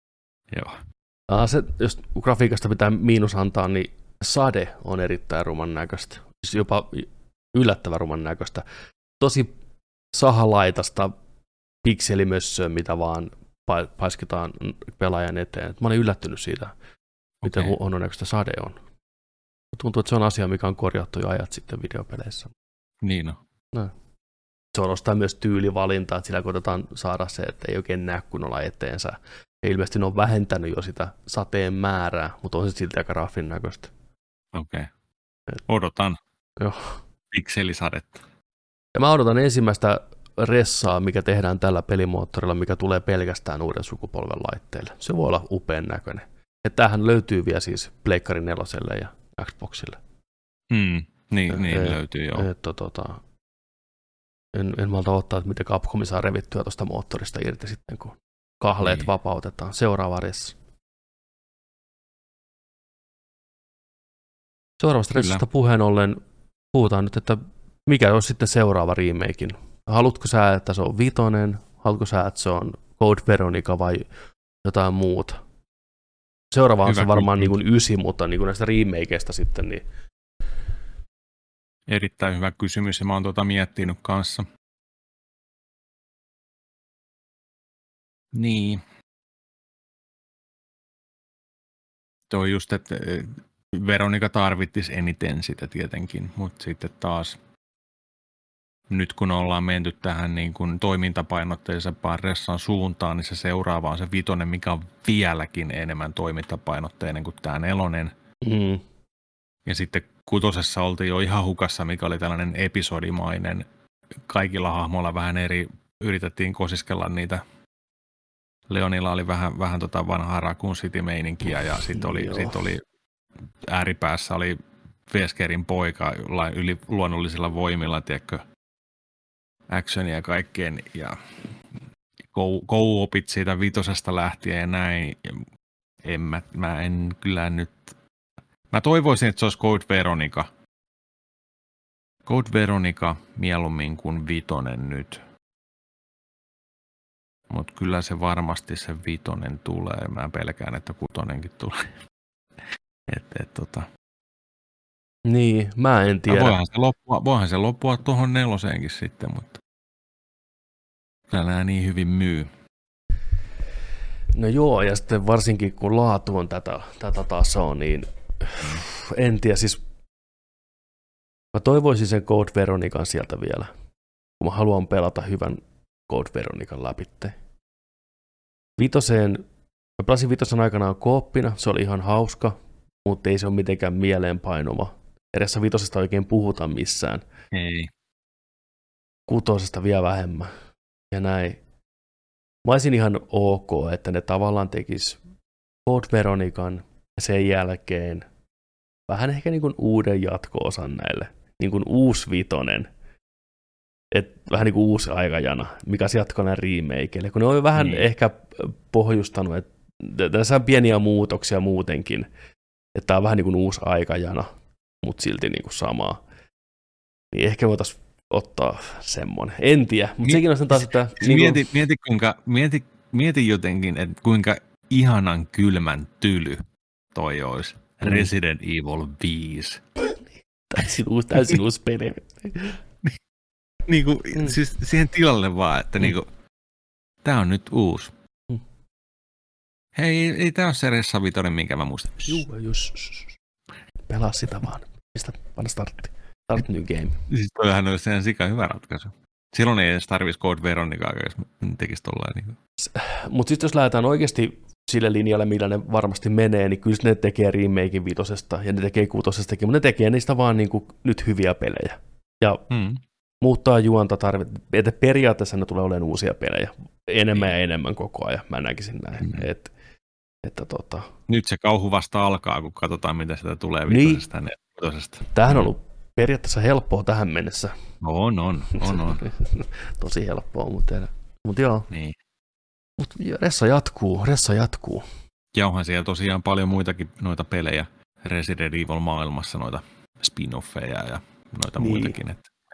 Joo. Jos grafiikasta pitää miinus antaa, niin sade on erittäin ruman näköistä. Siis jopa yllättävän ruman näköistä. Tosi sahalaitasta pikselimössöä, mitä vaan paiskitaan pelaajan eteen. Mä olen yllättynyt siitä, miten huonon näköistä sade on. Tuntuu, että se on asia, mikä on korjattu jo ajat sitten videopeleissä. Niin on. No. Se on ostaa myös tyylivalintaa, että sillä koitetaan saada se, että ei oikein näe kunnolla eteensä. Ja ilmeisesti ne on vähentänyt jo sitä sateen määrää, mutta on se silti aika raffin näköistä. Okei. Odotan. Joo. Pikselisadetta. Ja mä odotan ensimmäistä ressaa, mikä tehdään tällä pelimoottorilla, mikä tulee pelkästään uuden sukupolven laitteille. Se voi olla upean näköinen. Ja tämähän löytyy vielä siis Pleikkari 4:lle ja Xboxille. Niin löytyy joo. En malta ottaa, että miten Capcom saa revittyä tuosta moottorista irti sitten, kun kahleet vapautetaan. Seuraava ressa. Seuraavasta ressasta puheen ollen puhutaan nyt, että mikä olisi sitten seuraava remakein. Haluatko sä, että se on 5? Haluatko sä, että se on Code Veronica vai jotain muuta? Seuraava on se varmaan niin kuin 9, mutta niin kuin näistä remakeista sitten. Niin... Erittäin hyvä kysymys ja mä oon miettinyt kanssa. Niin. Tuo just, että Veronica tarvittisi eniten sitä tietenkin, mutta sitten taas nyt kun ollaan menty tähän niin kuin toimintapainotteisen ressan suuntaan, niin se seuraava on se 5, mikä on vieläkin enemmän toimintapainotteinen kuin tämä 4. Ja sitten 6 oltiin jo ihan hukassa, mikä oli tällainen episodimainen. Kaikilla hahmoilla vähän eri, yritettiin kosiskella niitä. Leonilla oli vähän vanhaa Raccoon City-meininkiä ja sitten oli ääripäässä oli Veskerin poika yli luonnollisilla voimilla, tiedätkö, actionia ja kaikkeen, ja co-opit siitä 5 lähtien ja näin. Mä en kyllä nyt... Mä toivoisin, että se olisi Code Veronica. Code Veronica mieluummin kuin 5 nyt. Mutta kyllä se varmasti se 5 tulee. Mä pelkään, että 6 tulee. Niin, mä en tiedä. Voihan se loppua tuohon 4:eenkin sitten, mutta kyllä nämä niin hyvin myy. No joo, ja sitten varsinkin kun laatu on tätä tasoa, niin en tiedä, siis mä toivoisin sen Code Veronican sieltä vielä, kun mä haluan pelata hyvän Code Veronican läpitte. 5, mä pelasin 5 aikanaan kooppina, se oli ihan hauska, mutta ei se ole mitenkään mieleenpainuva. Edessä 5 oikein puhuta missään. Ei. 6 vielä vähemmän. Ja näin. Mä olisin ihan ok, että ne tavallaan tekis Code Veronican ja sen jälkeen vähän ehkä niin kuin uuden jatko-osan näille. Niin kuin uusi 5. Vähän niin kuin uusi aikajana, mikä on jatkona remakeille. Kun ne on vähän ehkä pohjustanut, että tässä on pieniä muutoksia muutenkin. Että tämä on vähän niin kuin uusi aikajana, mutta silti niin kuin samaa. Niin ehkä voitaisiin ottaa semmoinen. En tiedä, mutta sekin on taas, että... Mieti jotenkin, että kuinka ihanan kylmän tyly toi olisi. Resident Evil 5. Täysin uusi peli. Siis siihen tilalle vaan, että tää on nyt uusi. Hei, ei tää ole se Ressa 5, minkä mä muistan. Juu, pelaa sitä vaan. Panna startti. Start new game. Siis toihan olisi sen sika hyvä ratkaisu. Silloin ei edes tarvitsisi Code Veronicaa, jos tekisi tollain. Mutta sitten jos lähdetään oikeasti sille linjalle, millä ne varmasti menee, niin kyllä ne tekee remakein 5 ja ne tekee 6, mutta ne tekee niistä vaan niinku nyt hyviä pelejä. Ja muuttaa juonta että periaatteessa ne tulee olemaan uusia pelejä enemmän ja enemmän koko ajan, mä näkisin näin. Nyt se kauhu vasta alkaa, kun katsotaan, miten sitä tulee niin. 5. ja 4. Tämähän on ollut periaatteessa helppoa tähän mennessä. On. Tosi helppoa, mutta joo. Niin. Mutta ressa jatkuu. Ja onhan siellä tosiaan paljon muitakin noita pelejä Resident Evil-maailmassa, noita spin-offeja ja noita muitakin.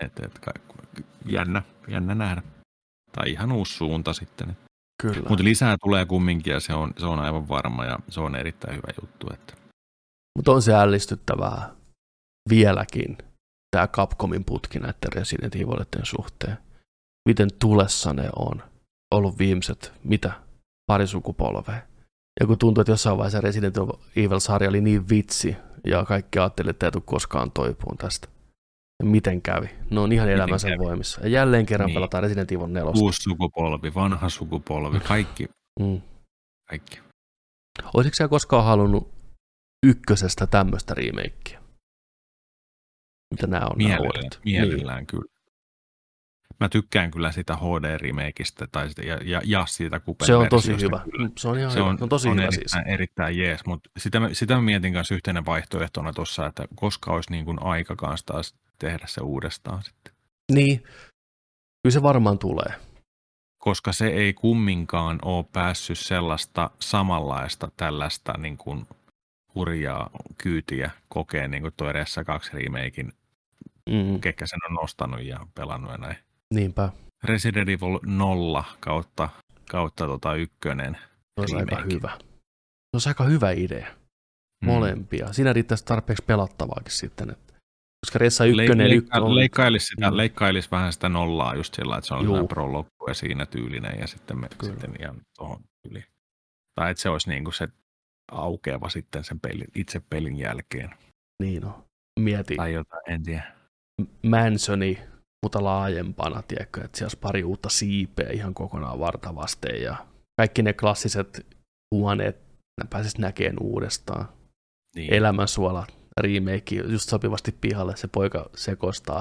Jännä nähdä. Tai ihan uusi suunta sitten. Kyllä. Mutta lisää tulee kumminkin ja se on aivan varma ja se on erittäin hyvä juttu. Mutta on se ällistyttävää vieläkin tämä Capcomin putki näiden Resident Evilien suhteen. Miten tulessa ne on ollut viimeiset, pari sukupolvea. Ja kun tuntuu, että jossain vaiheessa Resident Evil-sarja oli niin vitsi ja kaikki ajattelivat, että ei tule koskaan toipuun tästä. Ja miten kävi? Ne on ihan elämänsä voimissa. Ja jälleen kerran pelataan Resident Evil 4. Uusi sukupolvi, vanha sukupolvi, kaikki. Kaikki. Olisitko sä koskaan halunnut ykkösestä tämmöistä remakeä? Mitä nämä on? Mielellään kyllä. Mä tykkään kyllä sitä HD-remakeista ja siitä Cupen se on tosi hyvä. Se on ihan hyvä. Se on tosi hyvä siis. Erittäin jees, mutta sitä mä mietin kanssa yhtenä vaihtoehtona tuossa, että koska olisi niin kuin aika kanssa taas tehdä se uudestaan sitten. Niin, kyllä se varmaan tulee. Koska se ei kumminkaan ole päässyt sellaista samanlaista tällaista niin kuin hurjaa kyytiä kokeen niin kuin toi Ressa 2 remakein, ketkä sen on nostanut ja pelannut ja näin. Niinpä. Resident Evil 0 kautta ykkönen. Se olisi aika hyvä. Se olisi aika hyvä idea. Molempia. Siinä riittäisi tarpeeksi pelattavaakin sitten. Koska Ressa 1 leikkailisi vähän sitä nollaa just sillä, että se on sellainen prologgu ja siinä tyylinen ja sitten ihan tuohon yli. Tai että se olisi niin kuin se aukeava sitten sen itse pelin jälkeen. Niin on. Mieti. Tai jotain, en tiedä. Mansoni, mutta laajempana, tiedätkö, että siellä olisi pari uutta siipeä ihan kokonaan vartavasten ja kaikki ne klassiset huoneet pääsisi näkemään uudestaan. Niin. Elämänsuola remake just sopivasti pihalle, se poika sekoistaa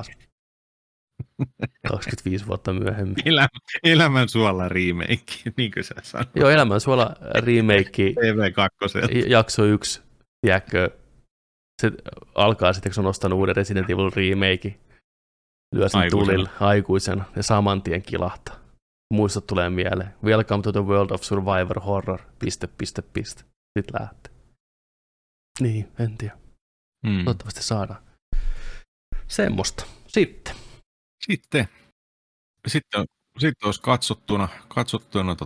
25 vuotta myöhemmin. Elämänsuola remake, niin kuin sä sanoit. Joo, Elämänsuola remake. TV2. Jakso 1, tiedätkö, se alkaa sitten, kun se on ostanut uuden Resident Evil remake. Lyö sen tulille aikuisena ja saman tien kilahtaa. Muistot tulee mieleen. Welcome to the world of survivor horror. ... Sitten lähtee. Niin, en tiedä. Toivottavasti saadaan. Semmosta. Sitten olisi katsottuna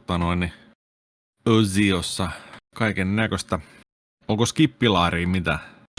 Osiossa kaiken näköistä. Onko skippilaariin mitä?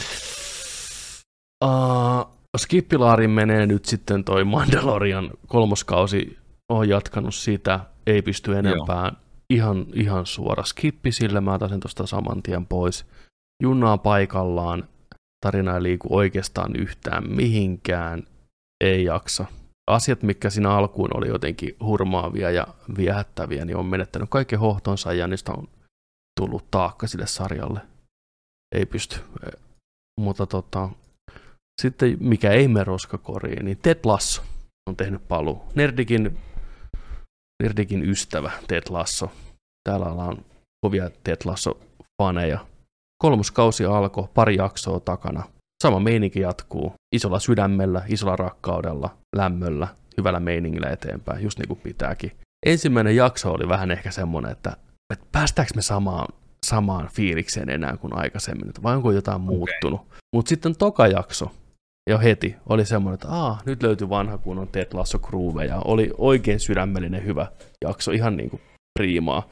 Skippilaariin menee nyt sitten toi Mandalorian 3. kausi. Olen jatkanut sitä. Ei pysty enempää. Ihan suora skippi, sillä mä otan sen tuosta saman tien pois. Junnaa paikallaan. Tarina ei liiku oikeastaan yhtään mihinkään. Ei jaksa. Asiat, mitkä siinä alkuun oli jotenkin hurmaavia ja viehättäviä, niin on menettänyt kaiken hohtonsa ja niistä on tullut taakka sille sarjalle. Ei pysty. Mutta sitten mikä ei mene roskakoriin, niin Ted Lasso on tehnyt paluu. Nerdikin ystävä Ted Lasso. Täällä on kovia Ted Lasso-faneja. 3. kausi alkoi, 2 jaksoa takana. Sama meininki jatkuu. Isolla sydämellä, isolla rakkaudella, lämmöllä, hyvällä meiningillä eteenpäin, just niin kuin pitääkin. Ensimmäinen jakso oli vähän ehkä semmoinen, että päästäänkö me samaan fiilikseen enää kuin aikaisemmin, vai onko jotain muuttunut. Mutta sitten toka jakso, ja heti oli semmoinen, että nyt löytyi vanha kunnon Ted Lasso groove, ja oli oikein sydämellinen hyvä jakso, ihan niin kuin priimaa.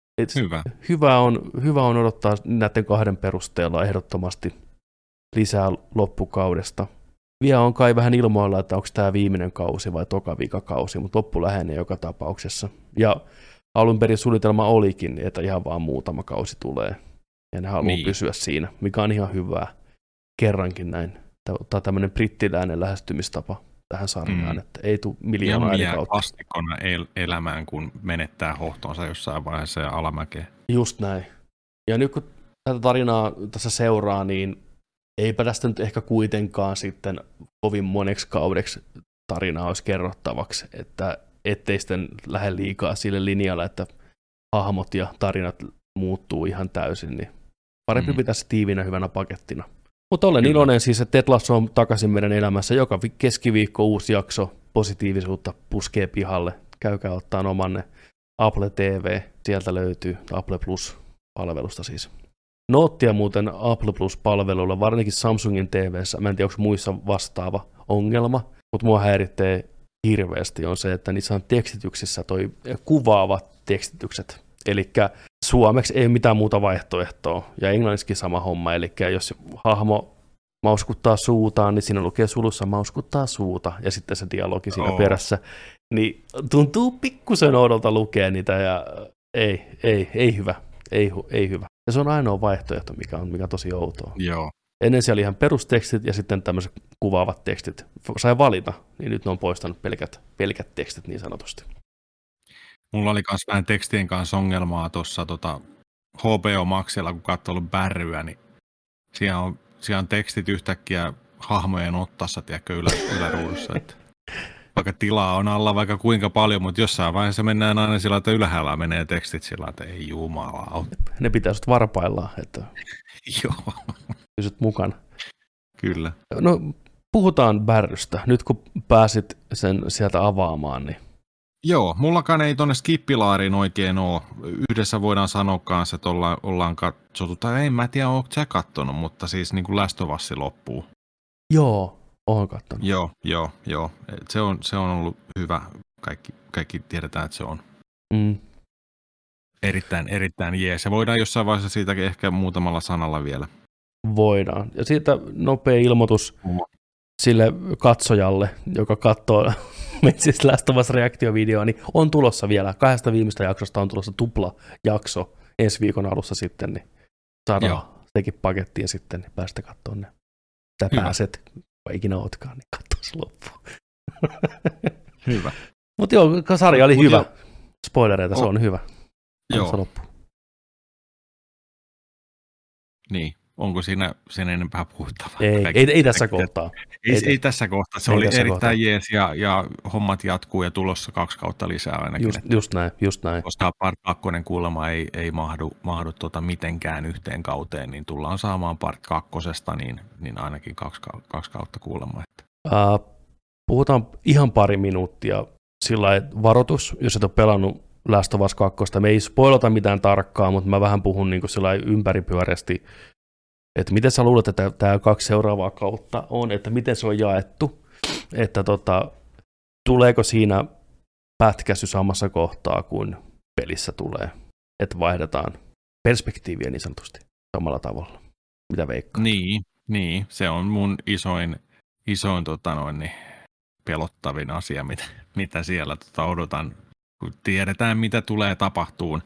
Hyvä on odottaa näiden 2 perusteella ehdottomasti lisää loppukaudesta. Vielä on kai vähän ilmoilla, että onko tämä viimeinen kausi vai toka vikakausi, mutta loppu lähenee joka tapauksessa. Ja alun perin suunnitelma olikin, että ihan vaan muutama kausi tulee. Ja ne haluaa pysyä siinä, mikä on ihan hyvää kerrankin näin. Ottaa tämmöinen brittiläinen lähestymistapa tähän sarjaan, että ei tule miljoonaa eri kautta. Klassikkona elämään, kun menettää hohtonsa jossain vaiheessa ja alamäkeen. Just näin. Ja nyt kun tätä tarinaa tässä seuraa, niin eipä tästä nyt ehkä kuitenkaan sitten kovin moneksi kaudeksi tarinaa olisi kerrottavaksi, että ettei sitten lähde liikaa sille linjalle, että hahmot ja tarinat muuttuu ihan täysin, niin parempi pitää se tiivinä hyvänä pakettina. Mutta olen iloinen siis, että Ted Lasso on takaisin meidän elämässä. Joka keskiviikko uusi jakso, positiivisuutta puskee pihalle. Käykää ottaa omanne Apple TV, sieltä löytyy Apple Plus-palvelusta siis. Noottia muuten Apple Plus-palvelulla, varsinkin Samsungin TV:ssä, mä en tiedä, onko muissa vastaava ongelma, mutta mua häiritsee hirveästi on se, että niissä on tekstityksissä toi kuvaavat tekstitykset. Eli suomeksi ei ole mitään muuta vaihtoehtoa, ja englanniksi sama homma, eli jos hahmo mauskuttaa suutaan, niin siinä lukee sulussa mauskuttaa suuta, ja sitten se dialogi siinä perässä, niin tuntuu pikkusen oudolta lukea niitä, ja ei hyvä, ei hyvä. Ja se on ainoa vaihtoehto, mikä on tosi outoa. Joo. Ennen siellä oli ihan perustekstit, ja sitten tämmöiset kuvaavat tekstit. Sai valita, niin nyt ne on poistanut pelkät tekstit niin sanotusti. Mulla oli myös vähän tekstien kanssa ongelmaa tuossa HBO Maxilla, kun katsoin Bärryä, niin siellä on tekstit yhtäkkiä hahmojen ottassa, tiedätkö, yläruudussa. Että vaikka tilaa on alla vaikka kuinka paljon, mutta jossain vaiheessa mennään aina sillä, että ylhäällä menee tekstit sillä, että ei jumala. Ne pitää sut varpaillaan, että joo. Pysyt mukana. Kyllä. No, puhutaan Bärrystä. Nyt kun pääsit sen sieltä avaamaan, niin joo, mullakaan ei tuonne skippilaariin oikein ole. Yhdessä voidaan sanoa kanssa, että ollaan katsottu, tai en mä tiedä, ootko sä kattonut, mutta siis niin kuin Last of Us loppuu. Joo, oon kattonut. Joo. Se on ollut hyvä. Kaikki tiedetään, että se on erittäin jees. Ja voidaan jossain vaiheessa siitäkin ehkä muutamalla sanalla vielä. Voidaan. Ja siitä nopea ilmoitus sille katsojalle, joka katsoo siis Last of Us -reaktiovideoa, niin on tulossa vielä. 2 viimeistä jaksosta on tulossa tuplajakso ensi viikon alussa sitten, niin saadaan sekin pakettiin sitten, niin päästä katsomaan ne. Sä pääset, kun ikinä ootkaan, niin katsoa se loppuun. Hyvä. Mutta joo, sarja oli hyvä. Spoilereita, se on hyvä. Joo. Loppuun. Niin. Onko siinä sen enempää puhuttavaa? Ei tässä kohtaa. Ei tässä kohtaa. Se oli erittäin jees ja hommat jatkuu ja tulossa 2 kautta lisää ainakin. Just näin. Koska Part 2 kuulemma ei mahdu mitenkään yhteen kauteen, niin tullaan saamaan Part 2, niin ainakin 2 kautta kuulemma. Puhutaan ihan pari minuuttia. Sillä varoitus, jos et ole pelannut Last of Us 2. Me ei spoilata mitään tarkkaa, mutta mä vähän puhun niin sillä ympäripyöreästi, että miten sä luulet, että tämä 2 seuraavaa kautta on, että miten se on jaettu, että tuleeko siinä pätkäsy samassa kohtaa kuin pelissä tulee, että vaihdetaan perspektiiviä niin sanotusti samalla tavalla, mitä veikkaa. Niin, se on mun isoin pelottavin asia, mitä siellä odotan, kun tiedetään, mitä tulee tapahtuun.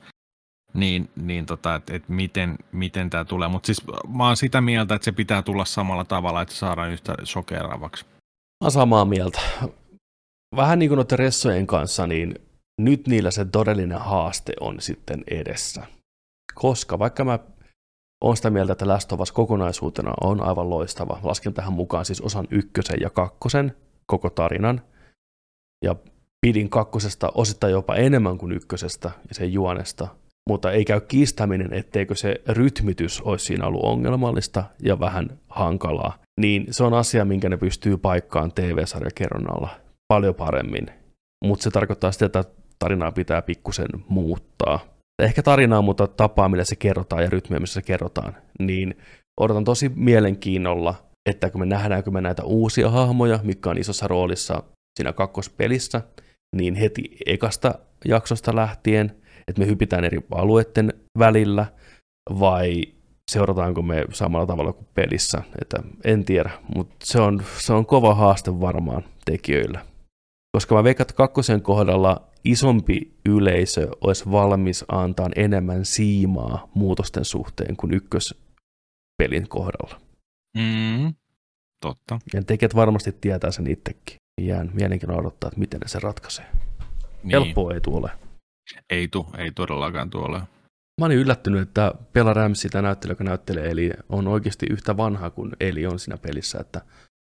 Että miten tämä tulee. Mutta siis mä oon sitä mieltä, että se pitää tulla samalla tavalla, että saadaan yhtä shokeraavaksi. Mä oon samaa mieltä. Vähän niin kuin noiden ressojen kanssa, niin nyt niillä se todellinen haaste on sitten edessä. Koska vaikka mä oon sitä mieltä, että Last of Us kokonaisuutena on aivan loistava. Lasken tähän mukaan siis osan 1 ja 2, koko tarinan. Ja pidin 2 osittain jopa enemmän kuin 1 ja sen juonesta. Mutta ei käy kiistäminen, etteikö se rytmitys olisi siinä ollut ongelmallista ja vähän hankalaa. Niin se on asia, minkä ne pystyy paikkaan TV-sarjakerronnalla paljon paremmin. Mutta se tarkoittaa sitä, että tarinaa pitää pikkusen muuttaa. Ehkä tarinaa, mutta tapaa, millä se kerrotaan ja rytmiä, missä se kerrotaan. Niin odotan tosi mielenkiinnolla, että kun nähdäänkö me näitä uusia hahmoja, mikä on isossa roolissa siinä 2. pelissä, niin heti ekasta jaksosta lähtien, että me hypitään eri alueiden välillä, vai seurataanko me samalla tavalla kuin pelissä, että en tiedä, mutta se on kova haaste varmaan tekijöillä. Koska mä veikkaan, että 2. kohdalla isompi yleisö olisi valmis antaa enemmän siimaa muutosten suhteen kuin 1. pelin kohdalla. Totta. Ja tekijät varmasti tietää sen itsekin. Jään mielenkiinnolla odottaa, että miten ne se ratkaisee. Niin. Helppoa ei tule. Ei todellakaan tuolle. Mä olin yllättynyt, että Bella Ramsey, tämä näyttelijä, joka näyttelee Eli, on oikeasti yhtä vanha kuin Eli on siinä pelissä. Että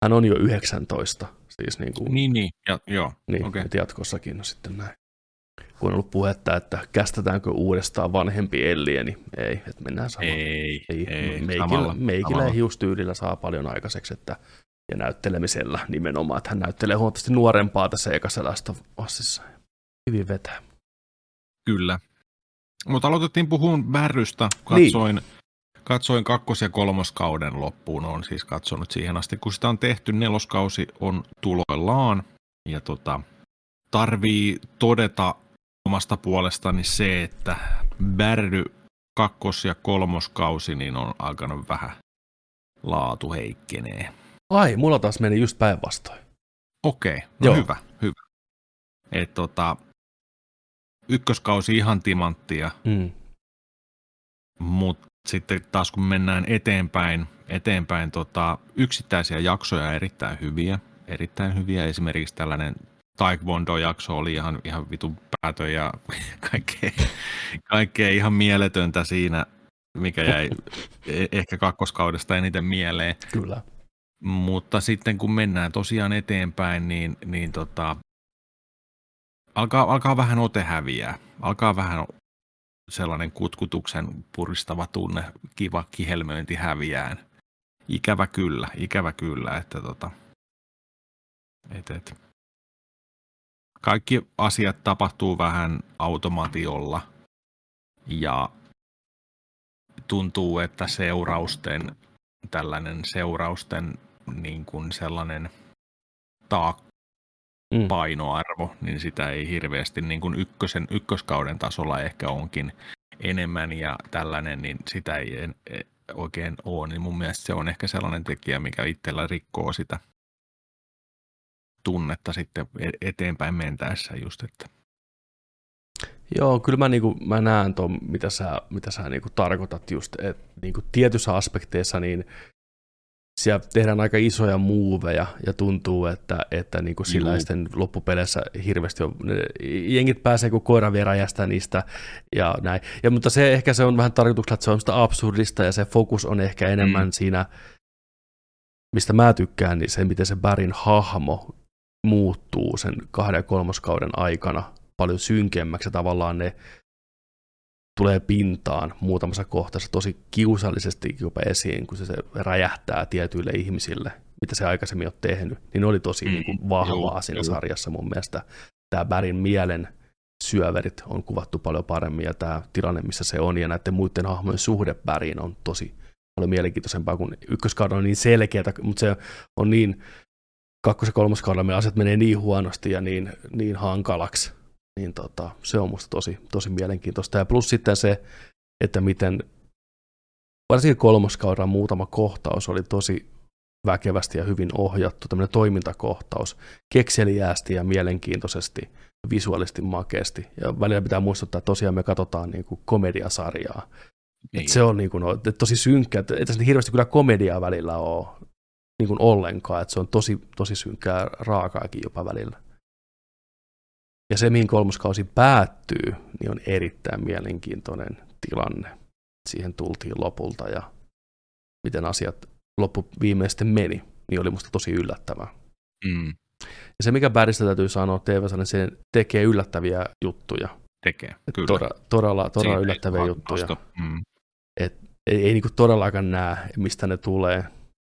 hän on jo 19. Siis niin. Joo. Niin, okay. Jatkossakin no sitten näin. Kun on ollut puhetta, että kästetäänkö uudestaan vanhempi Ellie, niin ei, että mennään samaan. Ei. Meikillä ja hiustyylillä saa paljon aikaiseksi, ja näyttelemisellä nimenomaan, että hän näyttelee huomattavasti nuorempaa tässä ekassa Last of Usissa. Hyvin vetää. Kyllä. Mutta aloitettiin puhumaan Värrystä. Katsoin 2. ja 3. kauden loppuun. Olen siis katsonut siihen asti, kun sitä on tehty. 4. kausi on tuloillaan. Ja tarvii todeta omasta puolestani se, että Värry 2. ja 3. kausi niin on alkanut vähän laatu heikkenee. Ai, mulla taas meni just päinvastoin. Okei, no hyvä. Ykköskausi ihan timanttia, mutta sitten taas kun mennään eteenpäin yksittäisiä jaksoja erittäin hyviä. Esimerkiksi tällainen Taekwondo-jakso oli ihan vitun päätön ja kaikkea ihan mieletöntä siinä, mikä jäi ehkä kakkoskaudesta eniten mieleen. Kyllä. Mutta sitten kun mennään tosiaan eteenpäin, niin alkaa vähän ote häviää. Alkaa vähän sellainen kutkutuksen puristava tunne, kiva kihelmöinti häviään. Ikävä kyllä, että kaikki asiat tapahtuu vähän automaatiolla ja tuntuu, että seurausten niin kuin sellainen painoarvo, niin sitä ei hirveästi niin kuin ykköskauden tasolla ehkä onkin enemmän ja tällainen, niin sitä ei oikein ole, niin mun mielestä se on ehkä sellainen tekijä, mikä itsellä rikkoo sitä tunnetta sitten eteenpäin mentäessä just, että. Joo, kyllä mä näen tuon, mitä sä tarkoitat just, että tietyissä aspekteissa niin siellä tehdään aika isoja muuveja ja tuntuu, että sillä sitten loppupeleissä hirveästi on, jengit pääsee kuin koira vieräjästä niistä ja näin. Mutta se on vähän tarkoituksella, että se on sitä absurdista ja se fokus on ehkä enemmän siinä, mistä mä tykkään, niin se, miten se Barryn hahmo muuttuu sen 2. ja 3. kauden aikana paljon synkemmäksi ja tavallaan ne tulee pintaan muutamassa kohdassa tosi kiusallisesti jopa esiin, kun se räjähtää tietyille ihmisille, mitä se aikaisemmin on tehnyt, niin ne oli tosi vahvaa siinä sarjassa mun mielestä. Tämä Barryn mielen syöverit on kuvattu paljon paremmin ja tämä tilanne, missä se on ja näiden muiden hahmojen suhde Barryn on tosi paljon mielenkiintoisempaa, kun ykköskaudella on niin selkeätä, mutta se on niin 2. ja 3. kaudella meillä asiat menee niin huonosti ja niin hankalaksi. Niin se on musta tosi mielenkiintoista. Ja plus sitten se, että miten varsinkin 3. kaudella muutama kohtaus oli tosi väkevästi ja hyvin ohjattu, tämmöinen toimintakohtaus, kekseliäästi ja mielenkiintoisesti, visuaalisesti makeasti. Ja välillä pitää muistuttaa, että tosiaan me katsotaan niin kuin komediasarjaa. Niin. Se on niin kuin, tosi synkkä, että ei tässä hirveästi kyllä komediaa välillä ole niin kuin ollenkaan, että se on tosi synkkää, raakaakin jopa välillä. Ja se, mihin 3. kausi päättyy, niin on erittäin mielenkiintoinen tilanne. Siihen tultiin lopulta ja miten asiat loppuviimeisten meni, niin oli musta tosi yllättävää. Ja se, mikä Barrystä täytyy sanoa TV-sarjassa, se tekee yllättäviä juttuja. Tekee, kyllä. Todella yllättäviä juttuja. Ei niinku todellakaan näe, mistä ne tulee.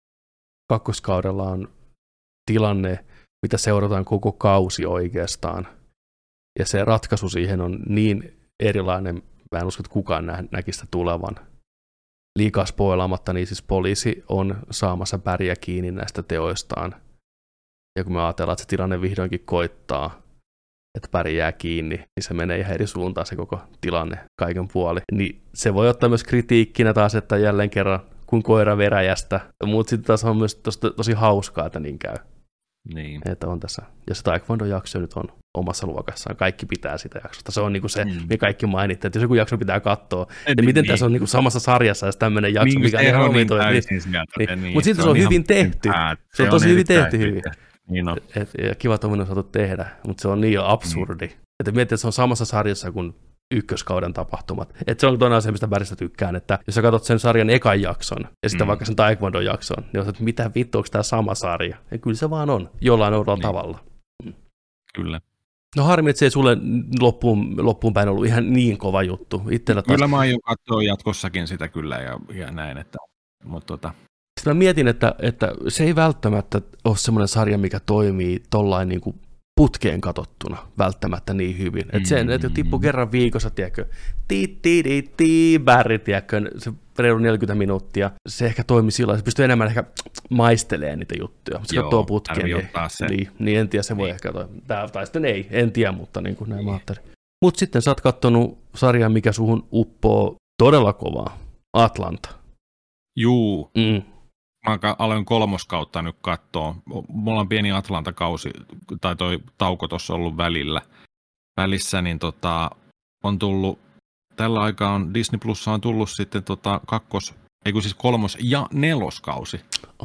2. kaudella on tilanne, mitä seurataan koko kausi oikeastaan. Ja se ratkaisu siihen on niin erilainen, mä en usko, että kukaan näkisi sitä tulevan. Liikaa spoilaamatta, niin siis poliisi on saamassa Barryä kiinni näistä teoistaan. Ja kun me ajatellaan, että se tilanne vihdoinkin koittaa, että Barry jää kiinni, niin se menee ihan eri suuntaan se koko tilanne kaiken puoli. Niin se voi ottaa myös kritiikkinä taas, että jälleen kerran kuin koira veräjästä, mutta sitten taas on myös tosi hauskaa, että niin käy. Niin. Että on tässä. Ja se Taekwondo-jakso nyt on omassa luokassaan. Kaikki pitää sitä jaksosta. Se on niinku se, mikä kaikki mainitte, että jos joku jakso pitää katsoa. Ja miten tässä on niinku samassa sarjassa ja tämmöinen jakso, mikä on ihan omituinen. Mutta sitten se on hyvin tehty. Se on tosi hyvin tehty hyvin. Niin on. Ja kiva, että on saatu tehdä, mutta se on niin absurdi. Että miettii, että se on samassa sarjassa kuin ykköskauden tapahtumat. Et se on toinen asia, mistä Barrystä tykkään, että jos sä katsot sen sarjan ekan jakson ja sitten vaikka sen Taekwondon jakson, niin olet, että mitä vittu, onko tämä sama sarja? Ja kyllä se vaan on, jollain oudolla tavalla. Kyllä. No harmi, että se ei sulle loppuun päin ollut ihan niin kova juttu. Kyllä mä aion katsoa jatkossakin sitä kyllä ja näin, että... Mutta Sitten mä mietin, että se ei välttämättä ole semmoinen sarja, mikä toimii tollain niin kuin putkeen katsottuna välttämättä niin hyvin. Että se tippuu kerran viikossa, tiedätkö, Barry, tiedätkö, se reilu 40 minuuttia. Se ehkä toimi sillä, se pystyy enemmän ehkä maistelemaan niitä juttuja. Se katsoo putkeen, niin en tiedä, se voi ehkä tai sitten ei, en tiedä, mutta niin kuin näin mä ajattelin. Mutta sitten sä oot kattonut sarjaa, mikä suhun uppoo todella kovaa, Atlanta. Juu. Mä aloin 3. kautta nyt katsoa. Mulla on pieni Atlanta-kausi, tai toi tauko tuossa ollut välissä, niin on tullut, tällä aikaa on Disney Plussa on tullut sitten 3. ja 4. kausi.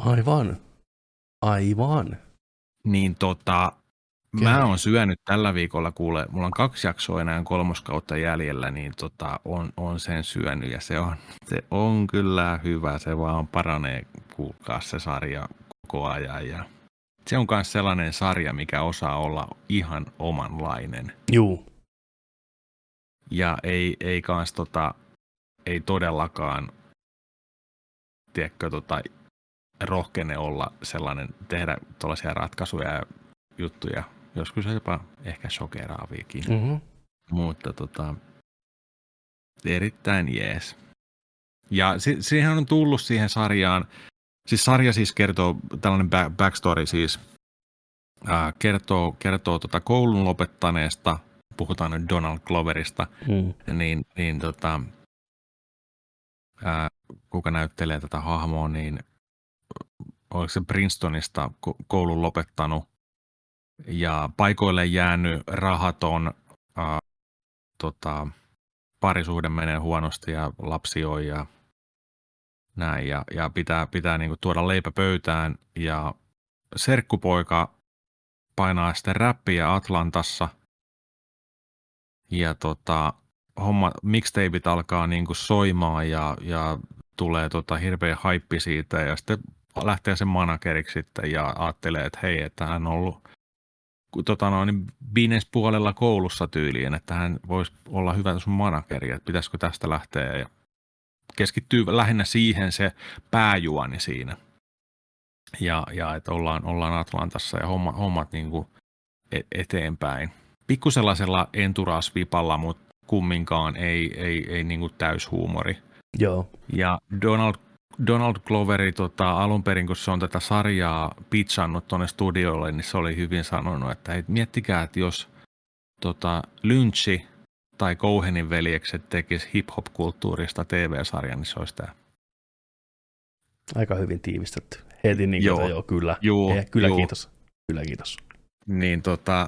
Aivan. Niin mä oon syönyt tällä viikolla, kuule, mulla on 2 jaksoa enää 3. kautta jäljellä, niin on sen syönyt ja se on kyllä hyvä, se vaan paranee, kuulkaa se sarja koko ajan ja se on myös sellainen sarja, mikä osaa olla ihan omanlainen. Juu. Ja ei kans ei todellakaan, tiedätkö, rohkene olla sellainen, tehdä tuollaisia ratkaisuja ja juttuja. Joskus jopa ehkä shokeraaviakin. Mutta erittäin jees. Ja siihen on tullut siihen sarjaan, siis sarja siis kertoo, tällainen backstory siis, kertoo koulun lopettaneesta, puhutaan nyt Donald Gloverista, niin kuka näyttelee tätä hahmoa, niin oliko se Princetonista koulun lopettanut, ja paikoille jäänyt rahaton, parisuhde menee huonosti ja lapsi on ja näin. Ja pitää niinku tuoda leipä pöytään ja serkkupoika painaa sitten räppiä Atlantassa ja mixtapeit alkaa niinku soimaan ja tulee hirveä haippi siitä ja sitten lähtee sen manageriksi sitten ja ajattelee, että hei, että hän on ollut business-puolella koulussa tyyliin, että hän voisi olla hyvä sun manageri, että pitäisikö tästä lähteä ja keskittyy lähinnä siihen se pääjuoni siinä. Ja että ollaan Atlantassa ja hommat niinku eteenpäin. Pikku sellaisella entourage-vipalla, mutta kumminkaan ei niinku täyshuumori. Joo. Ja Donald Gloveri alun perin, kun se on tätä sarjaa pitchannut tuonne studiolle, niin se oli hyvin sanonut, että hei, miettikää, että jos Lynchi tai Cohenin veljekset tekisi hip-hop-kulttuurista TV-sarjan, niin se olisi tämä. Aika hyvin tiivistetty. Heti niin joo, kyllä. Kyllä, kiitos. Kyllä, kiitos. Niin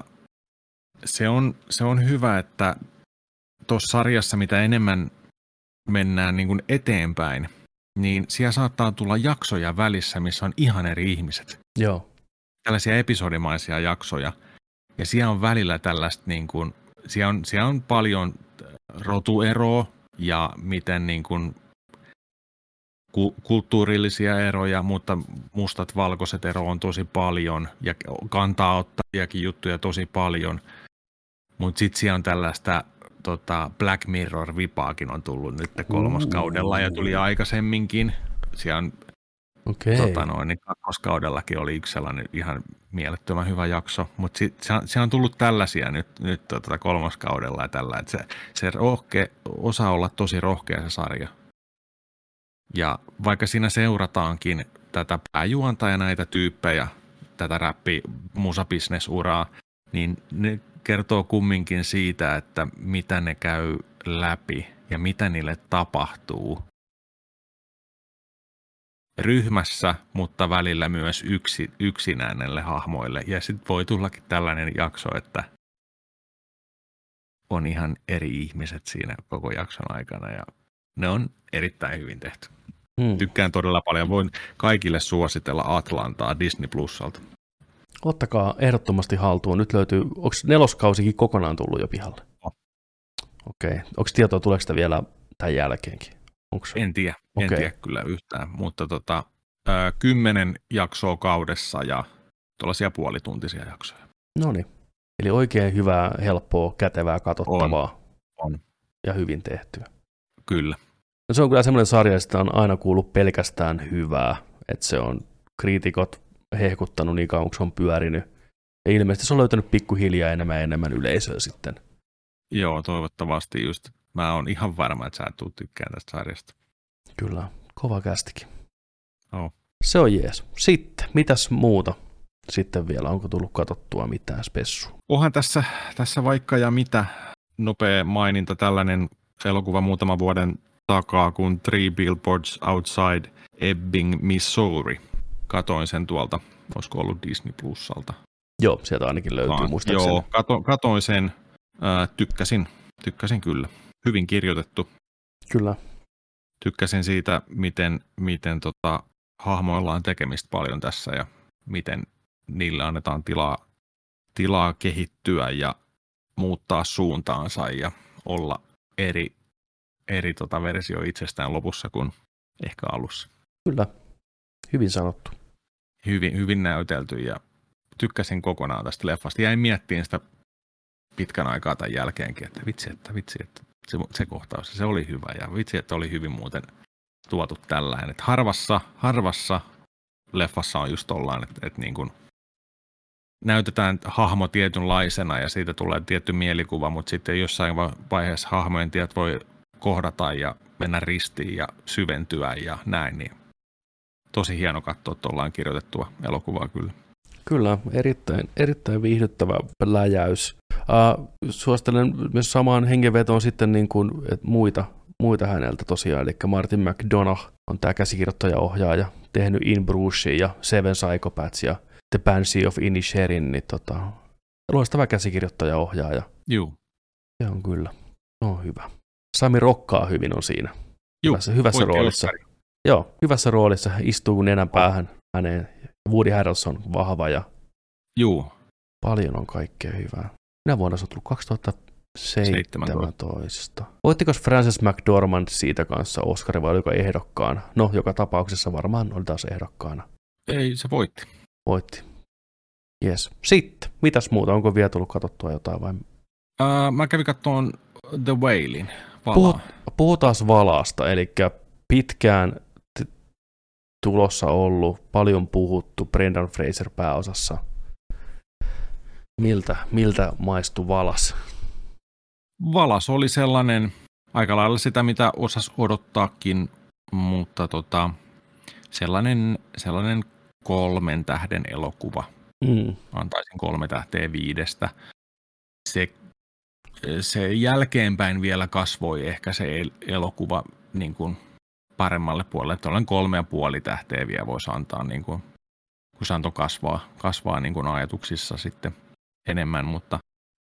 se on hyvä, että tuossa sarjassa mitä enemmän mennään niin kuin eteenpäin, niin siellä saattaa tulla jaksoja välissä, missä on ihan eri ihmiset. Joo. Tällaisia episodimaisia jaksoja. Ja siellä on välillä tällaista, niin kuin, siellä on paljon rotueroa ja miten niin kuin, kulttuurillisia eroja, mutta mustat valkoiset ero on tosi paljon ja kantaa ottaviakin juttuja tosi paljon. Mutta sitten siellä on tällaista Black Mirror-vipaakin on tullut nyt 3. kaudella ja tuli aikaisemminkin. Siellä on, niin 2. kaudellakin oli yksi sellainen ihan mielettömän hyvä jakso, mutta se on tullut tällaisia nyt 3. kaudella ja tällä, että se osaa olla tosi rohkea se sarja. Ja vaikka siinä seurataankin tätä pääjuonta ja näitä tyyppejä, tätä räppi-musabisnesuraa, niin ne kertoo kumminkin siitä, että mitä ne käy läpi ja mitä niille tapahtuu ryhmässä, mutta välillä myös yksinään näille hahmoille. Ja sitten voi tullakin tällainen jakso, että on ihan eri ihmiset siinä koko jakson aikana ja ne on erittäin hyvin tehty. Tykkään todella paljon. Voin kaikille suositella Atlantaa Disney Plusalta. Ottakaa ehdottomasti haltuun. Nyt löytyy, onko 4. kausikin kokonaan tullut jo pihalle? Okei. Onko tietoa, tuleeko sitä vielä tämän jälkeenkin? En tiedä kyllä yhtään, mutta 10 jaksoa kaudessa ja tuollaisia puolituntisia jaksoja. No niin. Eli oikein hyvää, helppoa, kätevää, katsottavaa. On. Ja hyvin tehtyä. Kyllä. No se on kyllä semmoinen sarja, että on aina kuullut pelkästään hyvää, että se on kriitikot hehkuttanut niin kauan, kun se on pyörinyt. Ja ilmeisesti se on löytänyt pikkuhiljaa enemmän yleisöä sitten. Joo, toivottavasti just. Mä oon ihan varma, että sä et tuu tykkään tästä sarjasta. Kyllä, kova kästikin. Oh. Se on jees. Sitten, mitäs muuta? Sitten vielä, onko tullut katsottua mitään spessua? Onhan tässä vaikka ja mitä nopea maininta, tällainen elokuva muutaman vuoden takaa kuin Three Billboards Outside Ebbing, Missouri. Katoin sen tuolta, olisiko ollut Disney Plusalta. Joo, sieltä ainakin löytyy muistaakseni. Joo, katoin sen, tykkäsin kyllä. Hyvin kirjoitettu. Kyllä. Tykkäsin siitä, miten hahmoilla on tekemistä paljon tässä ja miten niille annetaan tilaa kehittyä ja muuttaa suuntaansa ja olla eri versio itsestään lopussa kuin ehkä alussa. Kyllä, hyvin sanottu. Hyvin näytelty ja tykkäsin kokonaan tästä leffasta. Jäin miettimään sitä pitkän aikaa tämän jälkeenkin, että vitsi, että se kohtaus, se oli hyvä ja vitsi, että oli hyvin muuten tuotu tällainen. Että harvassa leffassa on just tollain, että niin kuin näytetään hahmo tietynlaisena ja siitä tulee tietty mielikuva, mutta sitten jossain vaiheessa hahmojen tiet voi kohdata ja mennä ristiin ja syventyä ja näin, niin tosi hieno katsoa tuollain kirjoitettua elokuvaa kyllä. Kyllä, erittäin viihdyttävä läjäys. Suosittelen myös samaan hengenvetoon sitten niin kuin, että muita häneltä tosiaan, eli Martin McDonagh on tämä käsikirjoittaja-ohjaaja, tehnyt In Brucein ja Seven Psychopaths ja The Banshees of Inisherin, niin loistava käsikirjoittaja-ohjaaja. Juu. Se on kyllä, on hyvä. Sami Rokkaa hyvin on siinä. Hyvässä roolissa. Joo, hyvässä roolissa, istuu nenän päähän häneen. Woody Harrelson vahva ja juu. Paljon on kaikkea hyvää. Minä vuonna se on tullut 2017. Voittiko Frances McDormand siitä kanssa Oscarin vai oliko ehdokkaana? No, joka tapauksessa varmaan oli taas ehdokkaana. Ei, se voitti. Voitti. Jes. Sitten, mitäs muuta? Onko vielä tullut katsottua jotain vai? Mä kävin katsomaan The Whalein Valaa. Puhutaan Valaasta, eli pitkään tulossa ollut, paljon puhuttu Brendan Fraser pääosassa. Miltä maistui Valas? Valas oli sellainen, aika lailla sitä mitä osasi odottaakin, mutta sellainen 3 tähden elokuva. Antaisin 3 tähteä 5. Se jälkeenpäin vielä kasvoi ehkä se elokuva niin kuin paremmalle puolelle. Tuollainen 3,5 tähteä vielä voisi antaa, niin kuin, kun se antoi kasvaa niin kuin ajatuksissa sitten enemmän, mutta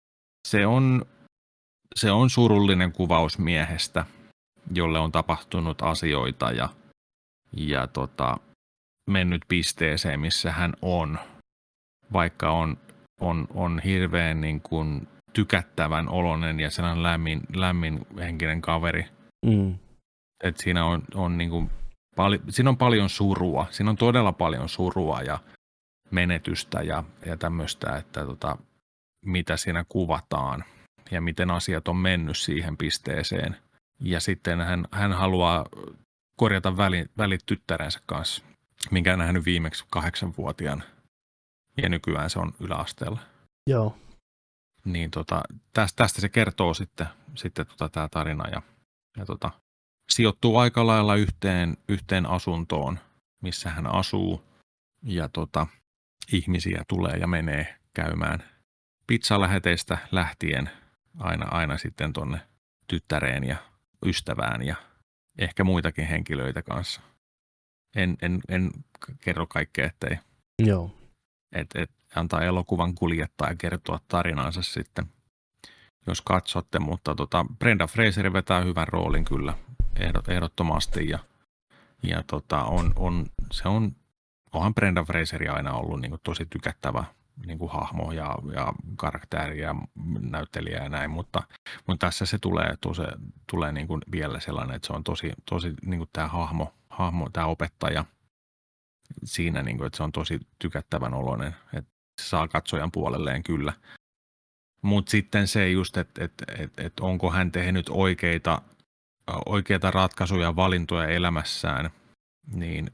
se on surullinen kuvaus miehestä, jolle on tapahtunut asioita ja mennyt pisteeseen, missä hän on, vaikka on hirveän niin kuin tykättävän oloinen ja sellainen lämmin henkinen kaveri. Et siinä on niin kuin siinä on paljon surua, siinä on todella paljon surua ja menetystä ja tämmöistä, että mitä siinä kuvataan ja miten asiat on mennyt siihen pisteeseen. Ja sitten hän haluaa korjata välit tyttärensä kanssa, minkä hän nähnyt viimeksi 8-vuotiaana ja nykyään se on yläasteella. Joo. Niin tästä se kertoo sitten tämä tarina ja sijoittuu aika lailla yhteen asuntoon, missä hän asuu ja ihmisiä tulee ja menee käymään pizzaläheteistä lähtien aina sitten tonne tyttäreen ja ystävään ja ehkä muitakin henkilöitä kanssa. En kerro kaikkea, ettei. Joo. Et antaa elokuvan kuljettaa ja kertoa tarinansa sitten, jos katsotte, mutta Brenda Fraser vetää hyvän roolin kyllä ehdottomasti ja onhan Brenda Fraser aina ollut niin kuin tosi tykättävä niin kuin hahmo ja karakteri ja näyttelijä ja näin, mutta tässä se tulee niin kuin vielä sellainen, että se on tosi niin kuin tämä hahmo, tämä opettaja siinä, niin kuin, että se on tosi tykättävän oloinen, että se saa katsojan puolelleen kyllä. Mutta sitten se just, että onko hän tehnyt oikeita ratkaisuja ja valintoja elämässään, niin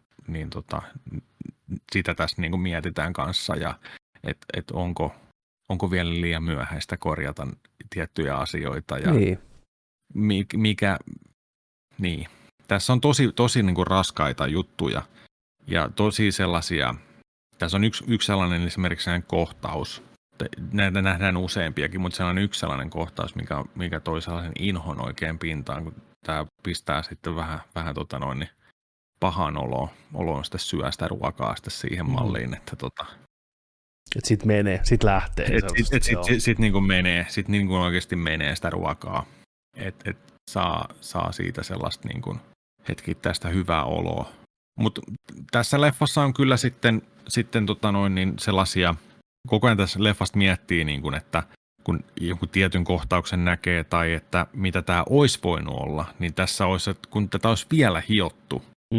sitä tässä niin kuin mietitään kanssa ja että onko vielä liian myöhäistä korjata tiettyjä asioita ja niin. Tässä on tosi niin kuin raskaita juttuja ja tosi sellaisia, tässä on yksi sellainen esimerkiksi sellainen kohtaus, näitä nähdään useampiakin, mutta sellainen yksi sellainen kohtaus, mikä toi sellaisen inhon oikein pintaan, kun tämä pistää sitten vähän niin pahan oloon sitä syö sitä ruokaa sitten siihen malliin, että että sit menee, sit lähtee. Sit niinku menee, sit niinku oikeasti menee sitä ruokaa, että saa siitä sellaista niinku hetkittäistä hyvää oloa. Mutta tässä leffassa on kyllä sitten sellaisia, koko ajan tässä leffasta miettii, niin kun, että kun jonkun tietyn kohtauksen näkee tai että mitä tämä olisi voinut olla, niin tässä olisi, että kun tätä olisi vielä hiottu,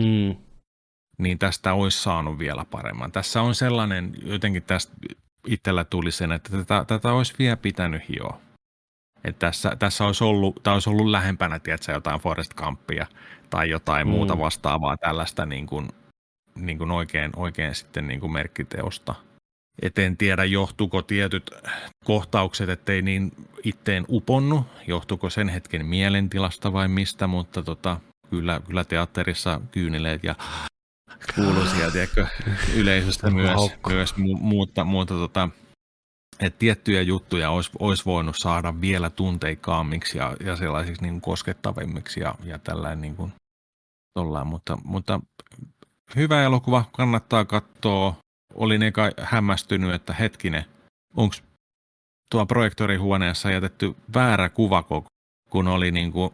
niin tästä olisi saanut vielä paremman. Tässä on sellainen, jotenkin tästä itsellä tuli sen, että tätä olisi vielä pitänyt hioa. Että tässä olisi ollut lähempänä, tiedätkö, jotain Forrest Gumpia tai jotain muuta vastaavaa tällaista niin kuin oikein sitten niin kuin merkkiteosta. Et en tiedä, johtuuko tietyt kohtaukset, ettei niin itteen uponnut, johtuuko sen hetken mielentilasta vai mistä, mutta kyllä teatterissa kyynileet ja kuuluisia, tiedätkö, yleisöstä myös mutta että tiettyjä juttuja olisi voinut saada vielä tunteikkaammiksi ja sellaisiksi niin kuin koskettavimmiksi ja tällainen niin kuin tollaan, mutta hyvä elokuva, kannattaa katsoa. Olin eka hämmästynyt, että hetkinen, onko tuo projektorihuoneessa jätetty väärä kuva, kun oli niin kuin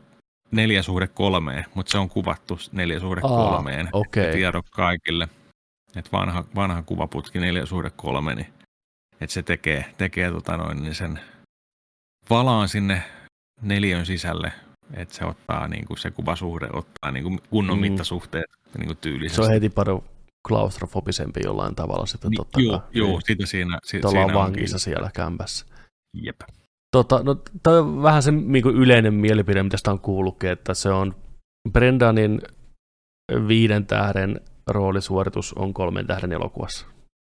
4:3, mutta se on kuvattu 4:3. Okay. Tiedot kaikille, että vanha kuvaputki 4:3, niin että se tekee niin sen valaan sinne 4 sisälle, että se ottaa niin kuin se kuvasuhde ottaa niin kuin kunnon mittasuhteet niin kuin tyylisesti. Se on heti paljon klaustrofobisempi jollain tavalla sitten totta kai. Joo, sitä siinä ollaan vankissa siellä kämpässä. Jep. No, tämä on vähän se niin kuin yleinen mielipide, mitä sitä on kuullutkin, että se on Brendanin 5 tähden roolisuoritus on 3 tähden elokuvassa.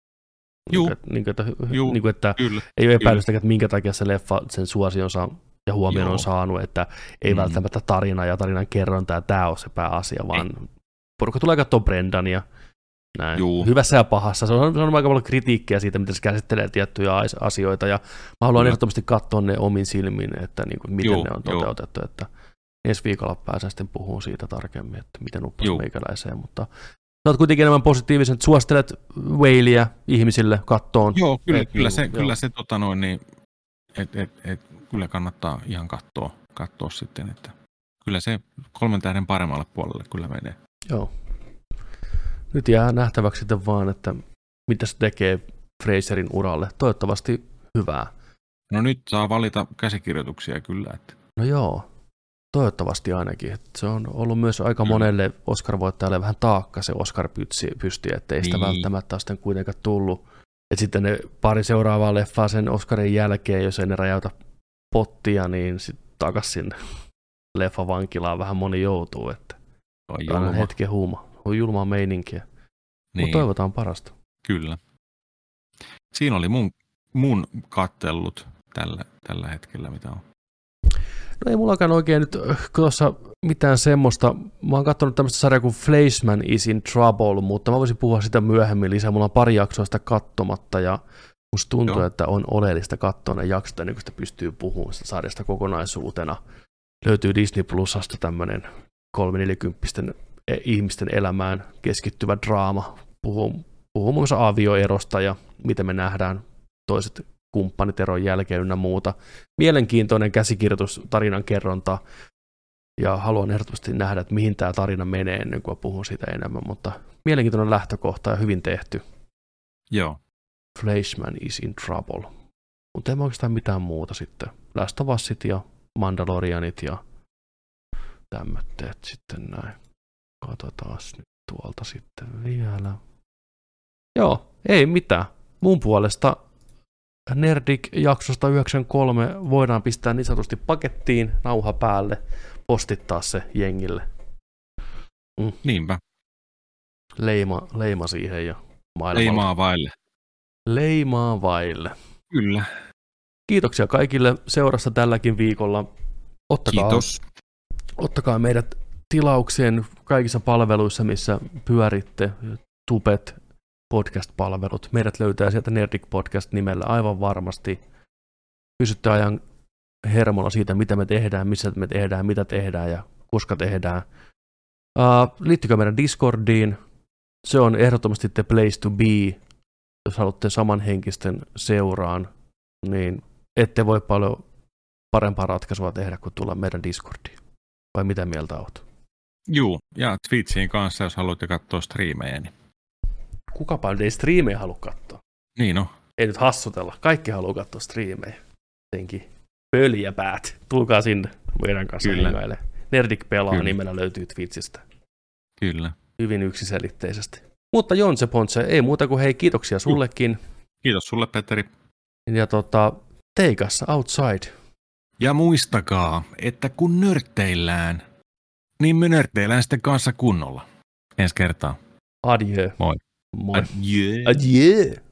Että kyllä, ei ole epäilystäkään, että minkä takia se leffa sen suosionsa ja huomioon on saanut, että ei välttämättä tarina ja tarinan kerronta ja tämä on se pääasia, vaan porukka tulee katsoa Brendania. Näin. Hyvässä ja pahassa. Se on aika paljon kritiikkiä siitä, miten se käsittelee tiettyjä asioita, ja mä haluan ehdottomasti katsoa ne omin silmin, että niin kuin, miten ne on toteutettu. Että ensi viikolla pääsen sitten puhumaan siitä tarkemmin, että miten uppas meikäläiseen, mutta sä oot kuitenkin enemmän positiivisen, että suosittelet Whaleä ihmisille kattoon. Joo, kyllä se kyllä kannattaa ihan katsoa sitten, että kyllä se 3 tähden paremmalle puolelle kyllä menee. Joo. Nyt jää nähtäväksi sitten vaan, että mitä se tekee Fraserin uralle. Toivottavasti hyvää. No nyt saa valita käsikirjoituksia kyllä. Että. No joo, toivottavasti ainakin. Että se on ollut myös aika monelle Oscar-voittajalle vähän taakka se Oscar-pysti, ettei sitä välttämättä ole sitten kuitenkaan tullut. Et sitten ne pari seuraavaa leffaa sen Oscarin jälkeen, jos ei ne räjäytä pottia, niin sitten takaisin sinne leffavankilaan vähän moni joutuu. Että on hetken huuma. On julmaa meininkiä, mutta toivotaan parasta. Kyllä. Siinä oli mun kattellut tällä hetkellä, mitä on. No ei mullakaan oikein nyt tuossa mitään semmoista. Mä oon katsonut tämmöistä sarjaa kuin Fleischman is in Trouble, mutta mä voisin puhua sitä myöhemmin lisää. Mulla on pari jaksoa sitä katsomatta ja musta tuntuu, että on oleellista katsoa ne jaksot, ennen kuin sitä pystyy puhumaan sitä sarjasta kokonaisuutena. Löytyy Disney Plusasta tämmöinen 3-40 ihmisten elämään keskittyvä draama. Puhuu muun muassa avioerosta ja miten me nähdään toiset kumppanit eron jälkeen ynnä muuta. Mielenkiintoinen käsikirjoitus, tarinan kerronta, ja haluan ehdottomasti nähdä, että mihin tämä tarina menee ennen kuin puhun siitä enemmän, mutta mielenkiintoinen lähtökohta ja hyvin tehty. Joo, Fleischman is in trouble. Mutta ei oikeastaan mitään muuta sitten. Last of Usit ja Mandalorianit ja tämmötteet sitten näin. Katsotaan nyt tuolta sitten vielä. Joo, ei mitään. Mun puolesta Nerdik-jaksosta 93 voidaan pistää niin sanotusti pakettiin, nauha päälle, postittaa se jengille. Niinpä. Leima siihen ja maailmalle. Leimaa vaille. Leimaa vaille. Kyllä. Kiitoksia kaikille seurassa tälläkin viikolla. Kiitos. Ottakaa meidät tilaukseen kaikissa palveluissa, missä pyöritte. Tubet, podcast-palvelut. Meidät löytää sieltä Nerdik Podcast nimellä aivan varmasti. Pysytte ajan hermolla siitä, mitä me tehdään, missä me tehdään, mitä tehdään ja koska tehdään. Liittykää meidän Discordiin. Se on ehdottomasti the place to be. Jos haluatte samanhenkisten seuraan, niin ette voi paljon parempaa ratkaisua tehdä, kuin tulla meidän Discordiin. Vai mitä mieltä olet? Juu, ja Twitchiin kanssa, jos haluatte katsoa striimejä. Niin. Kukapa ei striimejä halua katsoa. Niin on. Ei nyt hassutella. Kaikki haluaa katsoa striimejä. Jotenkin pöljäpäät. Tulkaa sinne meidän kanssa hengaille. Nerdik pelaa Kyllä. nimellä löytyy Twitchistä. Kyllä. Hyvin yksiselitteisesti. Mutta Jonse Ponce, ei muuta kuin hei, kiitoksia sullekin. Kiitos sulle, Petteri. Ja take us outside. Ja muistakaa, että kun nörtteillään, niin me nörtteillään sitten kanssa kunnolla. Ensi kertaa. Adieu. Moi. Moi. Adieu. Adieu.